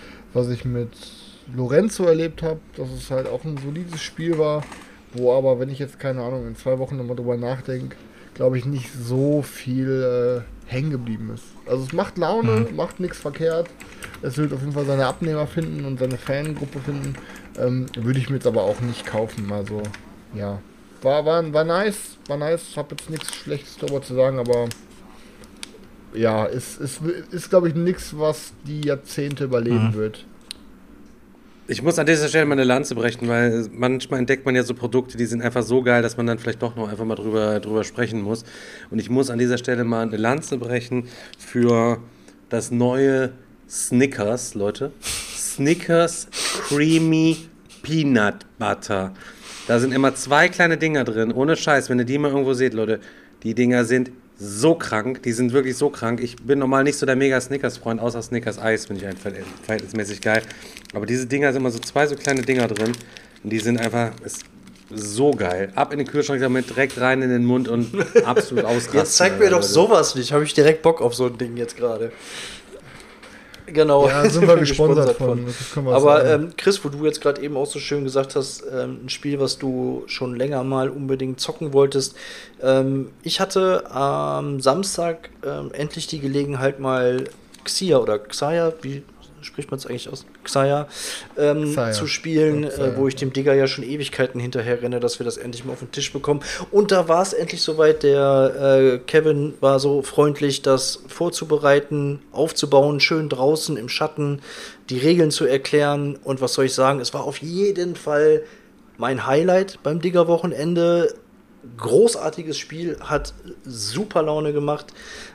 Lorenzo erlebt habe, dass es halt auch ein solides Spiel war, wo aber, wenn ich jetzt, keine Ahnung, in 2 Wochen nochmal drüber nachdenke, glaube ich, nicht so viel hängen geblieben ist. Also es macht Laune, macht nichts verkehrt. Es wird auf jeden Fall seine Abnehmer finden und seine Fangruppe finden. Würde ich mir jetzt aber auch nicht kaufen. Also, ja. War nice. Hab jetzt nichts Schlechtes darüber zu sagen, aber ja, ist glaube ich, nichts, was die Jahrzehnte überleben wird. Ich muss an dieser Stelle mal eine Lanze brechen, weil manchmal entdeckt man ja so Produkte, die sind einfach so geil, dass man dann vielleicht doch noch einfach mal drüber sprechen muss. Und ich muss an dieser Stelle mal eine Lanze brechen für das neue Snickers, Leute. Snickers Creamy Peanut Butter. Da sind immer 2 kleine Dinger drin. Ohne Scheiß, wenn ihr die mal irgendwo seht, Leute, die Dinger sind so krank, die sind wirklich so krank. Ich bin normal nicht so der mega Snickers-Freund, außer Snickers Eis finde ich einfach verhältnismäßig geil. Aber diese Dinger sind immer so 2 so kleine Dinger drin und die sind einfach so geil. Ab in den Kühlschrank damit, direkt rein in den Mund und absolut ausrasten. Jetzt zeig mir doch sowas nicht, habe ich direkt Bock auf so ein Ding jetzt gerade. Genau. Ja, sind wir gesponsert von. Aber Chris, wo du jetzt gerade eben auch so schön gesagt hast, ein Spiel, was du schon länger mal unbedingt zocken wolltest. Ich hatte am Samstag endlich die Gelegenheit, mal Xia, wie spricht man es eigentlich aus? Xia zu spielen, wo ich dem Digger ja schon Ewigkeiten hinterher renne, dass wir das endlich mal auf den Tisch bekommen. Und da war es endlich soweit. Der Kevin war so freundlich, das vorzubereiten, aufzubauen, schön draußen im Schatten, die Regeln zu erklären. Und was soll ich sagen? Es war auf jeden Fall mein Highlight beim Digger-Wochenende. Großartiges Spiel, hat super Laune gemacht.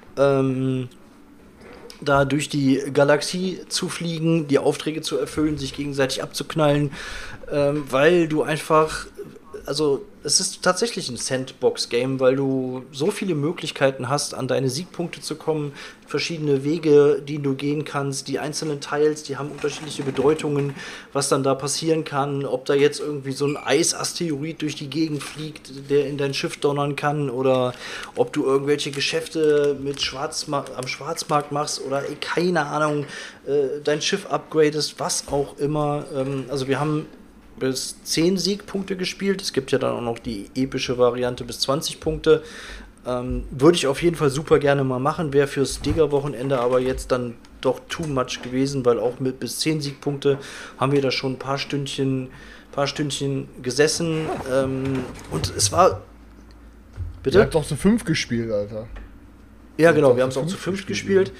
Da durch die Galaxie zu fliegen, die Aufträge zu erfüllen, sich gegenseitig abzuknallen, weil du einfach, also es ist tatsächlich ein Sandbox-Game, weil du so viele Möglichkeiten hast, an deine Siegpunkte zu kommen, verschiedene Wege, die du gehen kannst, die einzelnen Teils, die haben unterschiedliche Bedeutungen, was dann da passieren kann, ob da jetzt irgendwie so ein Eisasteroid durch die Gegend fliegt, der in dein Schiff donnern kann, oder ob du irgendwelche Geschäfte mit am Schwarzmarkt machst oder keine Ahnung, dein Schiff upgradest, was auch immer. Also wir haben bis 10 Siegpunkte gespielt. Es gibt ja dann auch noch die epische Variante bis 20 Punkte. Würde ich auf jeden Fall super gerne mal machen. Wäre fürs Digger-Wochenende aber jetzt dann doch too much gewesen, weil auch mit bis 10 Siegpunkte haben wir da schon ein paar Stündchen gesessen. Und es war... Bitte? Ihr habt doch zu 5 gespielt, Alter. Ja, genau. Wir haben es auch zu 5 gespielt.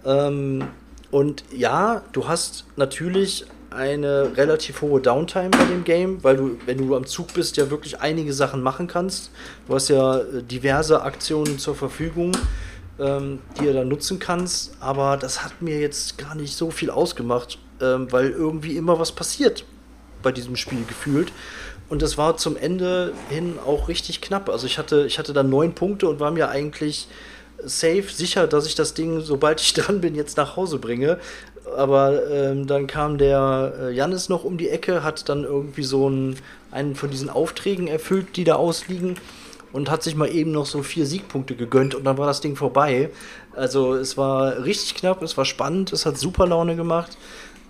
Und ja, du hast natürlich eine relativ hohe Downtime bei dem Game, weil du, wenn du am Zug bist, ja wirklich einige Sachen machen kannst. Du hast ja diverse Aktionen zur Verfügung, die du dann nutzen kannst, aber das hat mir jetzt gar nicht so viel ausgemacht, weil irgendwie immer was passiert bei diesem Spiel gefühlt. Und das war zum Ende hin auch richtig knapp. Also ich hatte dann 9 Punkte und war mir eigentlich sicher, dass ich das Ding, sobald ich dran bin, jetzt nach Hause bringe. Aber dann kam der Jannis noch um die Ecke, hat dann irgendwie so einen von diesen Aufträgen erfüllt, die da ausliegen, und hat sich mal eben noch so 4 Siegpunkte gegönnt und dann war das Ding vorbei. Also es war richtig knapp, es war spannend, es hat super Laune gemacht.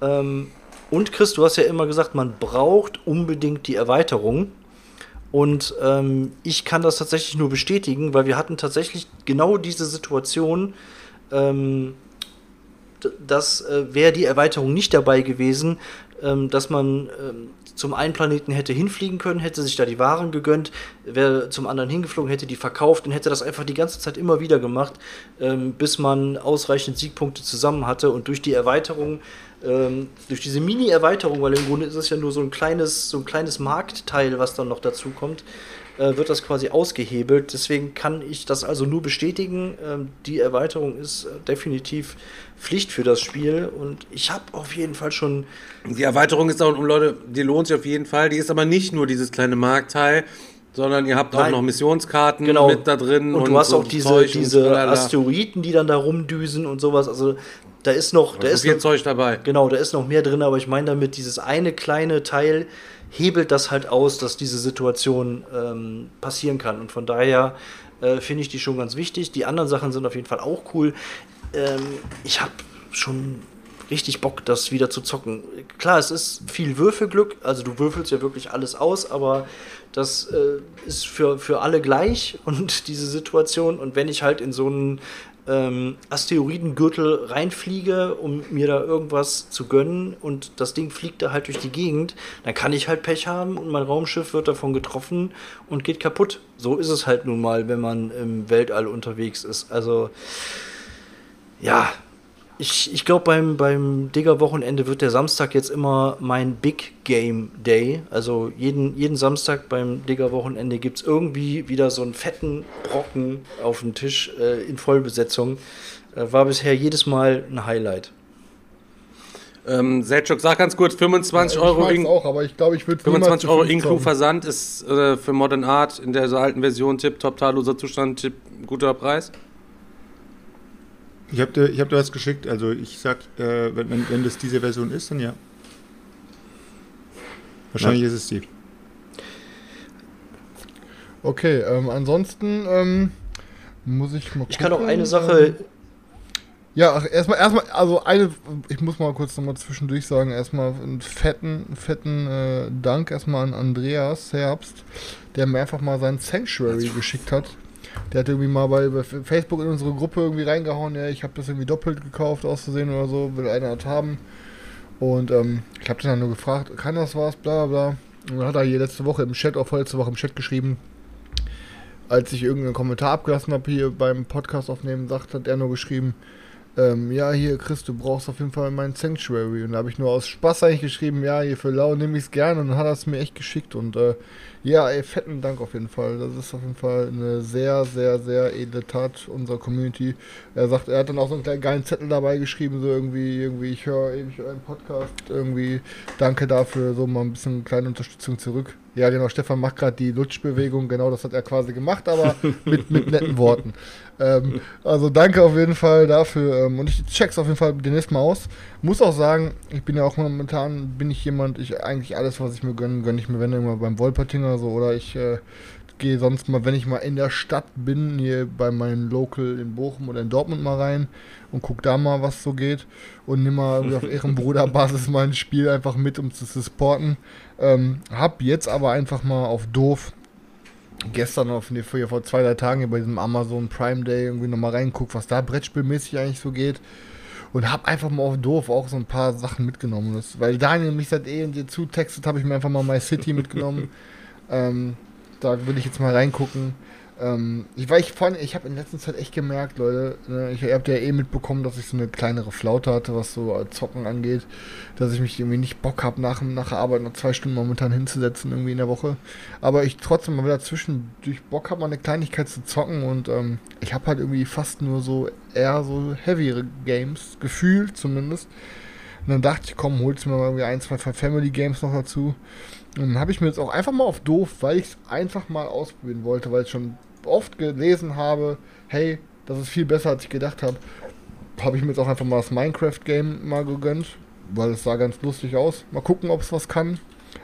Und Chris, du hast ja immer gesagt, man braucht unbedingt die Erweiterung. Und ich kann das tatsächlich nur bestätigen, weil wir hatten tatsächlich genau diese Situation, dass wäre die Erweiterung nicht dabei gewesen, dass man zum einen Planeten hätte hinfliegen können, hätte sich da die Waren gegönnt, wäre zum anderen hingeflogen, hätte die verkauft und hätte das einfach die ganze Zeit immer wieder gemacht, bis man ausreichend Siegpunkte zusammen hatte. Und durch die Erweiterung, durch diese Mini-Erweiterung, weil im Grunde ist es ja nur so ein kleines Marktteil, was dann noch dazu kommt, wird das quasi ausgehebelt. Deswegen kann ich das also nur bestätigen. Die Erweiterung ist definitiv Pflicht für das Spiel und ich habe auf jeden Fall schon... Die Erweiterung ist auch, Leute, die lohnt sich auf jeden Fall. Die ist aber nicht nur dieses kleine Marktteil, sondern ihr habt auch noch Missionskarten mit da drin. Und du hast auch diese Asteroiden, die dann da rumdüsen und sowas. Also da ist noch... Da ist viel Zeug dabei. Genau, da ist noch mehr drin, aber ich meine damit, dieses eine kleine Teil hebelt das halt aus, dass diese Situation passieren kann. Und von daher finde ich die schon ganz wichtig. Die anderen Sachen sind auf jeden Fall auch cool. Ich habe schon richtig Bock, das wieder zu zocken. Klar, es ist viel Würfelglück, also du würfelst ja wirklich alles aus, aber das ist für alle gleich und diese Situation. Und wenn ich halt in so einen Asteroidengürtel reinfliege, um mir da irgendwas zu gönnen und das Ding fliegt da halt durch die Gegend, dann kann ich halt Pech haben und mein Raumschiff wird davon getroffen und geht kaputt. So ist es halt nun mal, wenn man im Weltall unterwegs ist. Also Ja, ich glaube, beim Digger-Wochenende wird der Samstag jetzt immer mein Big Game Day. Also jeden Samstag beim Digger-Wochenende gibt es irgendwie wieder so einen fetten Brocken auf dem Tisch in Vollbesetzung. War bisher jedes Mal ein Highlight. Selchuk, sag ganz kurz, 25 Euro. Ich auch, aber ich glaube, ich würde 25 Euro Inklu Versand ist für Modern Art in der alten Version Tipp, top, tadelloser Zustand, Tipp, guter Preis. Ich hab dir was geschickt, also ich sag, wenn das diese Version ist, dann ja. Wahrscheinlich ist es die. Okay, ansonsten muss ich mal gucken. Ich kann auch eine Sache... Ja, erstmal, also ich muss mal kurz nochmal zwischendurch sagen, erstmal einen fetten Dank erstmal an Andreas Herbst, der mir einfach mal sein Sanctuary geschickt hat. Der hat irgendwie mal bei Facebook in unsere Gruppe irgendwie reingehauen, ja, ich habe das irgendwie doppelt gekauft, auszusehen oder so, will einer das haben. Und ich habe den dann nur gefragt, kann das was, bla bla bla. Und dann hat er hier vorletzte Woche im Chat geschrieben, als ich irgendeinen Kommentar abgelassen habe hier beim Podcast aufnehmen, hat er nur geschrieben, ja, hier, Chris, du brauchst auf jeden Fall mein Sanctuary. Und da habe ich nur aus Spaß eigentlich geschrieben, ja, hier für lau nehme ich es gerne. Und dann hat er es mir echt geschickt. Und ja, ey, fetten Dank auf jeden Fall. Das ist auf jeden Fall eine sehr, sehr, sehr edle Tat unserer Community. Er sagt, er hat dann auch so einen kleinen geilen Zettel dabei geschrieben, so irgendwie, ich höre ewig euren Podcast, irgendwie, danke dafür, so mal ein bisschen kleine Unterstützung zurück. Ja, genau, Stefan macht gerade die Lutschbewegung, genau, das hat er quasi gemacht, aber mit netten Worten. Also danke auf jeden Fall dafür und ich check's auf jeden Fall demnächst mal aus. Muss auch sagen, ich bin ja auch momentan, eigentlich alles, was ich mir gönne ich mir, wenn immer beim Wolpertinger so, oder ich gehe sonst mal, wenn ich mal in der Stadt bin, hier bei meinem Local in Bochum oder in Dortmund mal rein und guck da mal, was so geht und nimm mal auf Ehrenbruderbasis mal ein Spiel einfach mit, um zu supporten. Hab jetzt aber einfach mal auf doof gestern vor 2-3 Tagen hier bei diesem Amazon Prime Day irgendwie nochmal reingeguckt, was da brettspielmäßig eigentlich so geht. Und hab einfach mal auf doof auch so ein paar Sachen mitgenommen. Weil Daniel mich seit und dir zutextet, habe ich mir einfach mal My City mitgenommen. Da will ich jetzt mal reingucken. Ich habe in letzter Zeit echt gemerkt, Leute, ne, ihr habt ja mitbekommen, dass ich so eine kleinere Flaute hatte, was so Zocken angeht, dass ich mich irgendwie nicht Bock habe, nach der Arbeit noch 2 Stunden momentan hinzusetzen, irgendwie in der Woche. Aber ich trotzdem mal wieder zwischendurch Bock habe, mal eine Kleinigkeit zu zocken und ich habe halt irgendwie fast nur eher so heavyere Games, gefühlt zumindest. Und dann dachte ich, komm, holst mir mal irgendwie 1, 2 Family Games noch dazu. Und dann habe ich mir jetzt auch einfach mal auf doof, weil ich es einfach mal ausprobieren wollte, weil ich schon oft gelesen habe, hey, das ist viel besser, als ich gedacht habe. Habe ich mir jetzt auch einfach mal das Minecraft-Game mal gegönnt, weil es sah ganz lustig aus. Mal gucken, ob es was kann.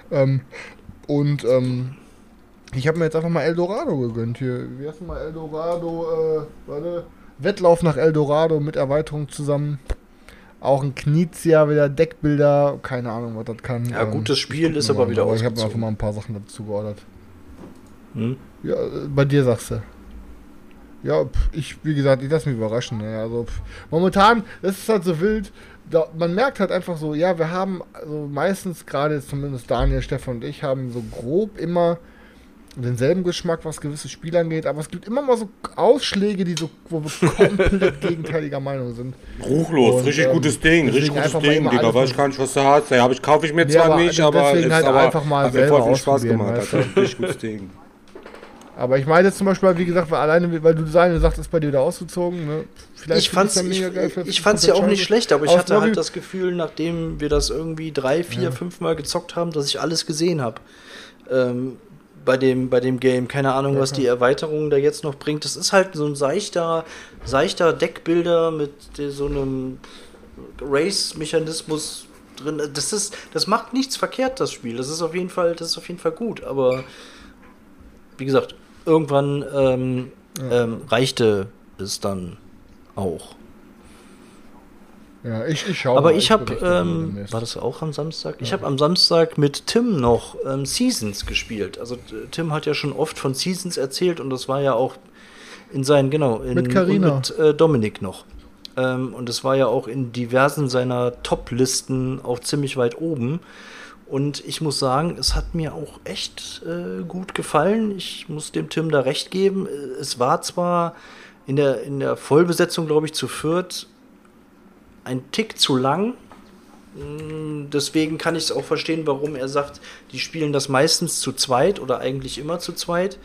Ich habe mir jetzt einfach mal Eldorado gegönnt hier. Wie heißt denn mal Eldorado? Wettlauf nach Eldorado mit Erweiterung zusammen. Auch ein Knizia, wieder Deckbilder, keine Ahnung, was das kann. Ja, gutes Spiel ist aber wieder ausgezogen. Ich habe mir einfach mal ein paar Sachen dazu geordert. Ja, bei dir sagst du. Ja, wie gesagt, ich lasse mich überraschen. Ne? Also, momentan, das ist halt so wild. Man merkt halt einfach so, ja, wir haben also meistens, gerade zumindest Daniel, Stefan und ich, haben so grob immer denselben Geschmack, was gewisse Spiele angeht, aber es gibt immer mal so Ausschläge, wo wir komplett gegenteiliger Meinung sind. Ruchlos, richtig gutes Ding, Digga, weiß ich gar nicht, was du hast. Ja, kaufe ich mir zwar nicht, aber es halt einfach mal selber voll viel Spaß gemacht. Weißt du? Richtig gutes Ding. Aber ich meine jetzt zum Beispiel, wie gesagt, weil du sagst, ist bei dir wieder ausgezogen. Ne? Ich fand's ja auch nicht schlecht, aber ich hatte halt das Gefühl, nachdem wir das irgendwie 3, 4, 5 Mal gezockt haben, dass ich alles gesehen habe. Bei dem Game. Keine Ahnung, was die Erweiterung da jetzt noch bringt. Das ist halt so ein seichter Deckbilder mit so einem Race-Mechanismus drin. Das macht nichts verkehrt, das Spiel. Das ist auf jeden Fall gut. Aber wie gesagt, irgendwann reichte es dann auch. Ja, ich schaue. Aber ich habe, war das auch am Samstag? Ja. Ich habe am Samstag mit Tim noch Seasons gespielt. Also Tim hat ja schon oft von Seasons erzählt und das war ja auch in seinen, mit Carina. Und mit Dominik noch. Und das war ja auch in diversen seiner Top-Listen auch ziemlich weit oben. Und ich muss sagen, es hat mir auch echt gut gefallen. Ich muss dem Tim da recht geben. Es war zwar in der Vollbesetzung, glaube ich, zu viert Tick zu lang. Deswegen kann ich es auch verstehen, warum er sagt, die spielen das meistens zu zweit oder eigentlich immer zu zweit.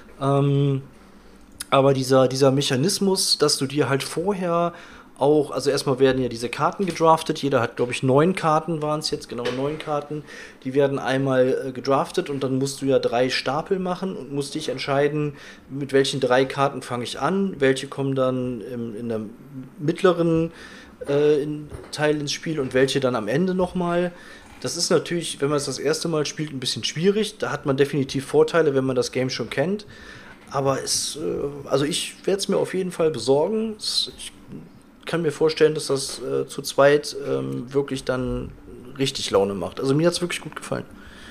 Aber dieser Mechanismus, dass du dir halt vorher auch, also erstmal werden ja diese Karten gedraftet, jeder hat, glaube ich, 9 Karten waren es jetzt, genau 9 Karten, die werden einmal gedraftet und dann musst du ja 3 Stapel machen und musst dich entscheiden, mit welchen 3 Karten fange ich an, welche kommen dann in der mittleren Teil ins Spiel und welche dann am Ende nochmal. Das ist natürlich, wenn man es das erste Mal spielt, ein bisschen schwierig, da hat man definitiv Vorteile, wenn man das Game schon kennt, aber also ich werde es mir auf jeden Fall besorgen. Ich kann mir vorstellen, dass das zu zweit wirklich dann richtig Laune macht. Also mir hat es wirklich gut gefallen.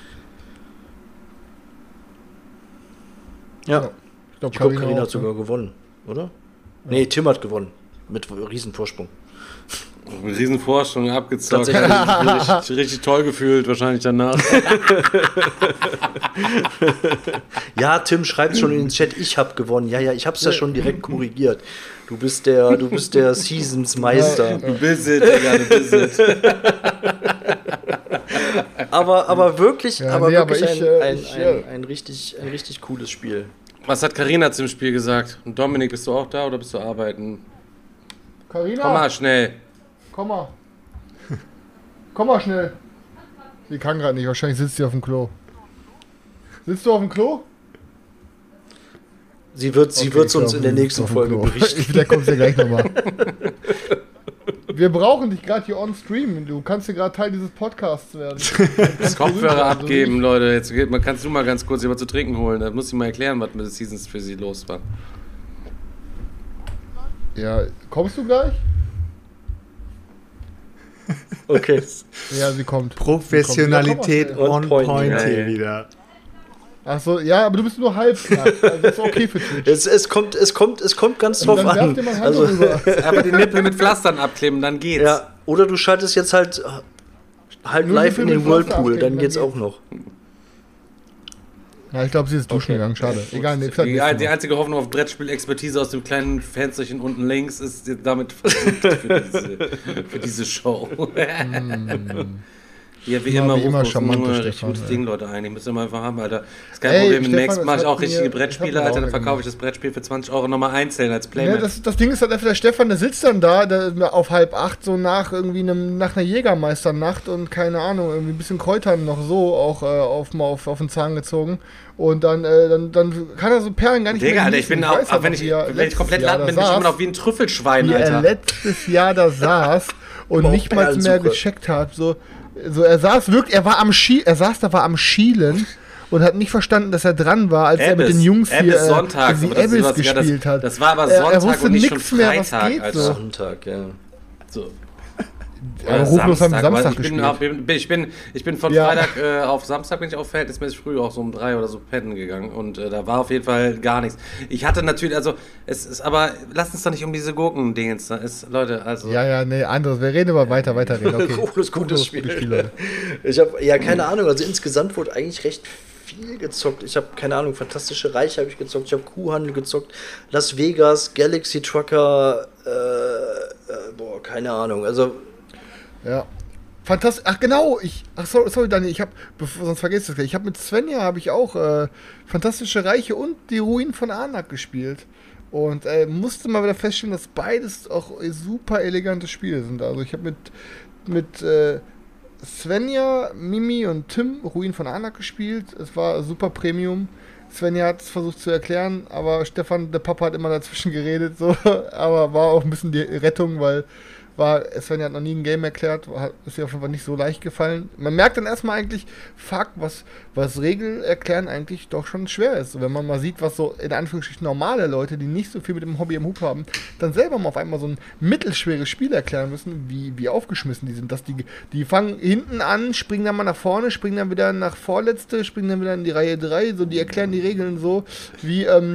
Ja. Ich glaube, Carina hat sogar gewonnen, oder? Ja. Nee, Tim hat gewonnen. Mit Riesenvorsprung. Mit Riesenvorsprung abgezockt. Richtig toll gefühlt, wahrscheinlich danach. Ja, Tim schreibt schon in den Chat, ich habe gewonnen. Ja, ich habe es ja schon direkt korrigiert. Du bist der Seasons-Meister. Du bist es, Digga, du bist es. aber wirklich, ein richtig cooles Spiel. Was hat Carina zum Spiel gesagt? Und Dominik, bist du auch da oder bist du arbeiten? Carina? Komm mal schnell. Komm mal schnell. Sie kann gerade nicht, wahrscheinlich sitzt sie auf dem Klo. Sitzt du auf dem Klo? Sie wird uns in der nächsten Folge berichten. Da kommt sie ja gleich nochmal. Wir brauchen dich gerade hier on stream. Du kannst hier gerade Teil dieses Podcasts werden. Das Kopfhörer abgeben, Leute. Jetzt kannst du mal ganz kurz jemand zu trinken holen. Da muss ich mal erklären, was mit den Seasons für sie los war. Ja, kommst du gleich? Okay. Ja, sie kommt. Professionalität Ja, on point hier ja. wieder. Achso, ja, aber du bist nur halb nackt. Also das ist okay für Twitch. Es kommt ganz drauf an. Also, Aber die Nippel mit Pflastern abkleben, dann geht's. Ja, oder du schaltest jetzt halt live in den Whirlpool, dann geht's auch noch. Ja, ich glaube, sie ist duschen gegangen, schade. Egal, nee, die einzige Hoffnung auf Brettspiel-Expertise aus dem kleinen Fensterchen unten links ist damit für diese Show. Ja, wie immer charmant. Richtig gutes Ding, Leute, eigentlich. Müsst ihr mal einfach haben, Alter. Das ist kein Problem. Demnächst mache ich auch richtige Brettspiele, Alter. Dann verkaufe ich das Brettspiel für 20 € nochmal einzeln als Playmat. Ja, das Ding ist halt einfach, der Stefan, der sitzt dann da auf 7:30, so nach einer Jägermeisternacht und keine Ahnung, irgendwie ein bisschen Kräutern noch so auch auf den Zahn gezogen. Und dann kann er so Perlen gar nicht Digga, mehr Alter, ich bin auch, wenn ich komplett latt bin, bin ich immer noch wie ein Trüffelschwein, wie Alter. er letztes Jahr da saß und nicht mal mehr gecheckt hat, so er saß wirklich, er war am Schielen und hat nicht verstanden, dass er dran war, als er mit den Jungs hier die Abyss gespielt hat. Das war aber Sonntag er wusste und nicht schon nichts mehr, was Freitag, geht, Alter. so. Sonntag, ja. So. Aber Ruflos haben Samstag gespielt. Ich bin von Freitag auf Samstag bin ich auch verhältnismäßig früh auch so um 3 oder so pennen gegangen und da war auf jeden Fall gar nichts. Ich hatte natürlich, also es ist, aber lasst uns doch nicht um diese Gurken-Dingens, da ist, Leute, also. Ja, nee, anderes, wir reden aber weiterreden, okay. Gutes Spiel. Ich habe, keine Ahnung, also insgesamt wurde eigentlich recht viel gezockt. Ich habe, keine Ahnung, Fantastische Reiche habe ich gezockt, ich habe Kuhhandel gezockt, Las Vegas, Galaxy Trucker, keine Ahnung, also ja. Fantastisch. Ach genau, sorry Daniel, sonst vergesst du es gleich. Ich habe mit Svenja auch Fantastische Reiche und die Ruinen von Arnak gespielt. Und musste mal wieder feststellen, dass beides auch super elegante Spiele sind. Also ich habe mit Svenja, Mimi und Tim Ruinen von Arnak gespielt. Es war super Premium. Svenja hat es versucht zu erklären, aber Stefan, der Papa, hat immer dazwischen geredet, so. Aber war auch ein bisschen die Rettung, weil Svenja hat noch nie ein Game erklärt, ist ihr auf jeden Fall nicht so leicht gefallen. Man merkt dann erstmal eigentlich, was Regel erklären eigentlich doch schon schwer ist. Wenn man mal sieht, was so in Anführungsstrichen normale Leute, die nicht so viel mit dem Hobby im Hut haben, dann selber mal auf einmal so ein mittelschweres Spiel erklären müssen, wie aufgeschmissen die sind. Dass die fangen hinten an, springen dann mal nach vorne, springen dann wieder nach Vorletzte, springen dann wieder in die Reihe 3, so, die erklären die Regeln so, wie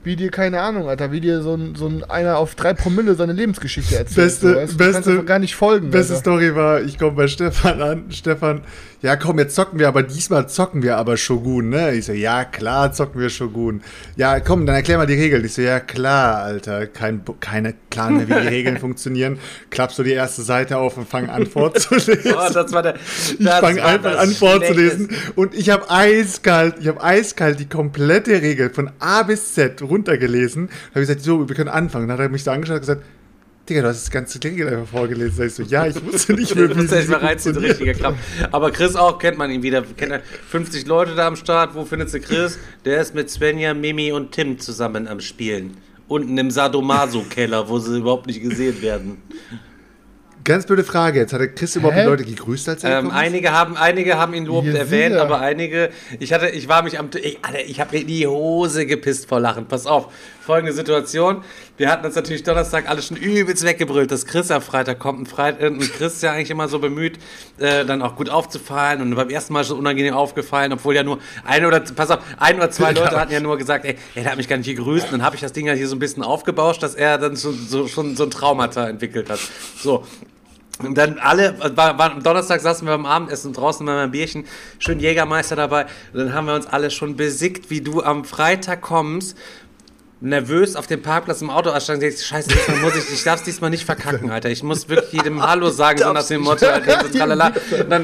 wie dir, keine Ahnung, Alter, wie dir so ein einer auf 3 Promille seine Lebensgeschichte erzählt. Du kannst einfach gar nicht folgen. Beste Story war, ich komme bei Stefan an. Stefan, ja komm, jetzt zocken wir, aber diesmal zocken wir aber Shogun, ne? Ich so, ja klar, zocken wir Shogun. Ja, komm, dann erklär mal die Regeln. Ich so, ja klar, Alter, keine Plan mehr, wie die Regeln funktionieren. Klappst du die erste Seite auf und fang an vorzulesen. Ich fange einfach an vorzulesen und ich habe eiskalt die komplette Regel von A bis Z runtergelesen. Da habe ich gesagt, so, wir können anfangen. Dann hat er mich so angeschaut und gesagt, Digga, du hast das ganze Regel einfach vorgelesen. Da ich so, ja, ich wusste nicht mehr, wie es funktioniert. Richtiger Kraft. Aber Chris auch, kennt man ihn wieder. Kennt er 50 Leute da am Start. Wo findest du Chris? Der ist mit Svenja, Mimi und Tim zusammen am Spielen. Unten im Sadomaso-Keller, wo sie überhaupt nicht gesehen werden. Ganz blöde Frage. Jetzt hat der Chris überhaupt die Leute gegrüßt, als er gekommen ist? Einige haben ihn lobend erwähnt, aber einige... Ich habe mir in die Hose gepisst vor Lachen. Pass auf, folgende Situation. Wir hatten uns natürlich Donnerstag alle schon übelst weggebrüllt, dass Chris am Freitag kommt. Und Chris ist ja eigentlich immer so bemüht, dann auch gut aufzufallen. Und beim ersten Mal schon unangenehm aufgefallen, obwohl ja nur ein oder zwei Leute hatten ja nur gesagt, ey, der hat mich gar nicht gegrüßt. Und dann habe ich das Ding ja hier so ein bisschen aufgebauscht, dass er dann schon so ein Traumata entwickelt hat. So. Und dann am Donnerstag saßen wir beim Abendessen draußen bei meinem Bierchen, schön Jägermeister dabei. Und dann haben wir uns alle schon besickt, wie du am Freitag kommst, nervös auf dem Parkplatz im Auto ansteigen und denkst, scheiße, ich darf es diesmal nicht verkacken, Alter. Ich muss wirklich jedem Hallo sagen, so nach dem Motto, Alter, so tralala. Und dann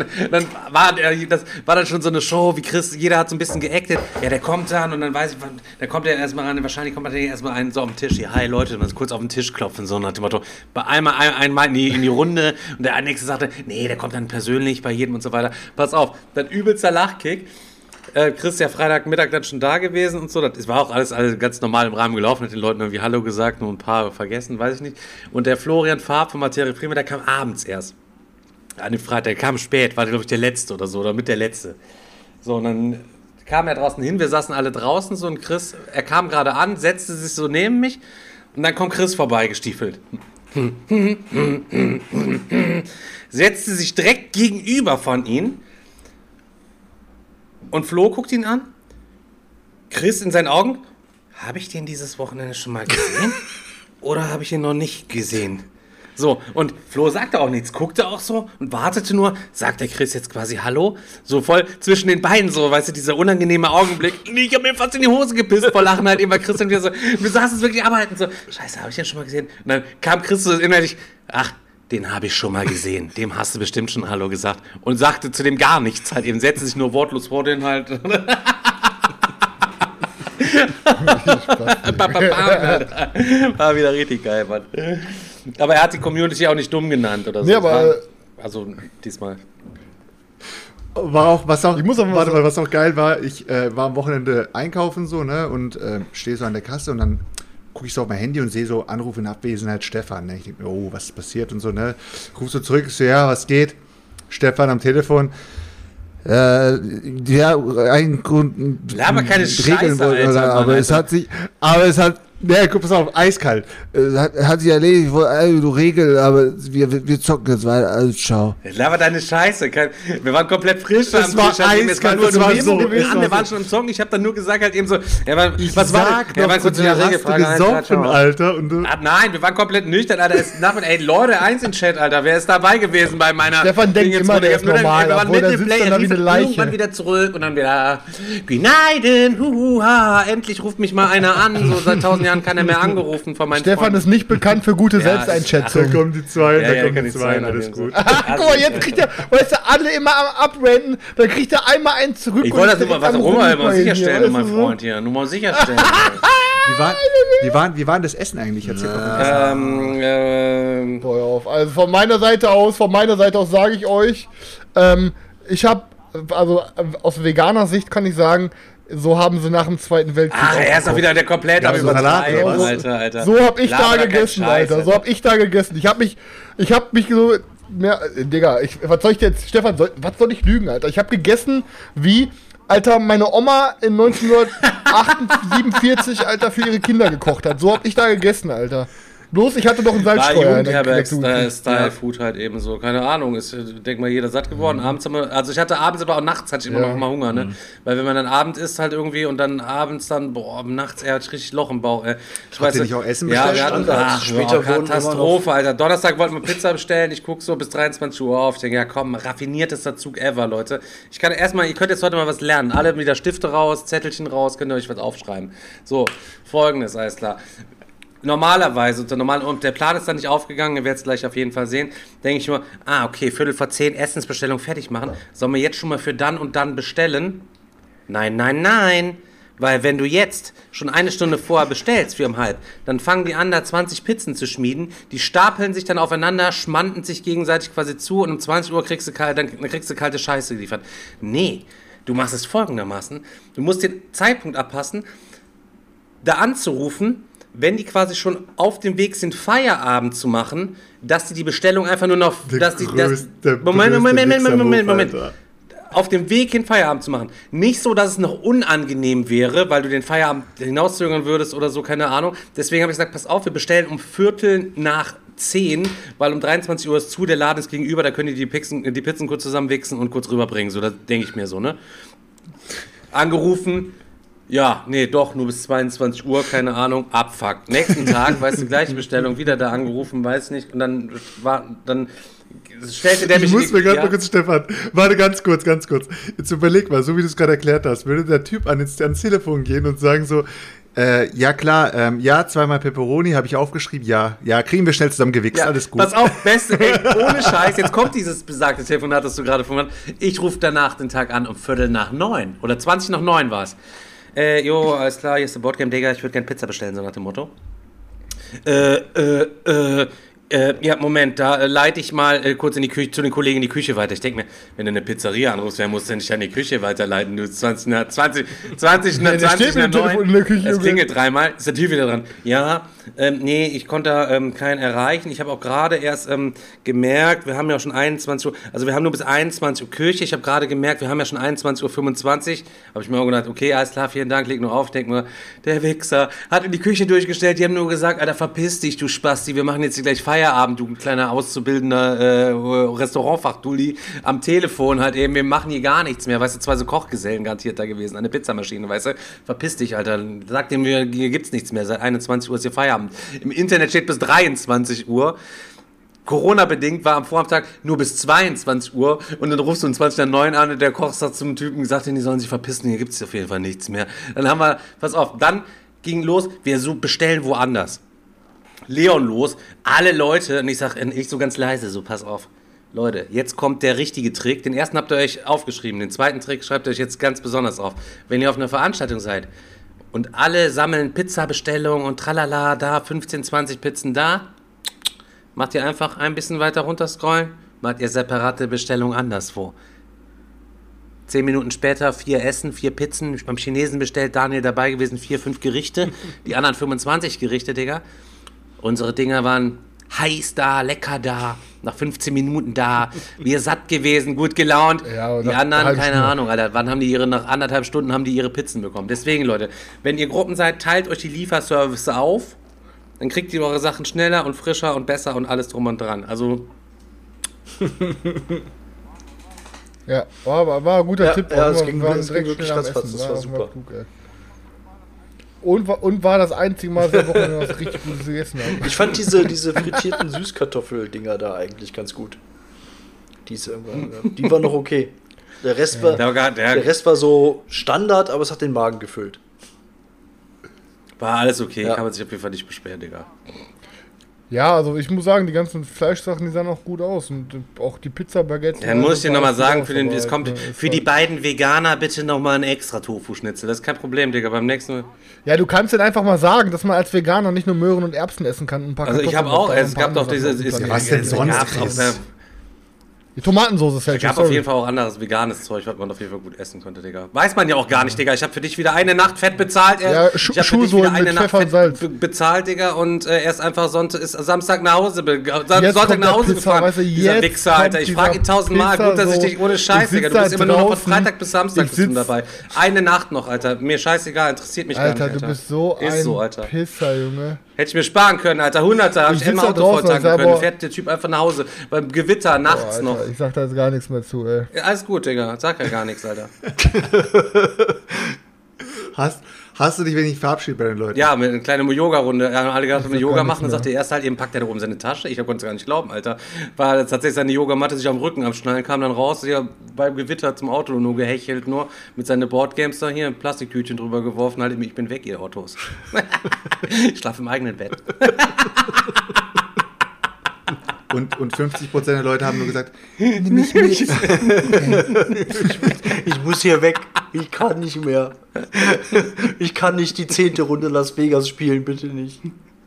war dann schon so eine Show, wie Chris, jeder hat so ein bisschen geactet. Ja, der kommt dann und dann weiß ich, dann kommt er erstmal ran, wahrscheinlich kommt er erstmal einen so auf den Tisch, hier, hi Leute, und dann kurz auf den Tisch klopfen, so nach dem Motto, bei einmal in die Runde und der nächste sagte, nee, der kommt dann persönlich bei jedem und so weiter. Pass auf, dann übelster Lachkick. Chris ist ja Freitagmittag dann schon da gewesen und so. Das war auch alles ganz normal im Rahmen gelaufen. Hat den Leuten irgendwie Hallo gesagt, nur ein paar vergessen, weiß ich nicht. Und der Florian Farb von Materie Prima, der kam abends erst. An dem Freitag, der kam spät, war glaube ich der Letzte oder so, oder mit der Letzte. So, und dann kam er draußen hin, wir saßen alle draußen so und Chris, er kam gerade an, setzte sich so neben mich und dann kommt Chris vorbeigestiefelt. Setzte sich direkt gegenüber von ihm. Und Flo guckt ihn an. Chris in seinen Augen. Habe ich den dieses Wochenende schon mal gesehen? Oder habe ich ihn noch nicht gesehen? So, und Flo sagte auch nichts, guckte auch so und wartete nur. Sagt der Chris jetzt quasi Hallo? So voll zwischen den beiden, so, weißt du, dieser unangenehme Augenblick. Ich habe mir fast in die Hose gepisst vor Lachen halt eben, weil Chris dann wieder so, wir saßen wirklich arbeiten, so, scheiße, habe ich den schon mal gesehen? Und dann kam Chris so innerlich, ach, den habe ich schon mal gesehen. Dem hast du bestimmt schon Hallo gesagt. Und sagte zu dem gar nichts. Halt eben setzte sich nur wortlos vor den halt. War wieder richtig geil, Mann. Aber er hat die Community auch nicht dumm genannt oder so. Nee, aber also diesmal. War auch, was auch geil war, ich war am Wochenende einkaufen so, ne? Und stehe so an der Kasse und dann gucke ich so auf mein Handy und sehe so Anruf in Abwesenheit Stefan. Ne? Ich denke mir, oh, was ist passiert und so, ne? Ruf so zurück, ich so, ja, was geht? Stefan am Telefon. Ja, ein Grund. Laber keine Scheiße, Alter, aber es hat, ne, guck, pass auf, eiskalt. Hat sich erledigt, du Regel, aber wir zocken jetzt weiter, also ciao. Laber deine Scheiße. Wir waren komplett frisch das am Tisch. Eiskalt, wir waren schon im Zocken, ich habe dann nur gesagt halt eben so, was war das? Ja, kurz eine Regelfrage. Gesoffen, Alter. Und du nein, wir waren komplett nüchtern, Alter. Ey, Leute, eins in Chat, Alter. Wer ist dabei gewesen bei meiner... Stefan denkt immer, der ist normal, wir waren mitten im Play, er rief irgendwann wieder zurück und dann wieder Günaiden, huhuha, endlich ruft mich mal einer an, so seit 1000 Jahren kann er mehr angerufen von meinen Stefan Freunden. ist nicht bekannt für gute Selbsteinschätzung. Da kommen die zwei, alles gut. Guck mal, jetzt kriegt er, weißt du, alle immer am Abrenten, dann kriegt er einmal einen zurück. Ich wollte das immer, was auch immer sicherstellen, mein Freund hier. Nur mal sicherstellen. Wie war das Essen eigentlich? Also von meiner Seite aus sage ich euch, ich habe, also aus veganer Sicht kann ich sagen, so haben sie nach dem Zweiten Weltkrieg. Er ist doch wieder der komplett am Übertreiben, Alter. So hab ich da gegessen, Alter. So hab ich da gegessen. Ich hab mich so, Digga, was soll ich jetzt, Stefan, was soll ich lügen, Alter? Ich hab gegessen wie, Alter, meine Oma in 1947, Alter, für ihre Kinder gekocht hat. So hab ich da gegessen, Alter. Bloß ich hatte doch einen War Salzstreuer. Style-Food halt eben so. Keine Ahnung, ist, denk mal, jeder satt geworden. Abends also ich hatte abends, aber auch nachts hatte ich immer noch mal Hunger, ne? Weil wenn man dann Abend isst halt irgendwie und dann abends dann, nachts hatte ich richtig Loch im Bauch, ey. Habt ihr nicht auch Essen bestellt? Ja, wir hatten, später Katastrophe, Alter. Donnerstag wollten wir Pizza bestellen, ich gucke so bis 23 Uhr auf, ich denke, ja komm, raffiniertester Zug ever, Leute. Ich kann ihr könnt jetzt heute mal was lernen. Alle wieder Stifte raus, Zettelchen raus, könnt ihr euch was aufschreiben. So, folgendes, alles klar. Normalerweise, und der Plan ist dann nicht aufgegangen, ihr werdet es gleich auf jeden Fall sehen, denke ich nur, okay, 9:45 Essensbestellung fertig machen, sollen wir jetzt schon mal für dann und dann bestellen? Nein, weil wenn du jetzt schon eine Stunde vorher bestellst, 4:30, dann fangen die an, da 20 Pizzen zu schmieden, die stapeln sich dann aufeinander, schmanden sich gegenseitig quasi zu und um 20 Uhr kriegst du kalte Scheiße geliefert. Nee, du machst es folgendermaßen, du musst den Zeitpunkt abpassen, da anzurufen, wenn die quasi schon auf dem Weg sind, Feierabend zu machen, dass die Bestellung einfach nur noch... Moment. Auf dem Weg hin Feierabend zu machen. Nicht so, dass es noch unangenehm wäre, weil du den Feierabend hinauszögern würdest oder so, keine Ahnung. Deswegen habe ich gesagt, pass auf, wir bestellen um 9:45, weil um 23 Uhr ist zu, der Laden ist gegenüber, da können die Pizzen kurz zusammenwichsen und kurz rüberbringen. So, das denke ich mir so, ne? Angerufen... Ja, nee, doch, nur bis 22 Uhr, keine Ahnung, Abfuck. Nächsten Tag, weißt du, gleiche Bestellung, wieder da angerufen, weiß nicht, und dann stellte der mich... Ich muss mir gerade mal kurz, Stefan, warte, ganz kurz. Jetzt überleg mal, so wie du es gerade erklärt hast, würde der Typ ans Telefon gehen und sagen so, ja klar, 2-mal Pepperoni, habe ich aufgeschrieben, ja, kriegen wir schnell zusammengewichst, alles gut. Pass auf, Beste, ey, ohne Scheiß, jetzt kommt dieses besagte Telefonat, das du gerade vorhin hast. Ich rufe danach den Tag an um 8:45 oder 8:20 war es. Alles klar, hier ist der Boardgame, Digga, ich würde gerne Pizza bestellen, so nach dem Motto. Ja, Moment, da leite ich mal kurz in die Küche, zu den Kollegen in die Küche weiter. Ich denke mir, wenn du eine Pizzeria anrufst, wer muss denn nicht an die Küche weiterleiten? Du 20 nach 9, es klingelt dreimal, ist der Typ wieder dran. Ja, nee, ich konnte da keinen erreichen. Ich habe auch gerade erst gemerkt, wir haben ja schon 21 Uhr, also wir haben nur bis 21 Uhr Küche. Ich habe gerade gemerkt, wir haben ja schon 21:25 Uhr. Habe ich mir auch gedacht, okay, alles klar, vielen Dank, leg nur auf. Ich denke mir, der Wichser hat in die Küche durchgestellt, die haben nur gesagt, Alter, verpiss dich, du Spasti, wir machen jetzt hier gleich Feierabend, du kleiner auszubildender Restaurantfachdulli, am Telefon halt eben, wir machen hier gar nichts mehr, weißt du, 2 so Kochgesellen garantiert da gewesen, eine Pizzamaschine, weißt du, verpiss dich, Alter, sag dem, hier gibt's nichts mehr, seit 21 Uhr ist hier Feierabend. Im Internet steht bis 23 Uhr, Corona-bedingt war am Vormittag nur bis 22 Uhr und dann rufst du um 20:09 an und der Koch sagt zum Typen, gesagt, die sollen sich verpissen, hier gibt's auf jeden Fall nichts mehr. Dann haben wir, pass auf, dann ging los, wir bestellen woanders. Leon los, alle Leute, und ich so ganz leise, so pass auf, Leute, jetzt kommt der richtige Trick, den ersten habt ihr euch aufgeschrieben, den zweiten Trick schreibt ihr euch jetzt ganz besonders auf. Wenn ihr auf einer Veranstaltung seid und alle sammeln Pizzabestellungen und tralala, da 15, 20 Pizzen da, macht ihr einfach ein bisschen weiter runter scrollen, macht ihr separate Bestellungen anderswo. 10 Minuten später 4 Essen, 4 Pizzen, beim Chinesen bestellt, Daniel dabei gewesen, 4, 5 Gerichte, die anderen 25 Gerichte, Digga. Unsere Dinger waren heiß da, lecker da, nach 15 Minuten da, wir satt gewesen, gut gelaunt. Ja, die anderen, keine Ahnung, Alter, nach 1,5 Stunden haben die ihre Pizzen bekommen. Deswegen, Leute, wenn ihr Gruppen seid, teilt euch die Lieferservice auf, dann kriegt ihr eure Sachen schneller und frischer und besser und alles drum und dran. Also... Ja, war ein guter Tipp. Ja, das ging wirklich ratzfatz, das war super. Klug, und war das einzige Mal seit Wochen, was richtig Gutes gegessen habe. Ich fand diese frittierten Süßkartoffel-Dinger da eigentlich ganz gut. Die waren noch okay. Der Rest war so Standard, aber es hat den Magen gefüllt. War alles okay, kann man sich auf jeden Fall nicht beschweren, Digga. Ja, also ich muss sagen, die ganzen Fleischsachen, die sahen auch gut aus und auch die Pizza-Baguettes. Dann muss ich dir nochmal sagen, für die beiden Veganer bitte nochmal ein extra Tofu-Schnitzel. Das ist kein Problem, Digga, beim nächsten Mal. Ja, du kannst denn einfach mal sagen, dass man als Veganer nicht nur Möhren und Erbsen essen kann und ein paar Kartoffeln. Also ich habe auch, es gab doch diese... Was denn sonst? Die Tomatensauce ist halt. Es gab auf jeden Fall auch anderes veganes Zeug, was man auf jeden Fall gut essen konnte, Digga. Weiß man ja auch gar nicht, Digga. Ich habe für dich wieder eine Nacht Fett bezahlt. Ich habe für dich wieder eine Nacht Fett bezahlt, Digga. Und erst einfach Samstag nach Hause gefahren. Weißt du, dieser Wichser, Alter. Ich frage ihn 1000-mal. Gut, dass ich dich ohne Scheiß, Digga. Du bist immer nur noch von Freitag bis Samstag bist du dabei. Eine Nacht noch, Alter. Mir scheißegal, interessiert mich gar nicht, Alter. Du bist so ein Pisser, Junge. Hätte ich mir sparen können, Alter. 100er, habe ich sitz immer da Auto draußen und volltanken sag, können. Fährt der Typ einfach nach Hause. Beim Gewitter, nachts Alter, noch. Ich sag da jetzt gar nichts mehr zu, ey. Ja, alles gut, Digga. Sag ja gar nichts, Alter. Hast du dich wenig verabschiedet bei den Leuten? Ja, mit einer kleinen Yoga-Runde. Ja, alle gedacht, Das wir ist Yoga gar machen. Dann nichts sagt der erste halt, eben packt er da oben seine Tasche. Ich konnte es gar nicht glauben, Alter. War tatsächlich seine Yogamatte sich am Rücken abschnallen, kam dann raus, ja, beim Gewitter zum Auto nur gehechelt, nur mit seinen Boardgames da hier ein Plastiktütchen drüber geworfen. Halt, ich bin weg, ihr Autos. Ich schlafe im eigenen Bett. Und 50% der Leute haben nur gesagt, nimm mich mit. Ich muss hier weg. Ich kann nicht mehr. Ich kann nicht die 10. Runde Las Vegas spielen, bitte nicht.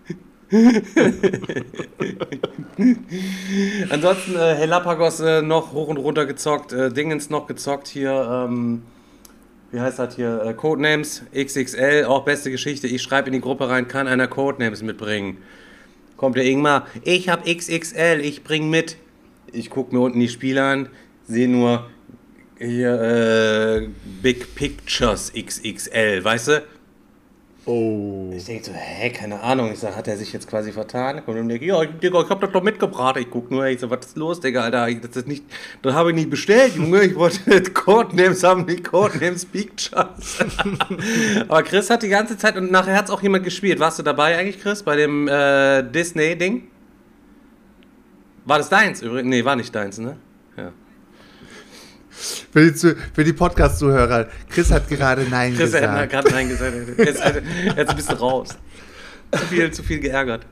Ansonsten Helapagos noch hoch und runter gezockt, Dingens noch gezockt hier, wie heißt das hier, Codenames XXL, auch beste Geschichte. Ich schreibe in die Gruppe rein, kann einer Codenames mitbringen? Kommt der Ingmar, ich hab XXL, ich bring mit. Ich guck mir unten die Spiele an, sehe nur hier Big Pictures XXL, weißt du? oh. Ich denke so, keine Ahnung. Ich sag, hat er sich jetzt quasi vertan? Und dann denke ich, ja, Digga, ich hab das doch mitgebracht. Ich guck nur, ich so, was ist los, Digga, Alter? Das habe ich nicht bestellt, Junge. Ich wollte Codenames haben, nicht Codenames Pictures. Aber Chris hat die ganze Zeit, und nachher hat es auch jemand gespielt. Warst du dabei eigentlich, Chris, bei dem Disney-Ding? War das deins übrigens? Nee, war nicht deins, ne? Ja. Für die Podcast-Zuhörer, Chris hat gerade Nein Chris gesagt. hat gerade Nein gesagt. Jetzt ist ein bisschen raus. Zu viel geärgert.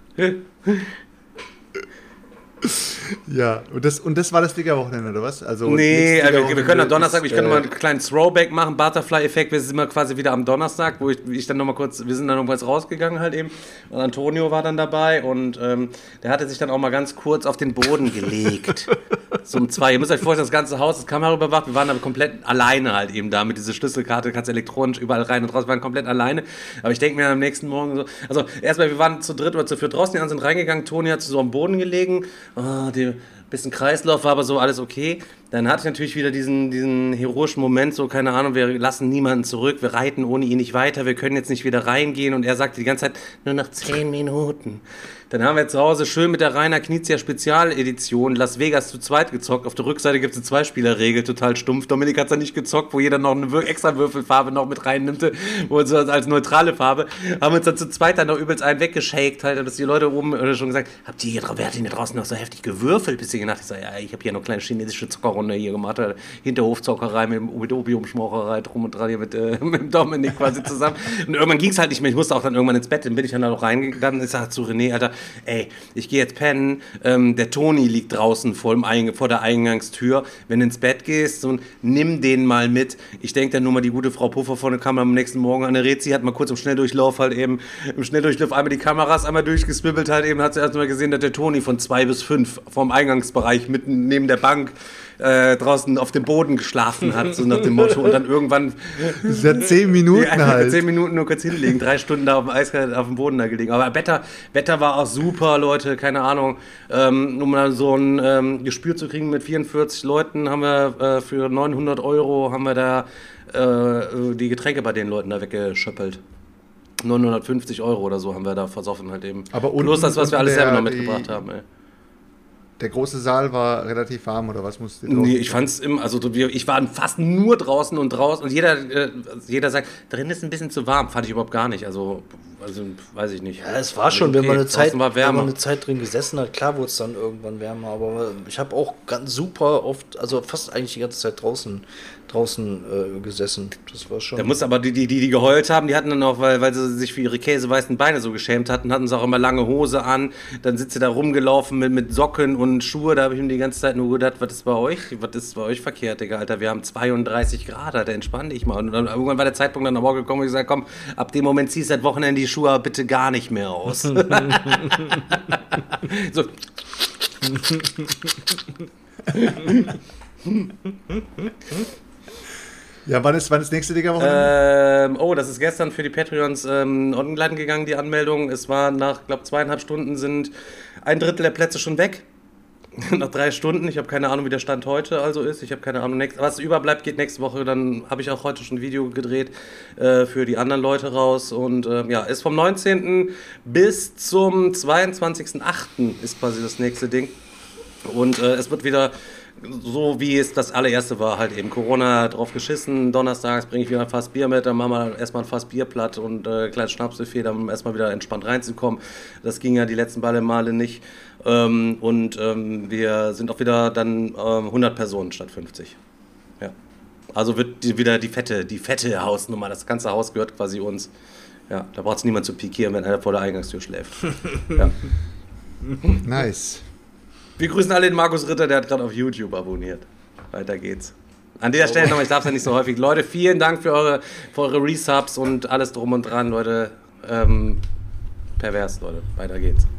Ja, und das war das Digger-Wochenende, oder was? Also Nee, wir können am Donnerstag, ich könnte mal mal einen kleinen Throwback machen, Butterfly-Effekt, wir sind mal quasi wieder am Donnerstag, wo ich dann nochmal kurz, wir sind dann noch kurz rausgegangen halt eben, und Antonio war dann dabei und der hatte sich dann auch mal ganz kurz auf den Boden gelegt. So um 2, ihr müsst euch vorstellen, das ganze Haus ist kameraüberwacht, wir waren aber komplett alleine halt eben da, mit dieser Schlüsselkarte, kannst elektronisch überall rein und raus, wir waren komplett alleine, aber ich denke mir am nächsten Morgen so, also erstmal, wir waren zu dritt oder zu viert draußen, die anderen sind reingegangen, Toni hat so am Boden gelegen, bisschen Kreislauf war aber so alles okay. Dann hatte ich natürlich wieder diesen heroischen Moment, so keine Ahnung, wir lassen niemanden zurück, wir reiten ohne ihn nicht weiter, wir können jetzt nicht wieder reingehen und er sagte die ganze Zeit, nur noch 10 Minuten. Dann haben wir zu Hause schön mit der Rainer Knizia Spezialedition Las Vegas zu zweit gezockt. Auf der Rückseite gibt es eine Zweispielerregel, total stumpf. Dominik hat es ja nicht gezockt, wo jeder noch eine extra Würfelfarbe noch mit reinnimmt, wo so als neutrale Farbe. Haben uns dann zu zweit dann noch übelst einen weggeshakt halt, und dass die Leute oben schon gesagt, wer hat denn hier draußen noch so heftig gewürfelt? Bis ich gedacht, ich sage, ja, ich habe hier noch eine kleine chinesische Zockerrunde hier gemacht, Hinterhofzockerei mit Opiumschmaucherei drum und dran hier mit Dominik quasi zusammen. Und irgendwann ging es halt nicht mehr, ich musste auch dann irgendwann ins Bett, dann bin ich dann da noch reingegangen. Ich sage zu René, Alter, ey, ich gehe jetzt pennen, der Toni liegt draußen vor der Eingangstür, wenn du ins Bett gehst, so, nimm den mal mit. Ich denke dann nur mal, die gute Frau Puffer vorne kam am nächsten Morgen an der Rezi, hat mal kurz im Schnelldurchlauf einmal die Kameras einmal durchgeswibbelt halt eben, hat sie erst mal gesehen, dass der Toni von 2 bis 5 vom Eingangsbereich mitten neben der Bank draußen auf dem Boden geschlafen hat, so nach dem Motto, und dann irgendwann seit 10 Minuten halt. 10 Minuten nur kurz hinlegen, 3 Stunden da auf dem Eis auf dem Boden da gelegen. Aber Wetter war auch super, Leute, keine Ahnung. Um mal so ein Gespür zu kriegen, mit 44 Leuten haben wir für 900 € haben wir da die Getränke bei den Leuten da weggeschöppelt. 950 € oder so haben wir da versoffen halt eben. Aber plus das, was wir alles selber noch mitgebracht haben, ey. Der große Saal war relativ warm, oder was musste? Nee, ich fand's ich war fast nur draußen und jeder sagt, drin ist ein bisschen zu warm, fand ich überhaupt gar nicht, also weiß ich nicht. Ja, es war schon, okay, wenn man eine Zeit drin gesessen hat, klar wurde es dann irgendwann wärmer, aber ich habe auch ganz super oft, also fast eigentlich die ganze Zeit draußen gesessen. Das war schon. Da muss aber die geheult haben, die hatten dann auch, weil sie sich für ihre käseweißen Beine so geschämt hatten sie auch immer lange Hose an, dann sind sie da rumgelaufen mit Socken und Schuhe, da habe ich mir die ganze Zeit nur gedacht, was ist bei euch verkehrt, Digga, Alter, wir haben 32 Grad, Alter, entspann dich mal. Und dann irgendwann war der Zeitpunkt dann aber auch gekommen, wo ich gesagt, komm, ab dem Moment ziehst du das Wochenende die Schuhe bitte gar nicht mehr aus. So. Ja, wann ist das nächste Digger-Wochenende? Das ist gestern für die Patreons online gegangen, die Anmeldung. Es war nach, glaube 2,5 Stunden sind 1/3 der Plätze schon weg. Nach 3 Stunden. Ich habe keine Ahnung, wie der Stand heute also ist. Ich habe keine Ahnung. Was überbleibt, geht nächste Woche. Dann habe ich auch heute schon ein Video gedreht für die anderen Leute raus. Und ist vom 19. bis zum 22.08. ist quasi das nächste Ding. Und es wird wieder so, wie es das allererste war, halt eben Corona drauf geschissen. Donnerstags bringe ich wieder ein Fass Bier mit, dann machen wir erstmal ein Fass Bier platt und kleines Schnapsbuffet, um erstmal wieder entspannt reinzukommen. Das ging ja die letzten Male nicht. Wir sind auch wieder dann 100 Personen statt 50. Ja. Also wird wieder die fette Hausnummer. Das ganze Haus gehört quasi uns. Ja, da braucht es niemand zu pikieren, wenn einer vor der Eingangstür schläft. Ja. Nice. Wir grüßen alle den Markus Ritter, der hat gerade auf YouTube abonniert. Weiter geht's. An der Stelle nochmal, ich darf es ja nicht so häufig. Leute, vielen Dank für eure Resubs und alles drum und dran, Leute. Pervers, Leute. Weiter geht's.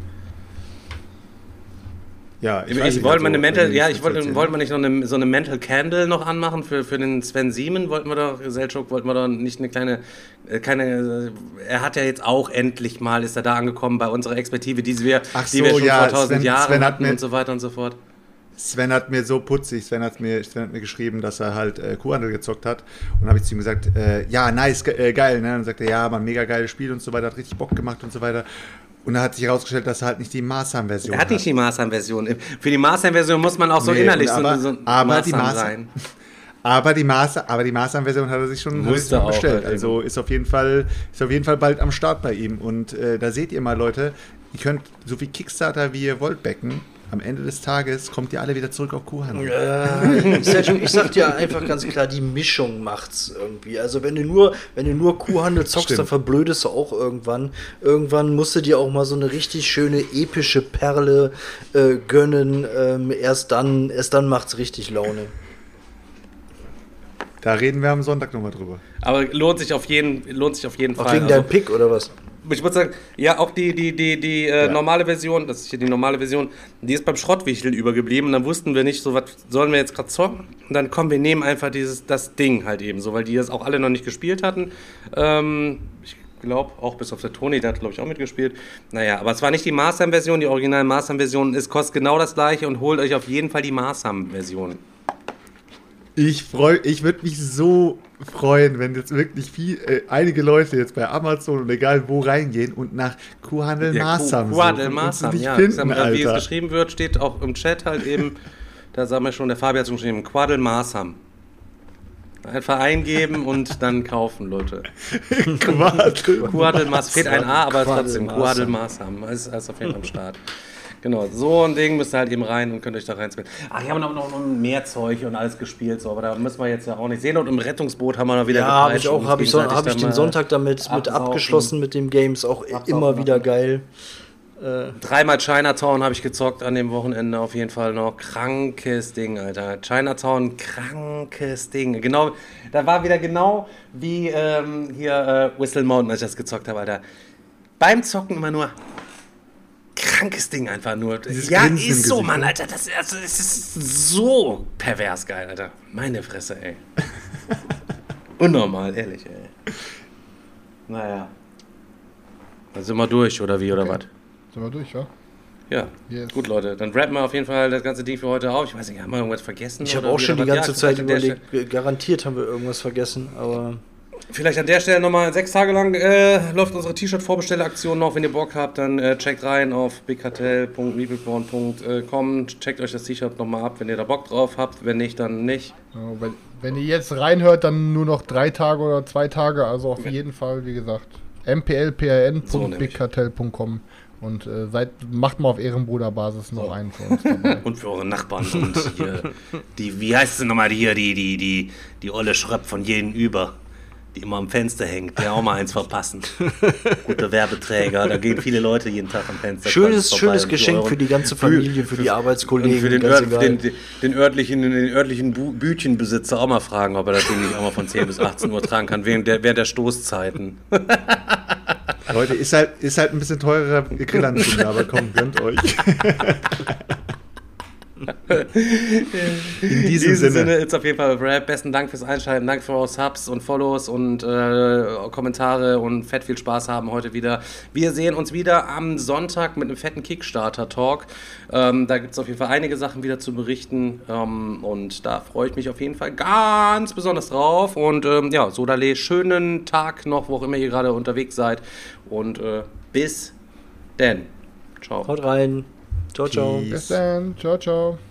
Ja, wollte man nicht noch so eine Mental Candle noch anmachen für den Sven Siemen? Selchuk, wollten wir doch nicht eine kleine, er hat ja jetzt auch endlich mal, ist er da angekommen bei unserer Expertise, die wir schon vor 1000 Jahren hatten und so weiter und so fort. Sven hat mir so putzig, Sven hat mir geschrieben, dass er halt Kuhhandel gezockt hat und habe ich zu ihm gesagt, ja, nice, geil, ne? Und dann sagte er, ja, war ein mega geiles Spiel und so weiter, hat richtig Bock gemacht und so weiter. Und da hat sich herausgestellt, dass er halt nicht die Marsam-Version hat. Er hat nicht die Marsam-Version. Für die Marsam-Version muss man auch so innerlich so Marsam sein. Aber die Marsam-Version hat er sich schon bestellt. Also ist auf jeden Fall bald am Start bei ihm. Und da seht ihr mal, Leute, ihr könnt so viel Kickstarter wie ihr wollt backen. Am Ende des Tages kommt ihr alle wieder zurück auf Kuhhandel. Ich sag dir einfach ganz klar, die Mischung macht's irgendwie. Also wenn du nur Kuhhandel zockst, dann verblödest du auch irgendwann. Irgendwann musst du dir auch mal so eine richtig schöne, epische Perle gönnen. Erst dann macht's richtig Laune. Da reden wir am Sonntag nochmal drüber. Aber lohnt sich auf jeden Fall. Auch wegen deinem Pick oder was? Ich würde sagen, ja, auch die normale Version, das ist hier die normale Version, die ist beim Schrottwichteln übergeblieben. Und dann wussten wir nicht, so was sollen wir jetzt gerade zocken. Und dann kommen wir nehmen einfach das Ding halt eben so, weil die das auch alle noch nicht gespielt hatten. Ich glaube, auch bis auf der Toni, der hat, glaube ich, auch mitgespielt. Naja, aber es war nicht die Marsam-Version, die originale Marsam-Version. Es kostet genau das gleiche und holt euch auf jeden Fall die Marsam-Version. Ich würde mich so freuen, wenn jetzt wirklich einige Leute jetzt bei Amazon und egal wo reingehen und nach Kuhhandel Marsam Kuhhandel Marsam, ja. Finden, wie es geschrieben wird, steht auch im Chat halt eben, da sagen wir schon, der Fabi hat es geschrieben, Quadel Marsam. Einfach eingeben und dann kaufen, Leute. Quadel Marsam, fehlt ein A, aber trotzdem, Quadel Marsam, ist auf jeden Fall am Start. Genau, so ein Ding müsst ihr halt eben rein und könnt euch da reinspielen. Ach, ich habe noch mehr Zeug und alles gespielt, so, aber da müssen wir jetzt ja auch nicht sehen. Und im Rettungsboot haben wir noch wieder gepeitscht. Ja, habe ich den Sonntag damit mit abgeschlossen mit dem Games, auch immer wieder geil. 3-mal Chinatown habe ich gezockt an dem Wochenende auf jeden Fall noch. Krankes Ding, Alter. Chinatown, krankes Ding. Genau, da war wieder genau wie hier Whistle Mountain, als ich das gezockt habe, Alter. Beim Zocken immer nur krankes Ding einfach nur. Dieses ja, Grinsen ist so, Mann, Alter. Das ist so pervers geil, Alter. Meine Fresse, ey. Unnormal, ehrlich, ey. Naja. Dann sind wir durch, oder wie, oder was? Sind wir durch, ja? Ja, yes. Gut, Leute. Dann rappen wir auf jeden Fall das ganze Ding für heute auf. Ich weiß nicht, haben wir irgendwas vergessen? Ich habe auch schon die ganze Zeit überlegt, garantiert haben wir irgendwas vergessen, aber... Vielleicht an der Stelle nochmal 6 Tage lang läuft unsere T-Shirt-Vorbestellaktion noch. Wenn ihr Bock habt, dann checkt rein auf bigcartel.meepleporn.com. Checkt euch das T-Shirt nochmal ab, wenn ihr da Bock drauf habt. Wenn nicht, dann nicht. Ja, wenn ihr jetzt reinhört, dann nur noch 3 Tage oder 2 Tage. Also auf jeden Fall, wie gesagt, mplpn.bigcartel.com. Und macht mal auf Ehrenbruderbasis noch einen für uns dabei. Und für eure Nachbarn. Und hier, wie heißt es nochmal hier, die olle Schröpp von jedem über. Die immer am Fenster hängt, der auch mal eins verpassen. Gute Werbeträger, da gehen viele Leute jeden Tag am Fenster. Schönes Geschenk für die ganze Familie, für die Arbeitskollegen. Für den örtlichen Bütchenbesitzer auch mal fragen, ob er das Ding nicht auch mal von 10 bis 18 Uhr tragen kann, während der Stoßzeiten. Leute, ist halt ein bisschen teurer Grillanzünder, aber komm, gönnt euch. In diesem Sinne ist auf jeden Fall Rap. Besten Dank fürs Einschalten, Dank für eure Subs und Follows und Kommentare und fett viel Spaß haben heute wieder. Wir sehen uns wieder am Sonntag mit einem fetten Kickstarter-Talk. Da gibt es auf jeden Fall einige Sachen wieder zu berichten und da freue ich mich auf jeden Fall ganz besonders drauf. Und ja, Sodale, schönen Tag noch, wo auch immer ihr gerade unterwegs seid und bis denn. Ciao. Haut rein. Ciao, ciao. Bis dann. Ciao, ciao.